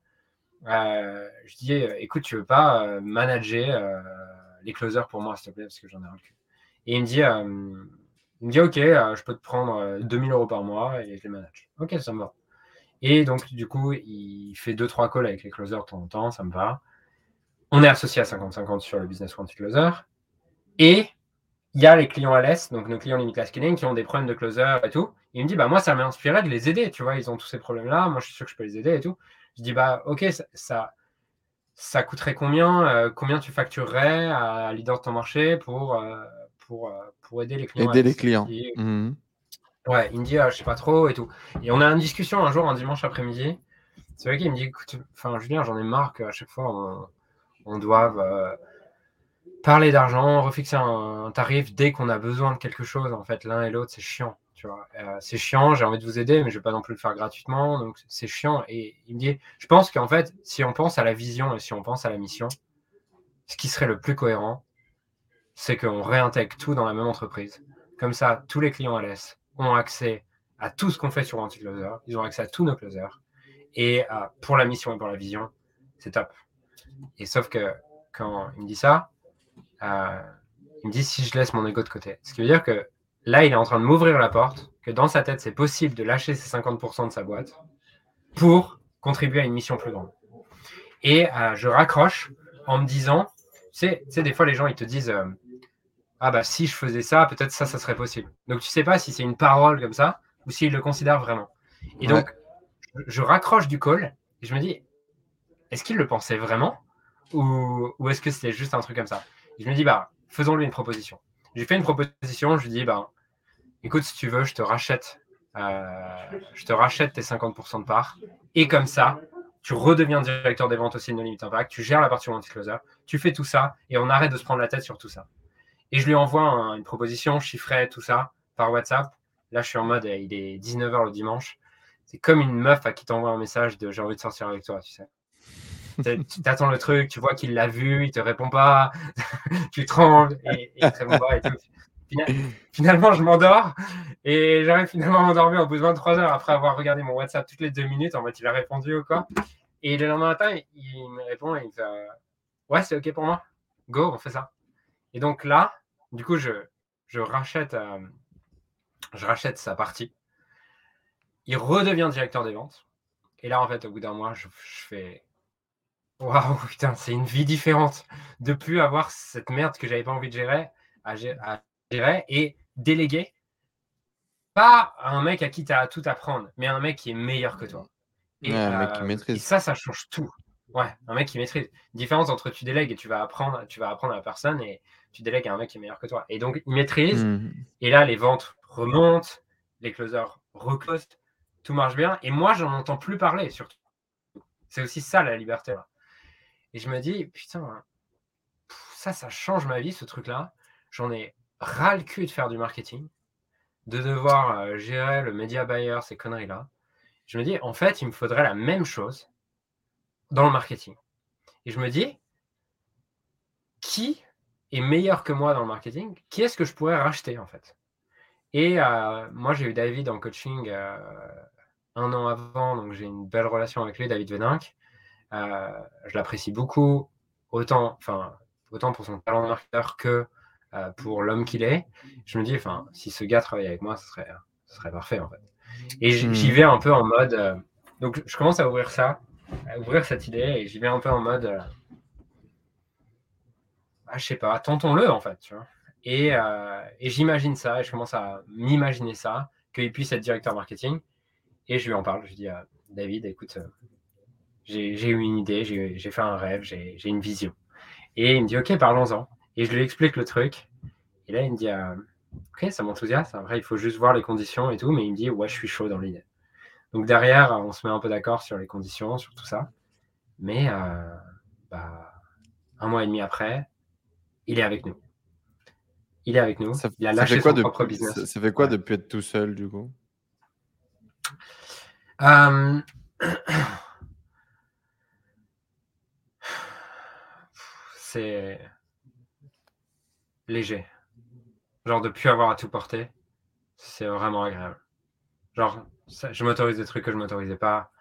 je dis écoute, tu veux pas manager les closers pour moi, s'il te plaît, parce que j'en ai un le cul. Et il me dit ok, je peux te prendre 2000 € par mois et je les manage. Ok, ça me va. Et donc, du coup, il fait 2-3 calls avec les closers de temps en temps, ça me va. On est associé à 50-50 sur le business quanti-closer. Et il y a les clients LS, donc nos clients limit scaling, qui ont des problèmes de closer et tout. Il me dit, moi, ça m'a inspiré de les aider, tu vois, ils ont tous ces problèmes-là, moi, je suis sûr que je peux les aider et tout. Je dis, ok, ça coûterait combien tu facturerais à leader de ton marché pour aider les clients Aider les clients. Ouais, il me dit, je sais pas trop et tout. Et on a une discussion un jour, un dimanche après-midi. C'est vrai qu'il me dit, écoute, Julien, j'en ai marre qu'à chaque fois, on doive parler d'argent, refixer un tarif dès qu'on a besoin de quelque chose. En fait, l'un et l'autre, c'est chiant. Tu vois. C'est chiant, j'ai envie de vous aider, mais je vais pas non plus le faire gratuitement. Donc, c'est chiant. Et il me dit, je pense qu'en fait, si on pense à la vision et si on pense à la mission, ce qui serait le plus cohérent, c'est qu'on réintègre tout dans la même entreprise. Comme ça, tous les clients LS ont accès à tout ce qu'on fait sur Anti-Closer. Ils ont accès à tous nos closers. Et pour la mission et pour la vision, c'est top. Et sauf que quand il me dit ça, il me dit si je laisse mon ego de côté. Ce qui veut dire que là, il est en train de m'ouvrir la porte, que dans sa tête, c'est possible de lâcher ses 50% de sa boîte pour contribuer à une mission plus grande. Et je raccroche en me disant, Tu sais, des fois, les gens, ils te disent ah bah si je faisais ça, peut-être ça serait possible. Donc, tu sais pas si c'est une parole comme ça ou s'ils le considèrent vraiment. Et donc, je raccroche du call et je me dis, est-ce qu'il le pensait vraiment ou est-ce que c'était juste un truc comme ça? Et je me dis, bah, faisons-lui une proposition. J'ai fait une proposition, je lui dis, bah, écoute, si tu veux, je te rachète tes 50% de part. Et comme ça, tu redeviens directeur des ventes aussi de No Limit Impact, tu gères la partie multi-closer, tu fais tout ça et on arrête de se prendre la tête sur tout ça. Et je lui envoie une proposition chiffrée, tout ça, par WhatsApp. Là, je suis en mode, il est 19h le dimanche. C'est comme une meuf à qui t'envoie un message de j'ai envie de sortir avec toi, tu sais. Tu t'attends le truc, tu vois qu'il l'a vu, il te répond pas, tu trembles et il te répond pas et tout. Finalement, je m'endors et j'arrive finalement à m'endormir au bout de 23 heures après avoir regardé mon WhatsApp toutes les 2 minutes en mode il a répondu ou quoi. Et le lendemain matin, il me répond et il me fait ouais, c'est OK pour moi, go, on fait ça. Et donc là, du coup, je rachète sa partie. Il redevient directeur des ventes. Et là, en fait, au bout d'un mois, je fais waouh, putain, c'est une vie différente de plus avoir cette merde que j'avais pas envie de gérer à gérer et déléguer. Pas à un mec à qui tu as à tout apprendre, mais à un mec qui est meilleur que toi. Et, un mec qui maîtrise. ça change tout. Ouais, un mec qui maîtrise. Différence entre tu délègues et tu vas apprendre à la personne et tu délègues à un mec qui est meilleur que toi. Et donc, il maîtrise. Et là, les ventes remontent, les closers reclosent, tout marche bien. Et moi, j'en entends plus parler, surtout. C'est aussi ça, la liberté. Là. Et je me dis, putain, ça change ma vie, ce truc-là. J'en ai ras le cul de faire du marketing, de devoir gérer le media buyer, ces conneries-là. Je me dis, en fait, il me faudrait la même chose dans le marketing. Et je me dis, qui est meilleur que moi dans le marketing? Qui est-ce que je pourrais racheter, en fait? Et moi, j'ai eu David en coaching 1 an avant, donc j'ai une belle relation avec lui, David Veninck. Je l'apprécie beaucoup, autant pour son talent de marketeur que pour l'homme qu'il est. Je me dis, si ce gars travaille avec moi, ce serait parfait, en fait. Et j'y vais un peu en mode... donc, je commence à ouvrir cette idée, et j'y vais un peu en mode... je sais pas, tentons-le, en fait, tu vois. Et j'imagine ça, et je commence à m'imaginer ça, qu'il puisse être directeur marketing. Et je lui en parle, je dis à David, écoute, j'ai eu une idée, j'ai fait un rêve, j'ai une vision. Et il me dit, ok, parlons-en. Et je lui explique le truc. Et là, il me dit, ok, ça m'enthousiasme. Après, il faut juste voir les conditions et tout. Mais il me dit, ouais, je suis chaud dans l'idée. Donc derrière, on se met un peu d'accord sur les conditions, sur tout ça. Mais 1 mois et demi après, il est avec nous. Il est avec nous. Il a lâché son propre business. Ça fait quoi depuis être tout seul, du coup? C'est léger. Genre de plus avoir à tout porter, c'est vraiment agréable. Genre, je m'autorise des trucs que je m'autorisais pas.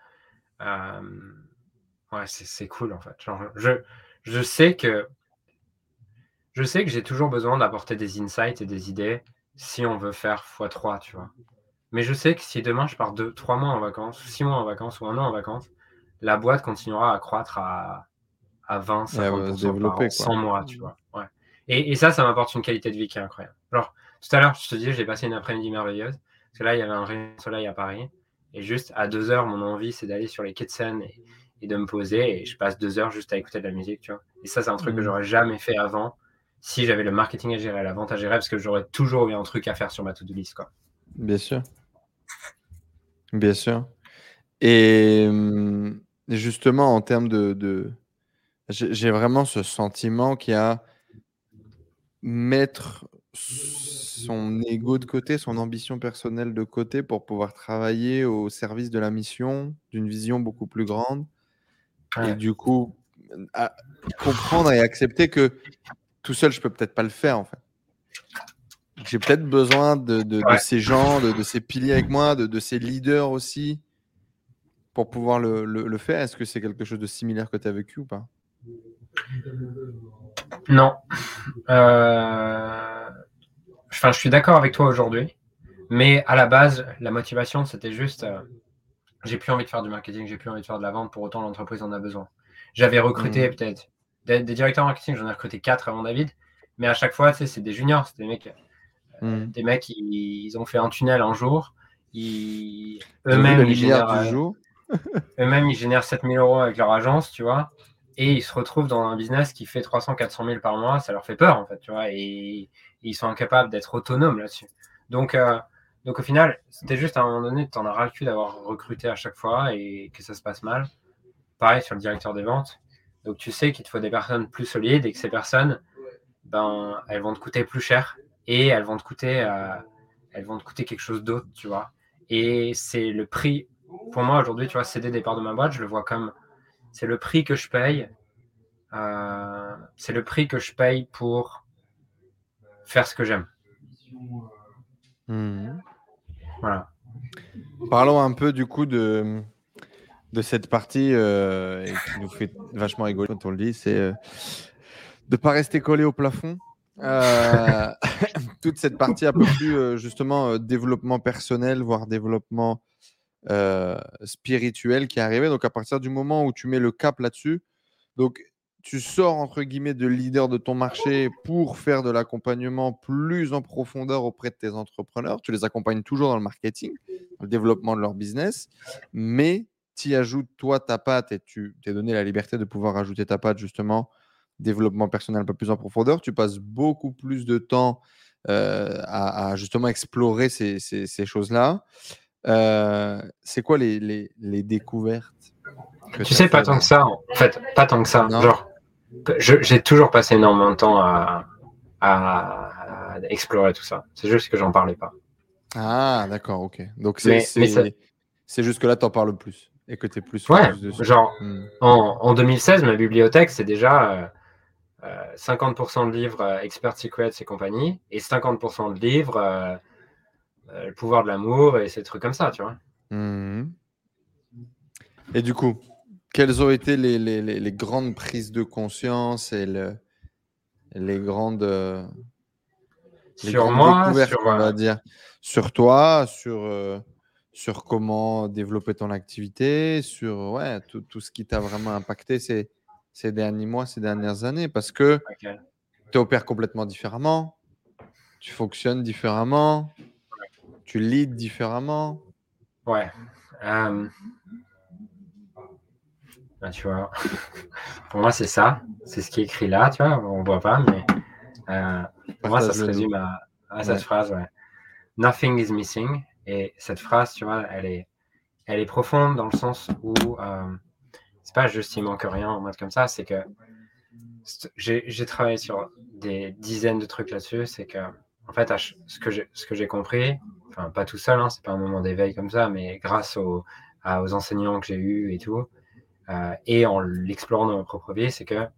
Ouais, c'est cool en fait. Genre, je sais que j'ai toujours besoin d'apporter des insights et des idées si on veut faire x3, tu vois. Mais je sais que si demain je pars 3 mois en vacances, 6 mois en vacances ou 1 an en vacances, la boîte continuera à croître à 20, 50% par an, 100 mois, tu vois. Ouais. Et ça m'apporte une qualité de vie qui est incroyable. Genre, tout à l'heure, je te dis, j'ai passé une après-midi merveilleuse. Parce que là, il y avait un rayon de soleil à Paris. Et juste à 2 heures, mon envie, c'est d'aller sur les quais de Seine et de me poser. Et je passe 2 heures juste à écouter de la musique, tu vois. Et ça, c'est un truc que j'aurais jamais fait avant si j'avais le marketing à gérer, la vente à gérer, parce que j'aurais toujours eu un truc à faire sur ma to-do list, quoi. Bien sûr. Bien sûr. Et justement, en termes de... J'ai vraiment ce sentiment qu'il y a mettre son ego de côté, son ambition personnelle de côté pour pouvoir travailler au service de la mission, d'une vision beaucoup plus grande. Ouais. Et du coup, comprendre et accepter que tout seul, je peux peut-être pas le faire, en fait. J'ai peut-être besoin de ces gens, de ces piliers avec moi, de ces leaders aussi, pour pouvoir le faire. Est-ce que c'est quelque chose de similaire que tu as vécu ou pas? Non. Je suis d'accord avec toi aujourd'hui, mais à la base, la motivation, c'était juste j'ai plus envie de faire du marketing, j'ai plus envie de faire de la vente, pour autant l'entreprise en a besoin. J'avais recruté peut-être des directeurs marketing, j'en ai recruté 4 avant David, mais à chaque fois, tu sais, c'est des juniors, c'est des mecs, ils ont fait un tunnel un jour, eux-mêmes, ils génèrent 7000 euros avec leur agence, tu vois, et ils se retrouvent dans un business qui fait 300-400 000 par mois, ça leur fait peur, en fait, tu vois, et ils sont incapables d'être autonomes là-dessus. Donc au final, c'était juste à un moment donné, tu en as ras le cul d'avoir recruté à chaque fois et que ça se passe mal. Pareil sur le directeur des ventes. Donc tu sais qu'il te faut des personnes plus solides et que ces personnes, ben, elles vont te coûter plus cher et elles vont te coûter quelque chose d'autre, tu vois. Et c'est le prix. Pour moi aujourd'hui, tu vois, céder des parts de ma boîte, je le vois comme c'est le prix que je paye. C'est le prix que je paye pour faire ce que j'aime. Voilà. Parlons un peu du coup de cette partie et qui nous fait vachement rigoler quand on le dit, c'est de ne pas rester collé au plafond. Toute cette partie un peu plus justement développement personnel, voire développement spirituel qui est arrivé. Donc à partir du moment où tu mets le cap là-dessus, donc tu sors entre guillemets de leader de ton marché pour faire de l'accompagnement plus en profondeur auprès de tes entrepreneurs. Tu les accompagnes toujours dans le marketing, dans le développement de leur business, mais tu y ajoutes toi ta patte et tu t'es donné la liberté de pouvoir ajouter ta patte justement, développement personnel un peu plus en profondeur. Tu passes beaucoup plus de temps à justement explorer ces choses-là. C'est quoi les découvertes que Tu tu as sais, pas fait tant que ça, en fait, pas tant que ça. Non. Genre, j'ai toujours passé énormément de temps à explorer tout ça. C'est juste que j'en parlais pas. Ah, d'accord, ok. Donc, Mais ça, c'est juste que là, tu en parles plus et que tu es plus ouais, focus dessus. genre, en 2016, ma bibliothèque, c'est déjà 50% de livres Expert Secrets et compagnie, et 50% de livres Le pouvoir de l'amour et ces trucs comme ça, tu vois. Et du coup, quelles ont été les grandes prises de conscience et les grandes, les Sur grandes moi, découvertes, on va dire, sur toi, sur comment développer ton activité, sur ouais, tout ce qui t'a vraiment impacté ces derniers mois, ces dernières années, parce que okay. tu opères complètement différemment, tu fonctionnes différemment, tu leads différemment. Ouais. Bah, tu vois, pour moi, c'est ça. C'est ce qui est écrit là, tu vois. On voit pas, mais pour moi, ça se Partage-le nous. résume à cette phrase, ouais. Nothing is missing. Et cette phrase, tu vois, elle est profonde dans le sens où c'est pas juste il manque rien en mode comme ça, c'est que j'ai travaillé sur des dizaines de trucs là-dessus. C'est que, en fait, ce que j'ai compris, enfin, pas tout seul, hein, c'est pas un moment d'éveil comme ça, mais grâce aux enseignants que j'ai eus et tout, et en l'explorant dans ma propre vie, c'est que,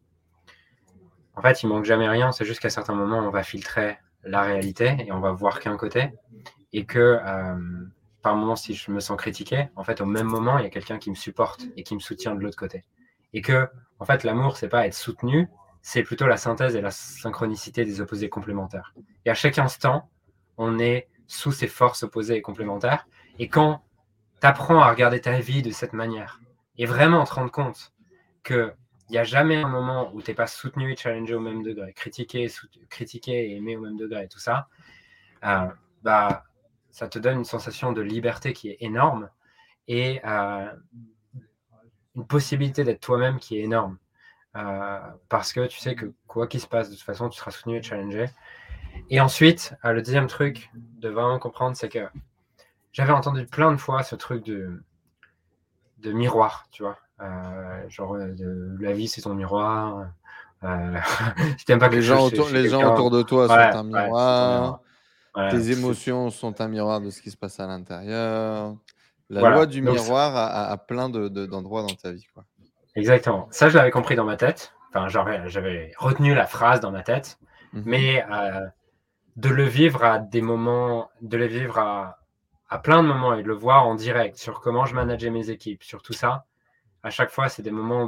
en fait, il manque jamais rien. C'est juste qu'à certains moments, on va filtrer la réalité et on va voir qu'un côté. Et que, par moment, si je me sens critiqué, en fait, au même moment, il y a quelqu'un qui me supporte et qui me soutient de l'autre côté. Et que, en fait, l'amour, c'est pas être soutenu, c'est plutôt la synthèse et la synchronicité des opposés complémentaires. Et à chaque instant, on est sous ces forces opposées et complémentaires. Et quand tu apprends à regarder ta vie de cette manière et vraiment te rendre compte qu'il n'y a jamais un moment où tu n'es pas soutenu et challengé au même degré, critiqué et aimé au même degré et tout ça, bah, ça te donne une sensation de liberté qui est énorme et une possibilité d'être toi-même qui est énorme. Parce que tu sais que quoi qu'il se passe, de toute façon, tu seras soutenu et challengé. Et ensuite, le deuxième truc de vraiment comprendre, c'est que j'avais entendu plein de fois ce truc de miroir, tu vois. Genre, la vie, c'est ton miroir. Si t'aimes pas quelque chose chez Les gens quelqu'un, autour de toi sont ouais, un c'est ton miroir. miroir. Ouais, Tes émotions sont un miroir de ce qui se passe à l'intérieur. La loi voilà. du Donc, miroir a plein d'endroits dans ta vie, quoi. exactement. Ça, je l'avais compris dans ma tête. Enfin, j'avais retenu la phrase dans ma tête. Mais de le vivre à des moments, de le vivre à plein de moments et de le voir en direct sur comment je manageais mes équipes, sur tout ça, à chaque fois, c'est des moments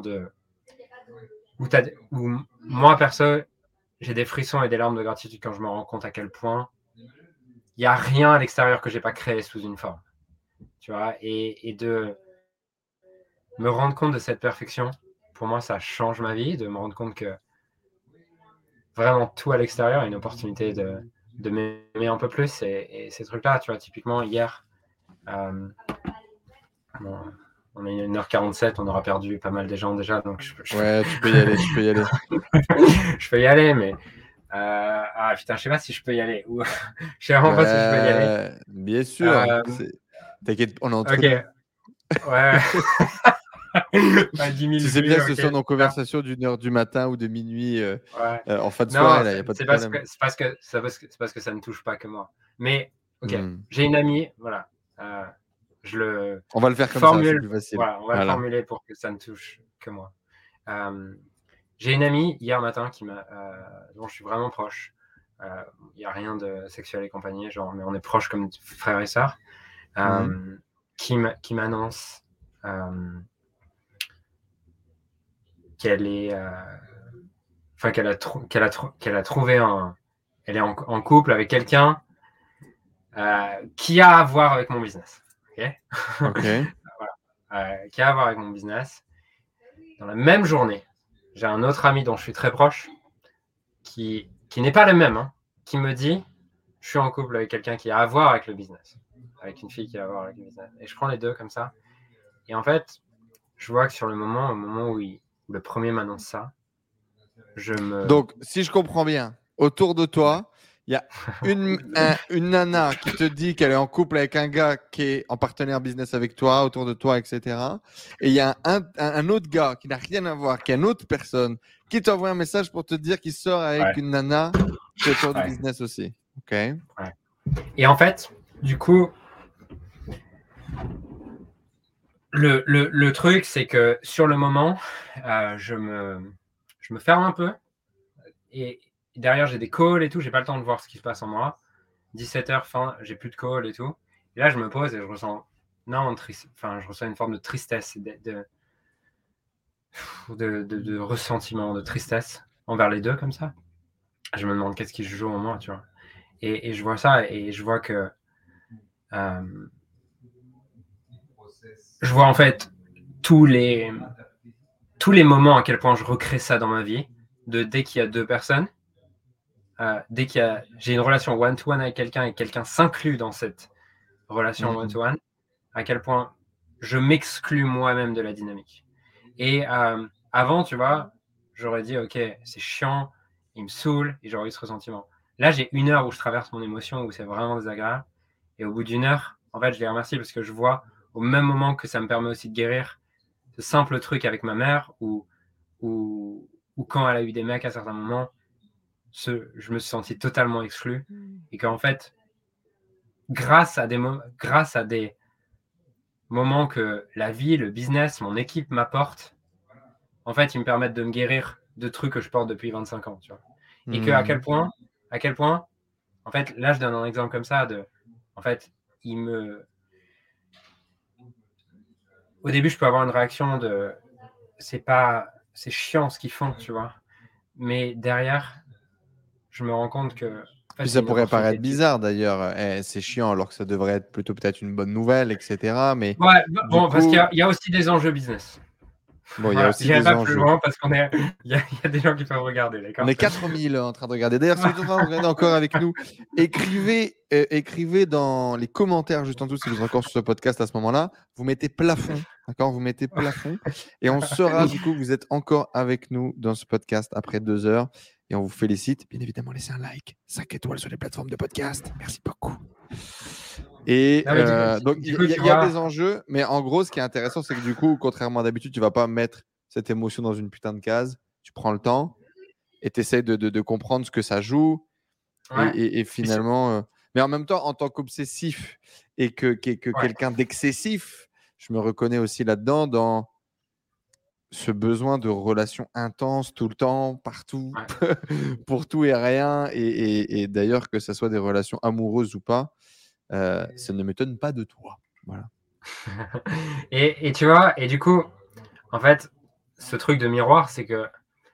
où moi, perso, j'ai des frissons et des larmes de gratitude quand je me rends compte à quel point il n'y a rien à l'extérieur que j'ai pas créé sous une forme. Tu vois, et de me rendre compte de cette perfection, pour moi, ça change ma vie de me rendre compte que vraiment tout à l'extérieur est une opportunité de m'aimer un peu plus. Et ces trucs-là, tu vois, typiquement, hier, bon, on est 1h47, on aura perdu pas mal des gens déjà, donc Ouais, tu peux y aller, tu peux y aller. je peux y aller, mais putain, je sais pas si je peux y aller. Ou je sais vraiment pas si je peux y aller. Bien sûr. T'inquiète, on est entre Ok, nous. ouais. Pas 10 000 Si c'est vues, bien que ce ok. soit nos conversations d'1h du matin ou de minuit Ouais. en fin de Non, soirée, là, il n'y a pas de c'est problème. parce que ça ne touche pas que moi. Mais, ok, Hmm. j'ai une amie, voilà. Je le On va le faire comme ça, c'est formule, plus facile. voilà, on va le formuler pour que ça ne touche que moi. J'ai une amie hier matin dont je suis vraiment proche. Il n'y a rien de sexuel et compagnie, genre, mais on est proches comme frères et sœurs. Qui m'annonce qu'elle est, enfin qu'elle a trouvé elle est en couple avec quelqu'un qui a à voir avec mon business. Ok. Voilà. Qui a à voir avec mon business. Dans la même journée, j'ai un autre ami dont je suis très proche qui n'est pas le même, hein, qui me dit je suis en couple avec quelqu'un qui a à voir avec le business, avec une fille qui a à voir avec le business. Et je prends les deux comme ça. Et en fait, je vois que sur au moment où le premier m'annonce ça, Donc, si je comprends bien, autour de toi, il y a une nana qui te dit qu'elle est en couple avec un gars qui est en partenaire business avec toi, autour de toi, etc. Et il y a un autre gars qui n'a rien à voir, qui est une autre personne, qui t'envoie un message pour te dire qu'il sort avec une nana qui est autour du business aussi. Ok. Ouais. Et en fait, du coup, le truc, c'est que sur le moment, je me ferme un peu. Et derrière, j'ai des calls et tout. J'ai pas le temps de voir ce qui se passe en moi. 17h, fin, j'ai plus de calls et tout. Et là, je me pose et je ressens je ressens une forme de tristesse, de ressentiment, de tristesse envers les deux comme ça. Je me demande qu'est-ce qui se joue en moi, tu vois. Et je vois ça et je vois que je vois en fait tous les moments à quel point je recrée ça dans ma vie, dès qu'il y a deux personnes, j'ai une relation one-to-one avec quelqu'un et quelqu'un s'inclut dans cette relation one-to-one, à quel point je m'exclus moi-même de la dynamique. Et avant, tu vois, j'aurais dit, ok, c'est chiant, il me saoule, et j'aurais eu ce ressentiment. Là, j'ai 1 heure où je traverse mon émotion, où c'est vraiment désagréable. Et au bout d'1 heure, en fait, je les remercie parce que je vois au même moment que ça me permet aussi de guérir ce simple truc avec ma mère, ou quand elle a eu des mecs à certains moments, je me suis senti totalement exclu. Et qu'en fait, grâce à des moments que la vie, le business, mon équipe m'apporte, en fait, ils me permettent de me guérir de trucs que je porte depuis 25 ans, tu vois. Et que à quel point, en fait, là, je donne un exemple comme ça en fait, au début, je peux avoir une réaction c'est chiant ce qu'ils font, tu vois. Mais derrière, je me rends compte que, en fait, Puis c'est ça une pourrait opportunité. paraître bizarre d'ailleurs. C'est chiant alors que ça devrait être plutôt peut-être une bonne nouvelle, etc. Mais ouais, bon, coup, parce qu'il y a aussi des enjeux business. Bon, il y a Voilà, aussi j'irai des pas plus enjeux. loin parce il y a des gens qui peuvent regarder, d'accord. On est 4000 en train de regarder. D'ailleurs, si vous êtes en train de regarder encore avec nous, écrivez dans les commentaires juste en dessous si vous êtes encore sur ce podcast à ce moment-là. Vous mettez plafond, d'accord. Vous mettez plafond et on saura du coup que vous êtes encore avec nous dans ce podcast après 2 heures. Et on vous félicite. Bien évidemment, laissez un like, 5 étoiles sur les plateformes de podcast. Merci beaucoup. Et donc, il y a des enjeux, mais en gros, ce qui est intéressant, c'est que du coup, contrairement à d'habitude, tu vas pas mettre cette émotion dans une putain de case. Tu prends le temps et tu essaies de comprendre ce que ça joue. Ouais. Et finalement, mais en même temps, en tant qu'obsessif et que quelqu'un d'excessif, je me reconnais aussi là-dedans, dans ce besoin de relations intenses tout le temps, partout, pour tout et rien. Et d'ailleurs, que ce soit des relations amoureuses ou pas, ça ne m'étonne pas de toi. Voilà. Et tu vois, et du coup, en fait, ce truc de miroir, c'est que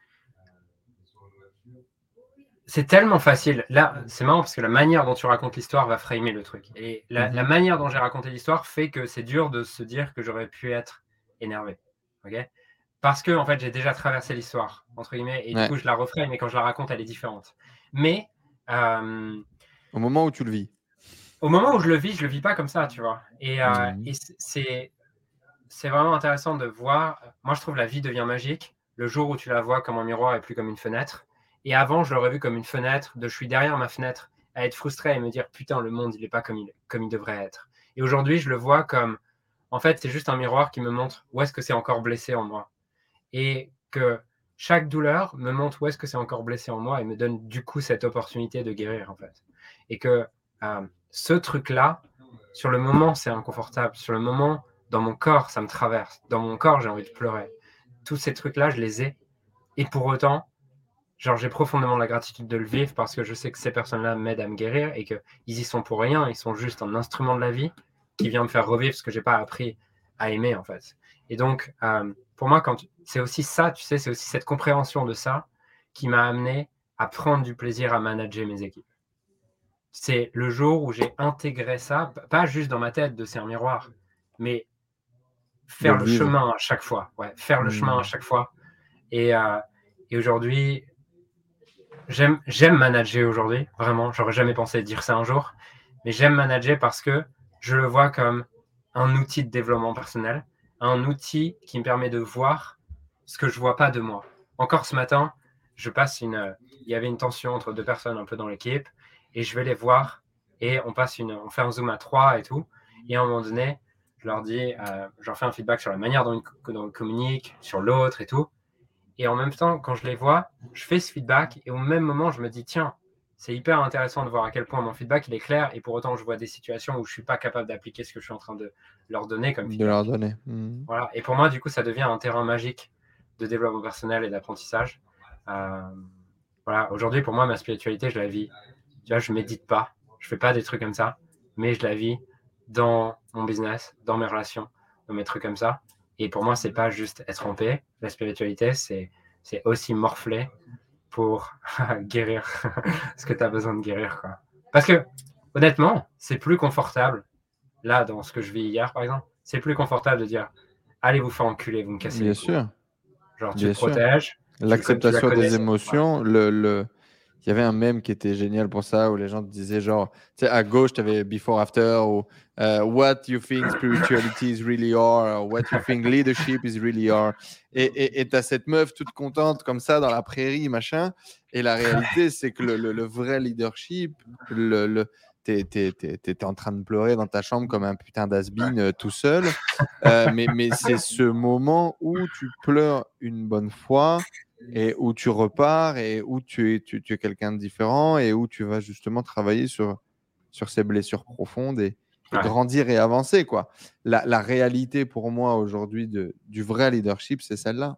c'est tellement facile. Là, c'est marrant parce que la manière dont tu racontes l'histoire va framer le truc. Et la manière dont j'ai raconté l'histoire fait que c'est dur de se dire que j'aurais pu être énervé. Okay, parce que en fait, j'ai déjà traversé l'histoire, entre guillemets, et du coup, je la referai, mais quand je la raconte, elle est différente. Mais au moment où tu le vis. Au moment où je le vis pas comme ça, tu vois. Et c'est vraiment intéressant de voir. Moi, je trouve la vie devient magique le jour où tu la vois comme un miroir et plus comme une fenêtre. Et avant, je l'aurais vu comme une fenêtre, je suis derrière ma fenêtre à être frustré et me dire putain, le monde, il est pas comme il devrait être. Et aujourd'hui, je le vois comme, en fait, c'est juste un miroir qui me montre où est-ce que c'est encore blessé en moi. Et que chaque douleur me montre où est-ce que c'est encore blessé en moi et me donne du coup cette opportunité de guérir, en fait. Et que ce truc-là, sur le moment, c'est inconfortable. Sur le moment, dans mon corps, ça me traverse. Dans mon corps, j'ai envie de pleurer. Tous ces trucs-là, je les ai. Et pour autant, genre, j'ai profondément la gratitude de le vivre parce que je sais que ces personnes-là m'aident à me guérir et qu'ils y sont pour rien. Ils sont juste un instrument de la vie qui vient me faire revivre ce que j'ai pas appris à aimer, en fait. Et donc, pour moi, c'est aussi ça, tu sais, c'est aussi cette compréhension de ça qui m'a amené à prendre du plaisir à manager mes équipes. C'est le jour où j'ai intégré ça, pas juste dans ma tête de c'est un miroir, mais faire le chemin à chaque fois. Ouais, faire le chemin à chaque fois. Et aujourd'hui, j'aime manager aujourd'hui, vraiment. J'aurais jamais pensé dire ça un jour, mais j'aime manager parce que je le vois comme un outil de développement personnel, un outil qui me permet de voir ce que je vois pas de moi. Encore ce matin, il y avait une tension entre deux personnes un peu dans l'équipe, et je vais les voir, et on fait un zoom à 3 et tout, et à un moment donné, je leur fais un feedback sur la manière dont ils communiquent, sur l'autre et tout. Et en même temps, quand je les vois, je fais ce feedback et au même moment, je me dis, tiens, c'est hyper intéressant de voir à quel point mon feedback il est clair et pour autant, je vois des situations où je ne suis pas capable d'appliquer ce que je suis en train de leur donner comme feedback. De leur donner. Voilà. Et pour moi, du coup, ça devient un terrain magique de développement personnel et d'apprentissage. Voilà. Aujourd'hui, pour moi, ma spiritualité, je la vis. Tu vois, je ne médite pas, je ne fais pas des trucs comme ça, mais je la vis dans mon business, dans mes relations, dans mes trucs comme ça. Et pour moi, c'est pas juste être en paix. La spiritualité, c'est aussi morfler pour guérir ce que tu as besoin de guérir, quoi. Parce que, honnêtement, c'est plus confortable, là, dans ce que je vis hier, par exemple, c'est plus confortable de dire allez vous faire enculer, vous me cassez les couilles. Sûr. Genre, tu te protèges. L'acceptation des émotions, il y avait un mème qui était génial pour ça, où les gens te disaient genre, tu sais, à gauche, tu avais before, after, ou what you think spirituality is really are, or what you think leadership is really are. Et tu as cette meuf toute contente comme ça dans la prairie, machin. Et la réalité, c'est que le vrai leadership, t'étais en train de pleurer dans ta chambre comme un putain d'has-been tout seul. Mais c'est ce moment où tu pleures une bonne fois et où tu repars et où tu es quelqu'un de différent et où tu vas justement travailler sur ces blessures profondes et grandir et avancer, quoi. La réalité pour moi aujourd'hui du vrai leadership, c'est celle-là.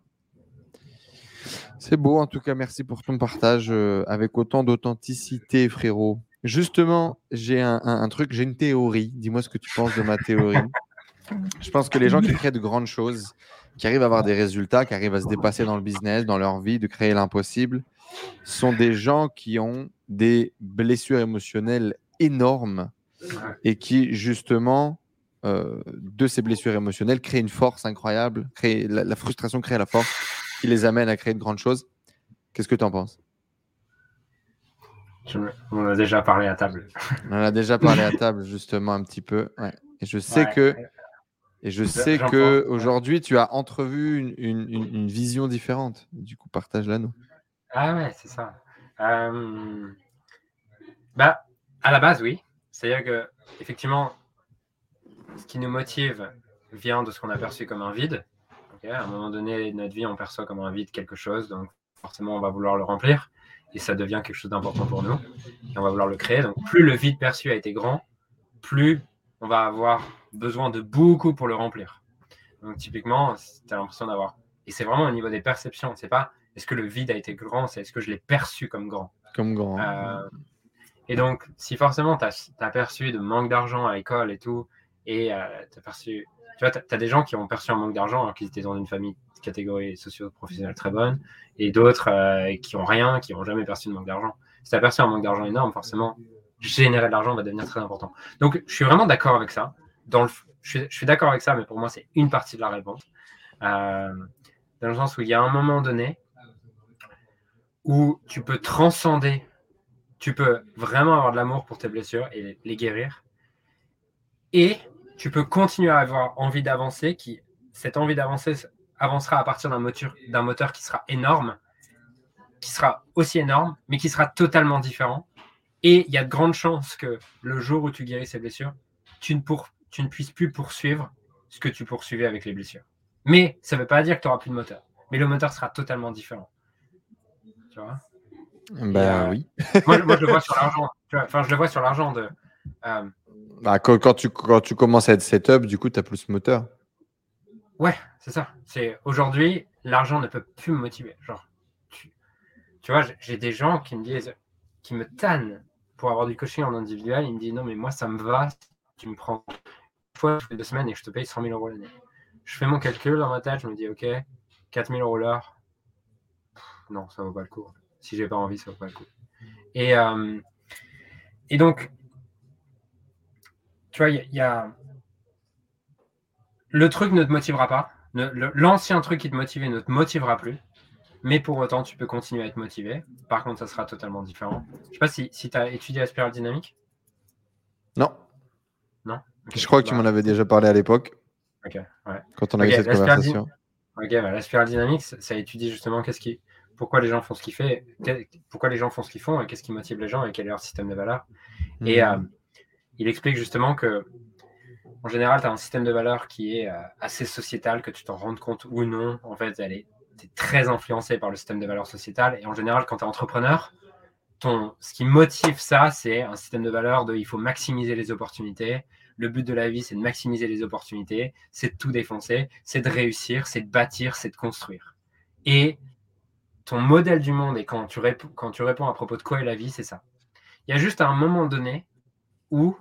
C'est beau, en tout cas, merci pour ton partage avec autant d'authenticité, frérot. Justement, j'ai un truc, j'ai une théorie. Dis-moi ce que tu penses de ma théorie. Je pense que les gens qui créent de grandes choses, qui arrivent à avoir des résultats, qui arrivent à se dépasser dans le business, dans leur vie, de créer l'impossible, sont des gens qui ont des blessures émotionnelles énormes et qui, justement, de ces blessures émotionnelles, créent une force incroyable, la frustration crée la force qui les amène à créer de grandes choses. Qu'est-ce que tu en penses? On en a déjà parlé à table. On en a déjà parlé à table, justement, un petit peu. Ouais. Et je sais que aujourd'hui, tu as entrevu une vision différente. Du coup, partage-la nous. Ah ouais, c'est ça. À la base, oui. C'est-à-dire que, effectivement, ce qui nous motive vient de ce qu'on a perçu comme un vide. Okay, à un moment donné de notre vie, on perçoit comme un vide quelque chose, donc forcément, on va vouloir le remplir. Et ça devient quelque chose d'important pour nous. Et on va vouloir le créer. Donc, plus le vide perçu a été grand, plus on va avoir besoin de beaucoup pour le remplir. Donc, typiquement, tu as l'impression d'avoir... Et c'est vraiment au niveau des perceptions. C'est pas est-ce que le vide a été grand, c'est est-ce que je l'ai perçu comme grand. Comme grand. Et donc, si forcément tu as perçu de manque d'argent à l'école et tout, et tu as perçu... Tu vois, tu as des gens qui ont perçu un manque d'argent alors qu'ils étaient dans une famille de catégorie socio-professionnelle très bonne, et d'autres qui n'ont rien, qui n'ont jamais perçu de manque d'argent. Si tu as perçu un manque d'argent énorme, forcément, générer de l'argent va devenir très important. Donc, je suis vraiment d'accord avec ça. Je suis d'accord avec ça, mais pour moi, c'est une partie de la réponse. dans le sens où il y a un moment donné où tu peux transcender, tu peux vraiment avoir de l'amour pour tes blessures et les guérir. Et tu peux continuer à avoir envie d'avancer, cette envie d'avancer avancera à partir d'un moteur qui sera énorme, qui sera aussi énorme, mais qui sera totalement différent. Et il y a de grandes chances que le jour où tu guéris ces blessures, tu ne puisses plus poursuivre ce que tu poursuivais avec les blessures. Mais ça ne veut pas dire que tu n'auras plus de moteur. Mais le moteur sera totalement différent. Tu vois? Oui. Moi, je le vois sur l'argent. Enfin, je le vois sur l'argent de... Quand tu commences à être setup, du coup, tu as plus moteur. Ouais, c'est ça. Aujourd'hui, l'argent ne peut plus me motiver. Genre, tu vois, j'ai des gens qui me disent, qui me tannent pour avoir du coaching en individuel. Ils me disent non, mais moi, ça me va. Tu me prends une fois toutes les 2 semaines et que je te paye 100 000 euros l'année. Je fais mon calcul dans ma tête. Je me dis, OK, 4 000 euros l'heure. Non, ça vaut pas le coup. Si j'ai pas envie, ça vaut pas le coup. Et donc, tu vois, il y a le truc ne te motivera pas. L'ancien truc qui te motivait ne te motivera plus. Mais pour autant, tu peux continuer à être motivé. Par contre, ça sera totalement différent. Je ne sais pas si tu as étudié la spirale dynamique. Non. Non okay. Je crois que tu m'en avais déjà parlé à l'époque. Ok, ouais. Quand on avait cette conversation. La spirale dynamique, ça étudie justement pourquoi les gens font ce qu'ils font, pourquoi les gens font ce qu'ils font et qu'est-ce qui motive les gens et quel est leur système de valeurs. Et il explique justement que en général, tu as un système de valeurs qui est assez sociétal, que tu t'en rendes compte ou non. En fait, tu es très influencé par le système de valeurs sociétal. Et en général, quand tu es entrepreneur, ce qui motive ça, c'est un système de valeurs il faut maximiser les opportunités. Le but de la vie, c'est de maximiser les opportunités, c'est de tout défoncer, c'est de réussir, c'est de bâtir, c'est de construire. Et ton modèle du monde, et quand tu réponds à propos de quoi est la vie, c'est ça. Il y a juste un moment donné où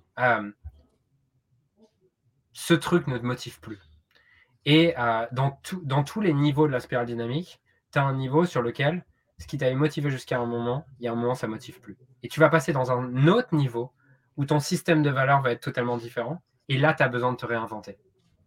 ce truc ne te motive plus. Et dans tous les niveaux de la spirale dynamique, tu as un niveau sur lequel ce qui t'avait motivé jusqu'à un moment, il y a un moment, ça ne motive plus. Et tu vas passer dans un autre niveau où ton système de valeurs va être totalement différent. Et là, tu as besoin de te réinventer.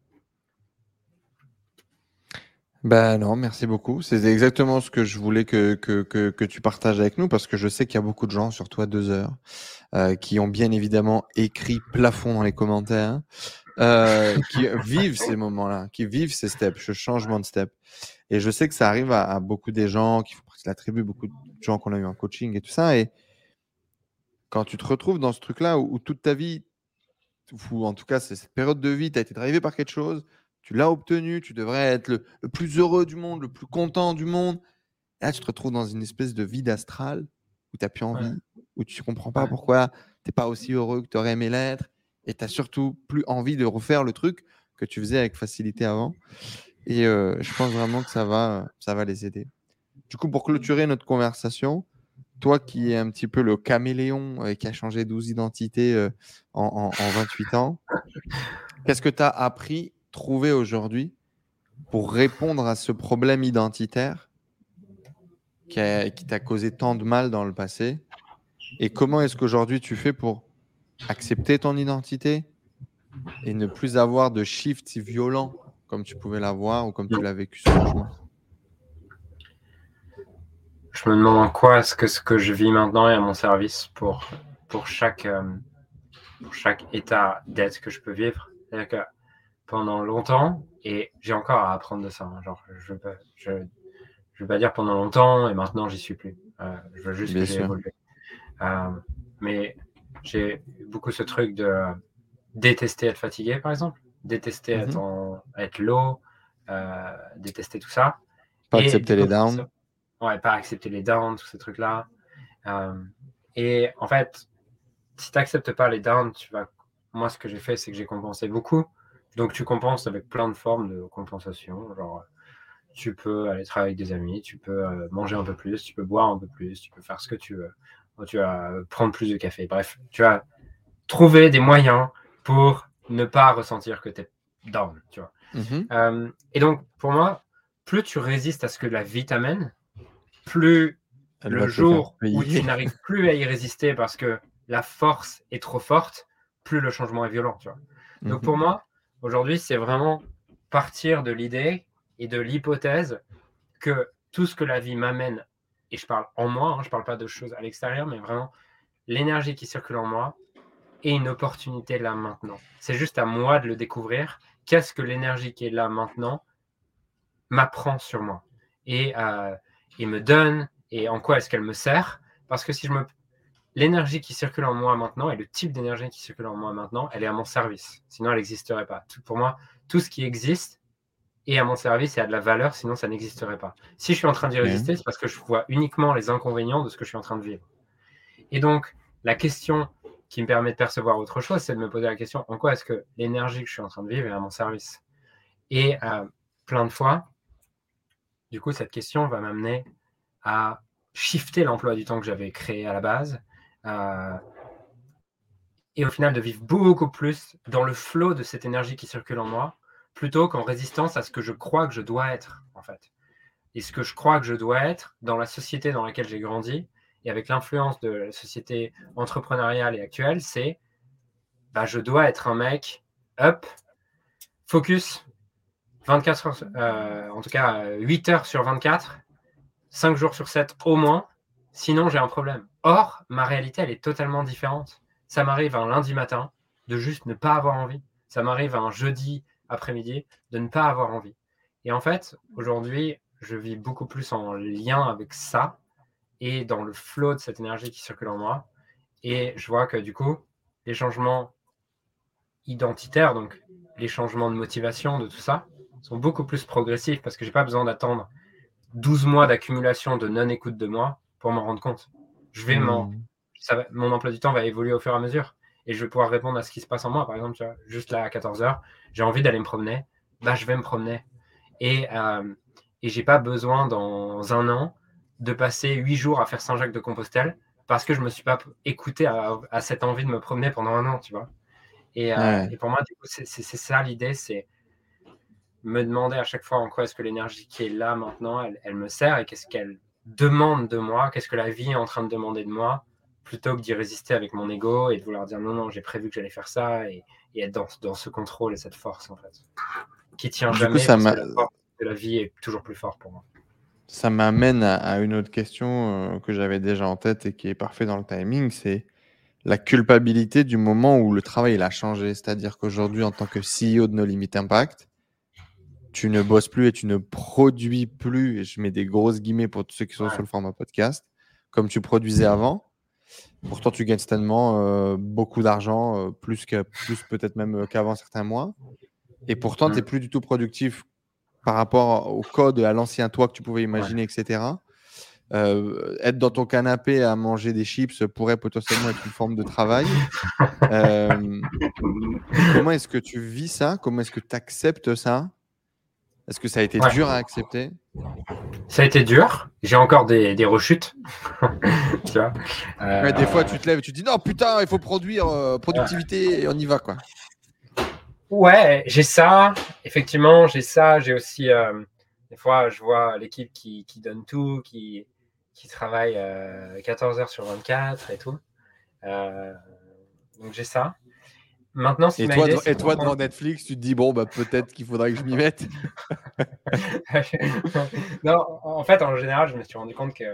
Non, merci beaucoup. C'est exactement ce que je voulais que tu partages avec nous parce que je sais qu'il y a beaucoup de gens, surtout à 2 heures, qui ont bien évidemment écrit plafond dans les commentaires, qui vivent ces moments-là, qui vivent ces steps, ce changement de step. Et je sais que ça arrive à beaucoup des gens qui font partie de la tribu, beaucoup de gens qu'on a eu en coaching et tout ça. Et quand tu te retrouves dans ce truc-là où toute ta vie, ou en tout cas cette période de vie, tu as été drivé par quelque chose, tu l'as obtenu, tu devrais être le plus heureux du monde, le plus content du monde. Et là, tu te retrouves dans une espèce de vide astral où tu n'as plus envie, où tu ne comprends pas pourquoi tu n'es pas aussi heureux que tu aurais aimé l'être. Et tu n'as surtout plus envie de refaire le truc que tu faisais avec facilité avant. Et je pense vraiment que ça va les aider. Du coup, pour clôturer notre conversation, toi qui es un petit peu le caméléon et qui a changé 12 identités en 28 ans, qu'est-ce que tu as appris, trouvé aujourd'hui pour répondre à ce problème identitaire qui t'a causé tant de mal dans le passé? Et comment est-ce qu'aujourd'hui tu fais pour accepter ton identité et ne plus avoir de shift si violent comme tu pouvais l'avoir ou comme tu l'as vécu sur le chemin? Je me demande en quoi est-ce que ce que je vis maintenant est à mon service pour chaque état d'être que je peux vivre. C'est-à-dire que pendant longtemps, et j'ai encore à apprendre de ça, hein, genre je veux pas dire pendant longtemps et maintenant j'y suis plus. Je veux juste que j'ai évolué. Mais j'ai beaucoup ce truc de détester être fatigué, par exemple, détester être low, détester tout ça. Pas accepter les downs. Ouais, pas accepter les downs, tous ces trucs-là. Et en fait, si tu n'acceptes pas les downs, moi, ce que j'ai fait, c'est que j'ai compensé beaucoup. Donc, tu compenses avec plein de formes de compensation. Genre, tu peux aller travailler avec des amis, tu peux manger un peu plus, tu peux boire un peu plus, tu peux faire ce que tu veux. Tu vas prendre plus de café. Bref, tu vas trouver des moyens pour ne pas ressentir que tu es down, tu vois. Et donc, pour moi, plus tu résistes à ce que la vie t'amène, plus le jour où tu n'arrives plus à y résister parce que la force est trop forte, plus le changement est violent, tu vois. Donc pour moi, aujourd'hui, c'est vraiment partir de l'idée et de l'hypothèse que tout ce que la vie m'amène, et je parle en moi, je ne parle pas de choses à l'extérieur, mais vraiment l'énergie qui circule en moi est une opportunité là maintenant. C'est juste à moi de le découvrir. Qu'est-ce que l'énergie qui est là maintenant m'apprend sur moi et me donne, et en quoi est-ce qu'elle me sert? Parce que l'énergie qui circule en moi maintenant et le type d'énergie qui circule en moi maintenant, elle est à mon service. Sinon, elle n'existerait pas. Pour moi, tout ce qui existe est à mon service et a de la valeur, sinon ça n'existerait pas. Si je suis en train d'y résister, c'est parce que je vois uniquement les inconvénients de ce que je suis en train de vivre. Et donc, la question qui me permet de percevoir autre chose, c'est de me poser la question, en quoi est-ce que l'énergie que je suis en train de vivre est à mon service? Et plein de fois, du coup, cette question va m'amener à shifter l'emploi du temps que j'avais créé à la base, et au final de vivre beaucoup plus dans le flow de cette énergie qui circule en moi, plutôt qu'en résistance à ce que je crois que je dois être, en fait. Et ce que je crois que je dois être dans la société dans laquelle j'ai grandi, et avec l'influence de la société entrepreneuriale et actuelle, c'est je dois être un mec up, focus, 24 heures, en tout cas 8 heures sur 24, 5 jours sur 7 au moins, sinon j'ai un problème. Or, ma réalité, elle est totalement différente. Ça m'arrive un lundi matin de juste ne pas avoir envie. Ça m'arrive un jeudi après-midi de ne pas avoir envie. Et en fait, aujourd'hui, je vis beaucoup plus en lien avec ça et dans le flow de cette énergie qui circule en moi. Et je vois que du coup, les changements identitaires, donc les changements de motivation, de tout ça, sont beaucoup plus progressifs parce que j'ai pas besoin d'attendre 12 mois d'accumulation de non-écoute de moi pour m'en rendre compte. Mon emploi du temps va évoluer au fur et à mesure et je vais pouvoir répondre à ce qui se passe en moi. Par exemple, tu vois, juste là à 14h, j'ai envie d'aller me promener, je vais me promener. Et j'ai pas besoin dans un an de passer 8 jours à faire Saint-Jacques-de-Compostelle parce que je me suis pas écouté à cette envie de me promener pendant un an, tu vois. Et pour moi, du coup, c'est ça l'idée, c'est me demander à chaque fois en quoi est-ce que l'énergie qui est là maintenant, elle me sert et qu'est-ce qu'elle demande de moi, qu'est-ce que la vie est en train de demander de moi, plutôt que d'y résister avec mon ego et de vouloir dire non, j'ai prévu que j'allais faire ça et être dans ce contrôle et cette force en fait, qui tient jamais parce que la force de la vie est toujours plus forte pour moi. Ça m'amène à une autre question que j'avais déjà en tête et qui est parfait dans le timing, c'est la culpabilité du moment où le travail il a changé. C'est-à-dire qu'aujourd'hui, en tant que CEO de No Limit Impact, tu ne bosses plus et tu ne produis plus, et je mets des grosses guillemets pour tous ceux qui sont sur le format podcast, comme tu produisais avant. Pourtant, tu gagnes certainement beaucoup d'argent, plus peut-être même qu'avant certains mois. Et pourtant, tu n'es plus du tout productif par rapport au code, à l'ancien toi que tu pouvais imaginer, etc. Être dans ton canapé à manger des chips pourrait potentiellement être une forme de travail. Comment est-ce que tu vis ça? Comment est-ce que tu acceptes ça? Est-ce que ça a été dur à accepter? Ça a été dur. J'ai encore des rechutes. Tu vois, des fois, tu te lèves et tu te dis non, putain, il faut produire, productivité, et on y va, quoi. Ouais, j'ai ça. Effectivement, j'ai ça. J'ai aussi, des fois, je vois l'équipe qui donne tout, qui travaille 14 heures sur 24 et tout. Donc, j'ai ça. Maintenant, et toi, devant Netflix, tu te dis, bon, peut-être qu'il faudrait que je m'y mette. Non, en fait, en général, je me suis rendu compte que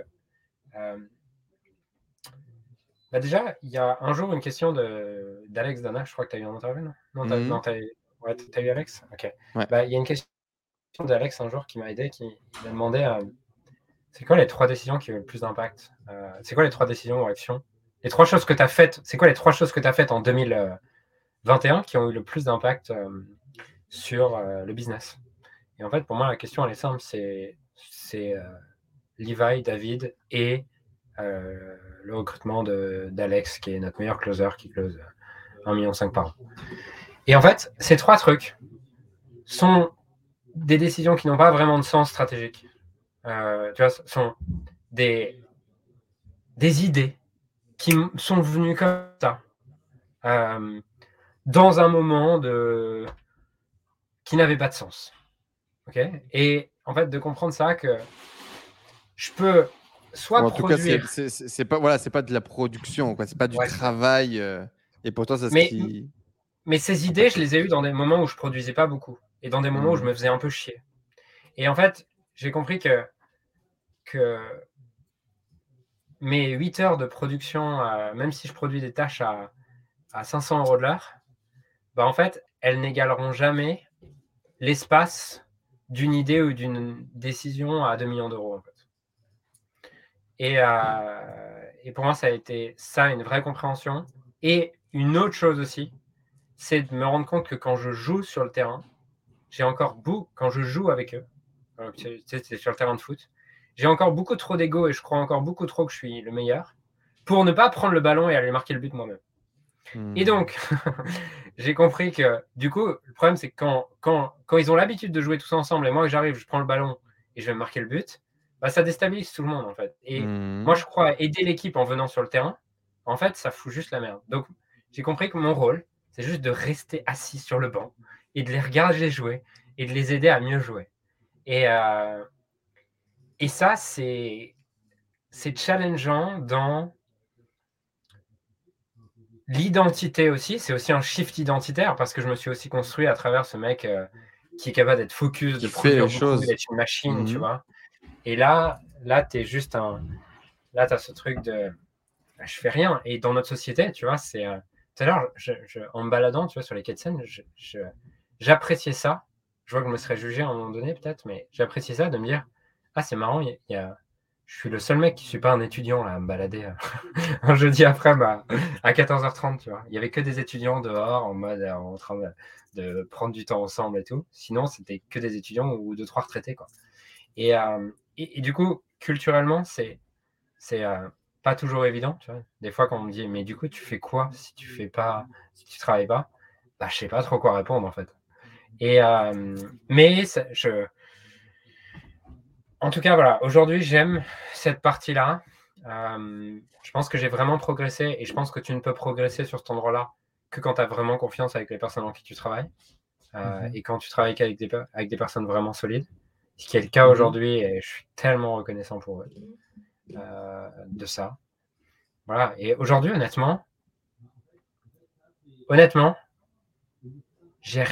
déjà, il y a un jour une question d'Alex Dana, je crois que tu as eu en interview, non? Non, tu as eu Alex? Ok. Ouais. Il y a une question d'Alex un jour qui m'a aidé, qui m'a demandé c'est quoi les 3 décisions qui ont le plus d'impact? C'est quoi les 3 décisions ou actions? Les 3 choses que tu as faites, c'est quoi les 3 choses que tu as faites en 2021 qui ont eu le plus d'impact sur le business? Et en fait, pour moi, la question, elle est simple, c'est Levi, David et le recrutement d'Alex, qui est notre meilleur closer, qui close 1,5 million par an. Et en fait, ces 3 trucs sont des décisions qui n'ont pas vraiment de sens stratégique. Tu vois, sont des idées qui sont venues comme ça, dans un moment qui n'avait pas de sens. Okay, et en fait, de comprendre ça, que je peux soit produire... En tout cas, c'est pas de la production, quoi. C'est pas du travail. Et pourtant, ça Mais ces idées, je les ai eues dans des moments où je produisais pas beaucoup et dans des moments où je me faisais un peu chier. Et en fait, j'ai compris que mes 8 heures de production, même si je produis des tâches à 500 € de l'heure, bah en fait, elles n'égaleront jamais l'espace d'une idée ou d'une décision à 2 millions d'euros, en fait. Et pour moi, ça a été ça, une vraie compréhension. Et une autre chose aussi, c'est de me rendre compte que quand je joue sur le terrain, quand je joue avec eux, tu sais, c'est sur le terrain de foot, j'ai encore beaucoup trop d'ego et je crois encore beaucoup trop que je suis le meilleur pour ne pas prendre le ballon et aller marquer le but moi-même. Et donc, j'ai compris que du coup, le problème, c'est que quand ils ont l'habitude de jouer tous ensemble et moi, j'arrive, je prends le ballon et je vais marquer le but, bah, ça déstabilise tout le monde, en fait. Et moi, je crois aider l'équipe en venant sur le terrain, en fait, ça fout juste la merde. Donc, j'ai compris que mon rôle, c'est juste de rester assis sur le banc et de les regarder jouer et de les aider à mieux jouer. Et ça, c'est challengeant dans l'identité aussi. C'est aussi un shift identitaire parce que je me suis aussi construit à travers ce mec qui est capable d'être focus, de produire beaucoup, d'être une machine, tu vois. Et là, t'es juste là, t'as ce truc de je fais rien. Et dans notre société, tu vois, c'est tout à l'heure, en me baladant, tu vois, sur les quais de Seine, j'appréciais ça. Je vois que je me serais jugé à un moment donné, peut-être, mais j'appréciais ça de me dire ah, c'est marrant, je suis le seul mec qui ne suis pas un étudiant là, à me balader un jeudi après à 14h30, tu vois. Il n'y avait que des étudiants dehors en train de prendre du temps ensemble et tout. Sinon, c'était que des étudiants ou 2-3 retraités, quoi. Et du coup, culturellement, c'est pas toujours évident, tu vois. Des fois, quand on me dit mais du coup, tu fais quoi si tu travailles pas, bah je sais pas trop quoi répondre en fait. Et mais en tout cas, voilà, aujourd'hui, j'aime cette partie-là. Je pense que j'ai vraiment progressé et je pense que tu ne peux progresser sur cet endroit-là que quand tu as vraiment confiance avec les personnes en qui tu travailles et quand tu travailles avec des personnes vraiment solides, ce qui est le cas aujourd'hui et je suis tellement reconnaissant pour eux de ça. Voilà, et aujourd'hui, honnêtement, j'ai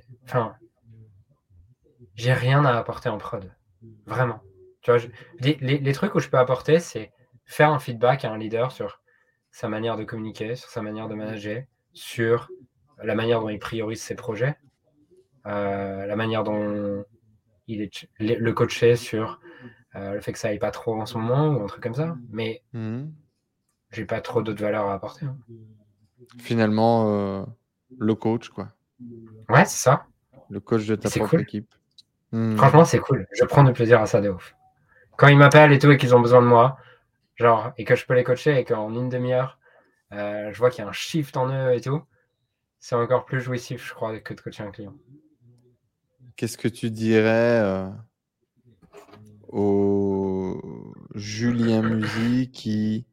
rien à apporter en prod. Vraiment. Tu vois, les trucs où je peux apporter, c'est faire un feedback à un leader sur sa manière de communiquer, sur sa manière de manager, sur la manière dont il priorise ses projets, la manière dont il est le coacher sur le fait que ça aille pas trop en ce moment ou un truc comme ça. Mais j'ai pas trop d'autres valeurs à apporter. Hein. Finalement, le coach, quoi. Ouais, c'est ça. Le coach de ta propre équipe. Franchement, c'est cool. Je prends du plaisir à ça de ouf. Quand ils m'appellent et tout et qu'ils ont besoin de moi, genre, et que je peux les coacher et qu'en une demi-heure, je vois qu'il y a un shift en eux et tout, c'est encore plus jouissif, je crois, que de coacher un client. Qu'est-ce que tu dirais au Julien Musy qui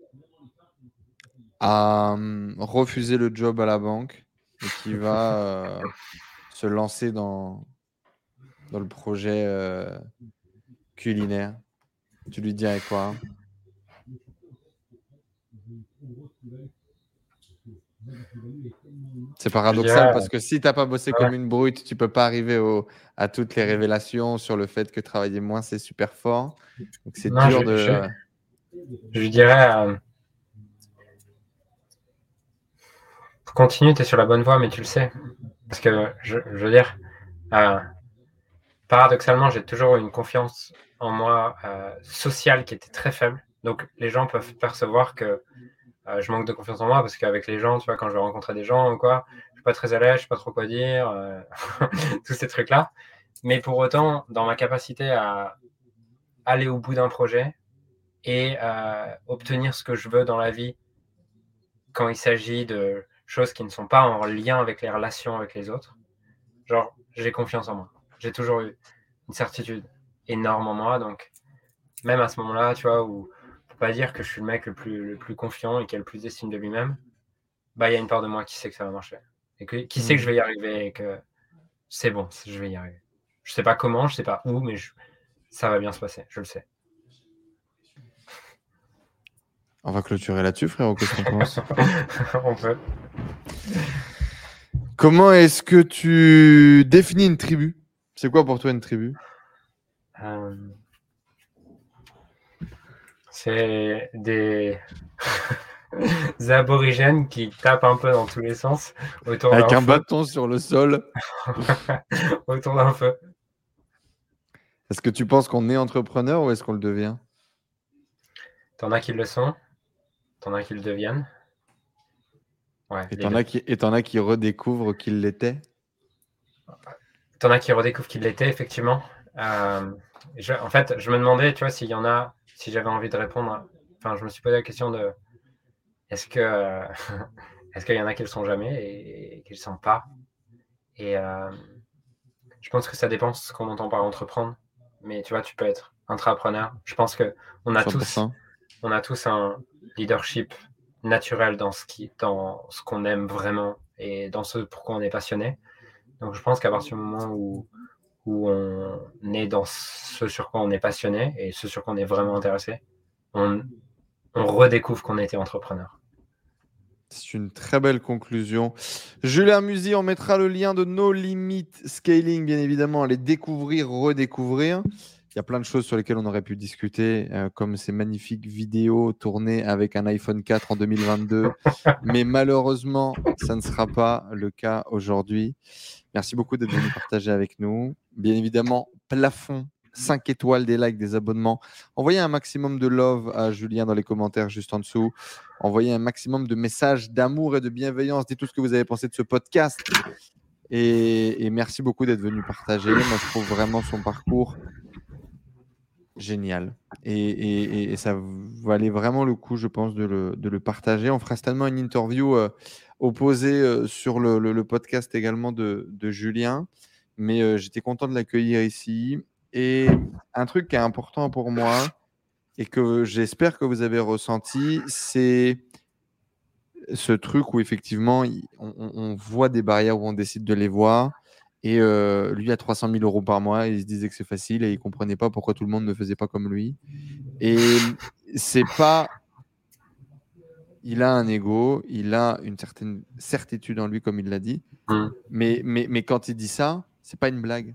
a refusé le job à la banque et qui va se lancer dans le projet culinaire? Tu lui dirais quoi? C'est paradoxal parce que si tu n'as pas bossé comme une brute, tu ne peux pas arriver à toutes les révélations sur le fait que travailler moins, c'est super fort. Donc, c'est dur de... Je dirais... continue, tu es sur la bonne voie, mais tu le sais. Parce que, je veux dire, paradoxalement, j'ai toujours eu une confiance en moi sociale qui était très faible. Donc, les gens peuvent percevoir que je manque de confiance en moi parce qu'avec les gens, tu vois, quand je vais rencontrer des gens ou quoi, je suis pas très à l'aise, je sais pas trop quoi dire, tous ces trucs-là. Mais pour autant, dans ma capacité à aller au bout d'un projet et obtenir ce que je veux dans la vie quand il s'agit de choses qui ne sont pas en lien avec les relations avec les autres, genre, j'ai confiance en moi. J'ai toujours eu une certitude énorme en moi, donc même à ce moment-là, tu vois, où faut pas dire que je suis le mec le plus confiant et qui a le plus d'estime de lui-même, bah il y a une part de moi qui sait que ça va marcher et qui sait que je vais y arriver et que c'est bon, je vais y arriver. Je sais pas comment, je sais pas où, mais ça va bien se passer, je le sais. On va clôturer là-dessus, frérot. Qu'est-ce qu'on pense? On peut. Comment est-ce que tu définis une tribu? C'est quoi pour toi une tribu? Euh, c'est des aborigènes qui tapent un peu dans tous les sens autour Avec d'un un feu. bâton sur le sol. Autour d'un feu. Est-ce que tu penses qu'on est entrepreneur ou est-ce qu'on le devient? T'en as qui le sont, t'en as qui le deviennent. Ouais, Et les deux. t'en as qui redécouvrent qu'ils l'étaient? T'en as qui redécouvrent qu'ils l'étaient, effectivement. En fait, je me demandais, tu vois, s'il y en a, si j'avais envie de répondre. Enfin, je me suis posé la question de est-ce que est-ce qu'il y en a qui le sont jamais et qui le sont pas. Et je pense que ça dépend de ce qu'on entend par entreprendre. Mais tu vois, tu peux être intrapreneur. Je pense que on a tous 100%. un leadership naturel dans ce qu'on aime vraiment et dans ce pourquoi on est passionné. Donc je pense qu'à partir du moment où on est dans ce sur quoi on est passionné et ce sur quoi on est vraiment intéressé, on redécouvre qu'on était entrepreneur. C'est une très belle conclusion. Julien Musy, on mettra le lien de No Limit Scaling, bien évidemment, à les découvrir, redécouvrir. Il y a plein de choses sur lesquelles on aurait pu discuter, comme ces magnifiques vidéos tournées avec un iPhone 4 en 2022. Mais malheureusement, ça ne sera pas le cas aujourd'hui. Merci beaucoup d'être venu partager avec nous. Bien évidemment, plafond, 5 étoiles, des likes, des abonnements. Envoyez un maximum de love à Julien dans les commentaires juste en dessous. Envoyez un maximum de messages d'amour et de bienveillance. Dites tout ce que vous avez pensé de ce podcast. Et merci beaucoup d'être venu partager. Moi, je trouve vraiment son parcours génial. Et ça valait vraiment le coup, je pense, de le partager. On fera certainement une interview opposée sur le podcast également de Julien. Mais j'étais content de l'accueillir ici. Et un truc qui est important pour moi et que j'espère que vous avez ressenti, c'est ce truc où effectivement, on voit des barrières où on décide de les voir. Et lui, à 300 000 euros par mois, il se disait que c'est facile et il ne comprenait pas pourquoi tout le monde ne faisait pas comme lui. Et c'est pas. Il a un ego, il a une certaine certitude en lui, comme il l'a dit. Mais quand il dit ça, c'est pas une blague.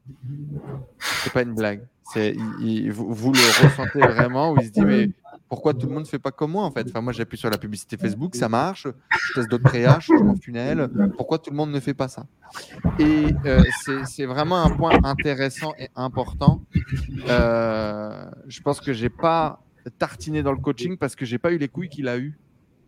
C'est pas une blague. Vous le ressentez vraiment où il se dit mais pourquoi tout le monde ne fait pas comme moi en fait. Enfin moi j'appuie sur la publicité Facebook, ça marche. Je teste d'autres créas, je change mon funnel. Pourquoi tout le monde ne fait pas ça? Et c'est vraiment un point intéressant et important. Je pense que j'ai pas tartiné dans le coaching parce que j'ai pas eu les couilles qu'il a eu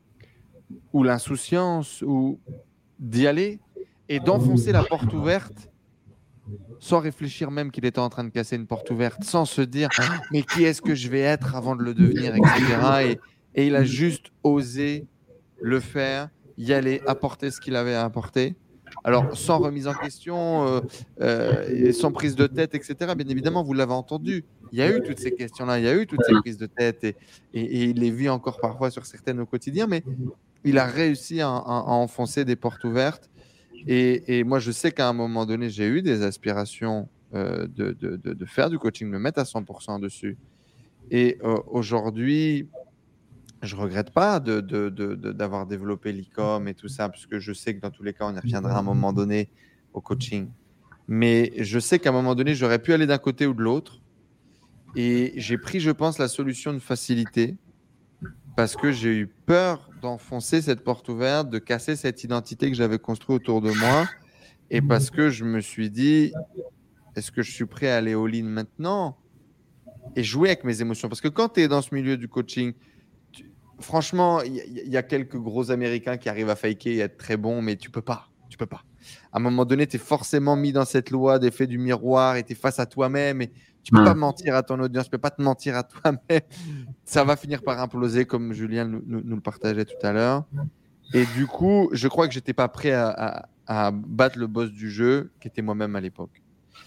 ou l'insouciance ou d'y aller et d'enfoncer la porte ouverte sans réfléchir même qu'il était en train de casser une porte ouverte, sans se dire mais qui est-ce que je vais être avant de le devenir, etc. Et il a juste osé le faire, y aller, apporter ce qu'il avait à apporter. Alors, sans remise en question, et sans prise de tête, etc. Bien évidemment, vous l'avez entendu. Il y a eu toutes ces questions-là, il y a eu toutes ces prises de tête et il les vit encore parfois sur certaines au quotidien, mais il a réussi à enfoncer des portes ouvertes. Et moi, je sais qu'à un moment donné, j'ai eu des aspirations de faire du coaching, de me mettre à 100% dessus. Et aujourd'hui, je ne regrette pas d'avoir développé l'e-com et tout ça, puisque je sais que dans tous les cas, on y reviendra à un moment donné au coaching. Mais je sais qu'à un moment donné, j'aurais pu aller d'un côté ou de l'autre. Et j'ai pris, je pense, la solution de facilité parce que j'ai eu peur d'enfoncer cette porte ouverte, de casser cette identité que j'avais construite autour de moi. Et parce que je me suis dit, est-ce que je suis prêt à aller all-in maintenant et jouer avec mes émotions? Parce que quand tu es dans ce milieu du coaching, franchement, il y a quelques gros Américains qui arrivent à faker et être très bons, mais tu peux pas. Tu peux pas. À un moment donné, tu es forcément mis dans cette loi d'effet du miroir et tu es face à toi-même et tu peux pas mentir à ton audience, tu peux pas te mentir à toi-même. Ça va finir par imploser, comme Julien nous le partageait tout à l'heure. Et du coup, je crois que j'étais pas prêt à battre le boss du jeu, qui était moi-même à l'époque.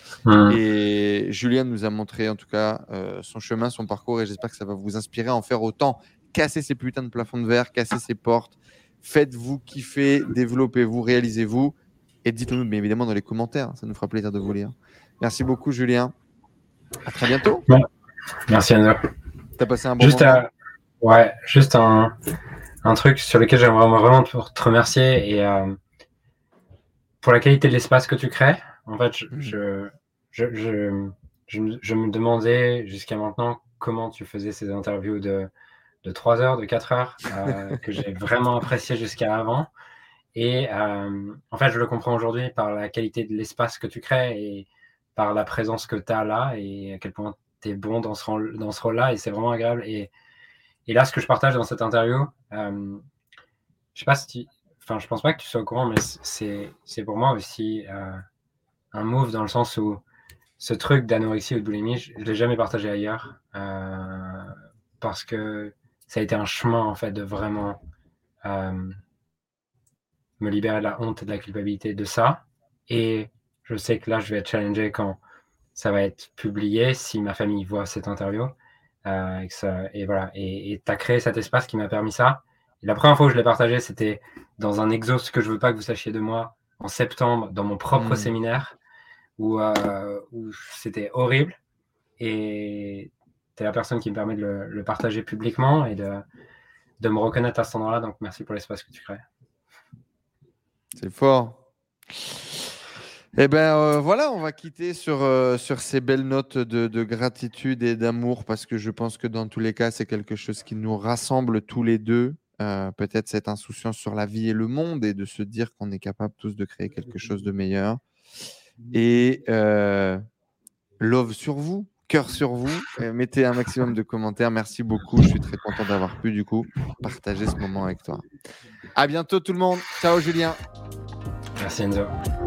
Et Julien nous a montré en tout cas son chemin, son parcours, et j'espère que ça va vous inspirer à en faire autant. Cassez ces putains de plafonds de verre, cassez ces portes, faites-vous kiffer, développez-vous, réalisez-vous, et dites-nous bien évidemment dans les commentaires, ça nous fera plaisir de vous lire. Merci beaucoup Julien, à très bientôt. Ouais. Merci Anna. T'as passé un bon moment. Ouais, juste un truc sur lequel j'aimerais vraiment te remercier et pour la qualité de l'espace que tu crées. En fait, je je me demandais jusqu'à maintenant comment tu faisais ces interviews de 3 heures, de 4 heures, que j'ai vraiment apprécié jusqu'à avant. Et en fait, je le comprends aujourd'hui par la qualité de l'espace que tu crées et par la présence que tu as là et à quel point tu es bon dans ce rôle-là. Et c'est vraiment agréable. Et là, ce que je partage dans cette interview, je sais pas si enfin, je pense pas que tu sois au courant, mais c'est pour moi aussi un move dans le sens où ce truc d'anorexie ou de boulimie, je l'ai jamais partagé ailleurs parce que ça a été un chemin en fait de vraiment me libérer de la honte et de la culpabilité de ça. Et je sais que là, je vais être challengé quand ça va être publié, si ma famille voit cette interview. Et voilà. Et tu as créé cet espace qui m'a permis ça. Et la première fois où je l'ai partagé, c'était dans un exos que je veux pas que vous sachiez de moi, en septembre, dans mon propre séminaire, où c'était horrible. Et tu es la personne qui me permet de le partager publiquement et de me reconnaître à cet endroit-là. Donc, merci pour l'espace que tu crées. C'est fort. Eh bien, voilà, on va quitter sur ces belles notes de gratitude et d'amour parce que je pense que dans tous les cas, c'est quelque chose qui nous rassemble tous les deux. Peut-être cette insouciance sur la vie et le monde et de se dire qu'on est capable tous de créer quelque chose de meilleur. Et love sur vous, cœur sur vous. Mettez un maximum de commentaires. Merci beaucoup. Je suis très content d'avoir pu du coup partager ce moment avec toi. À bientôt tout le monde. Ciao Julien. Merci Enzo.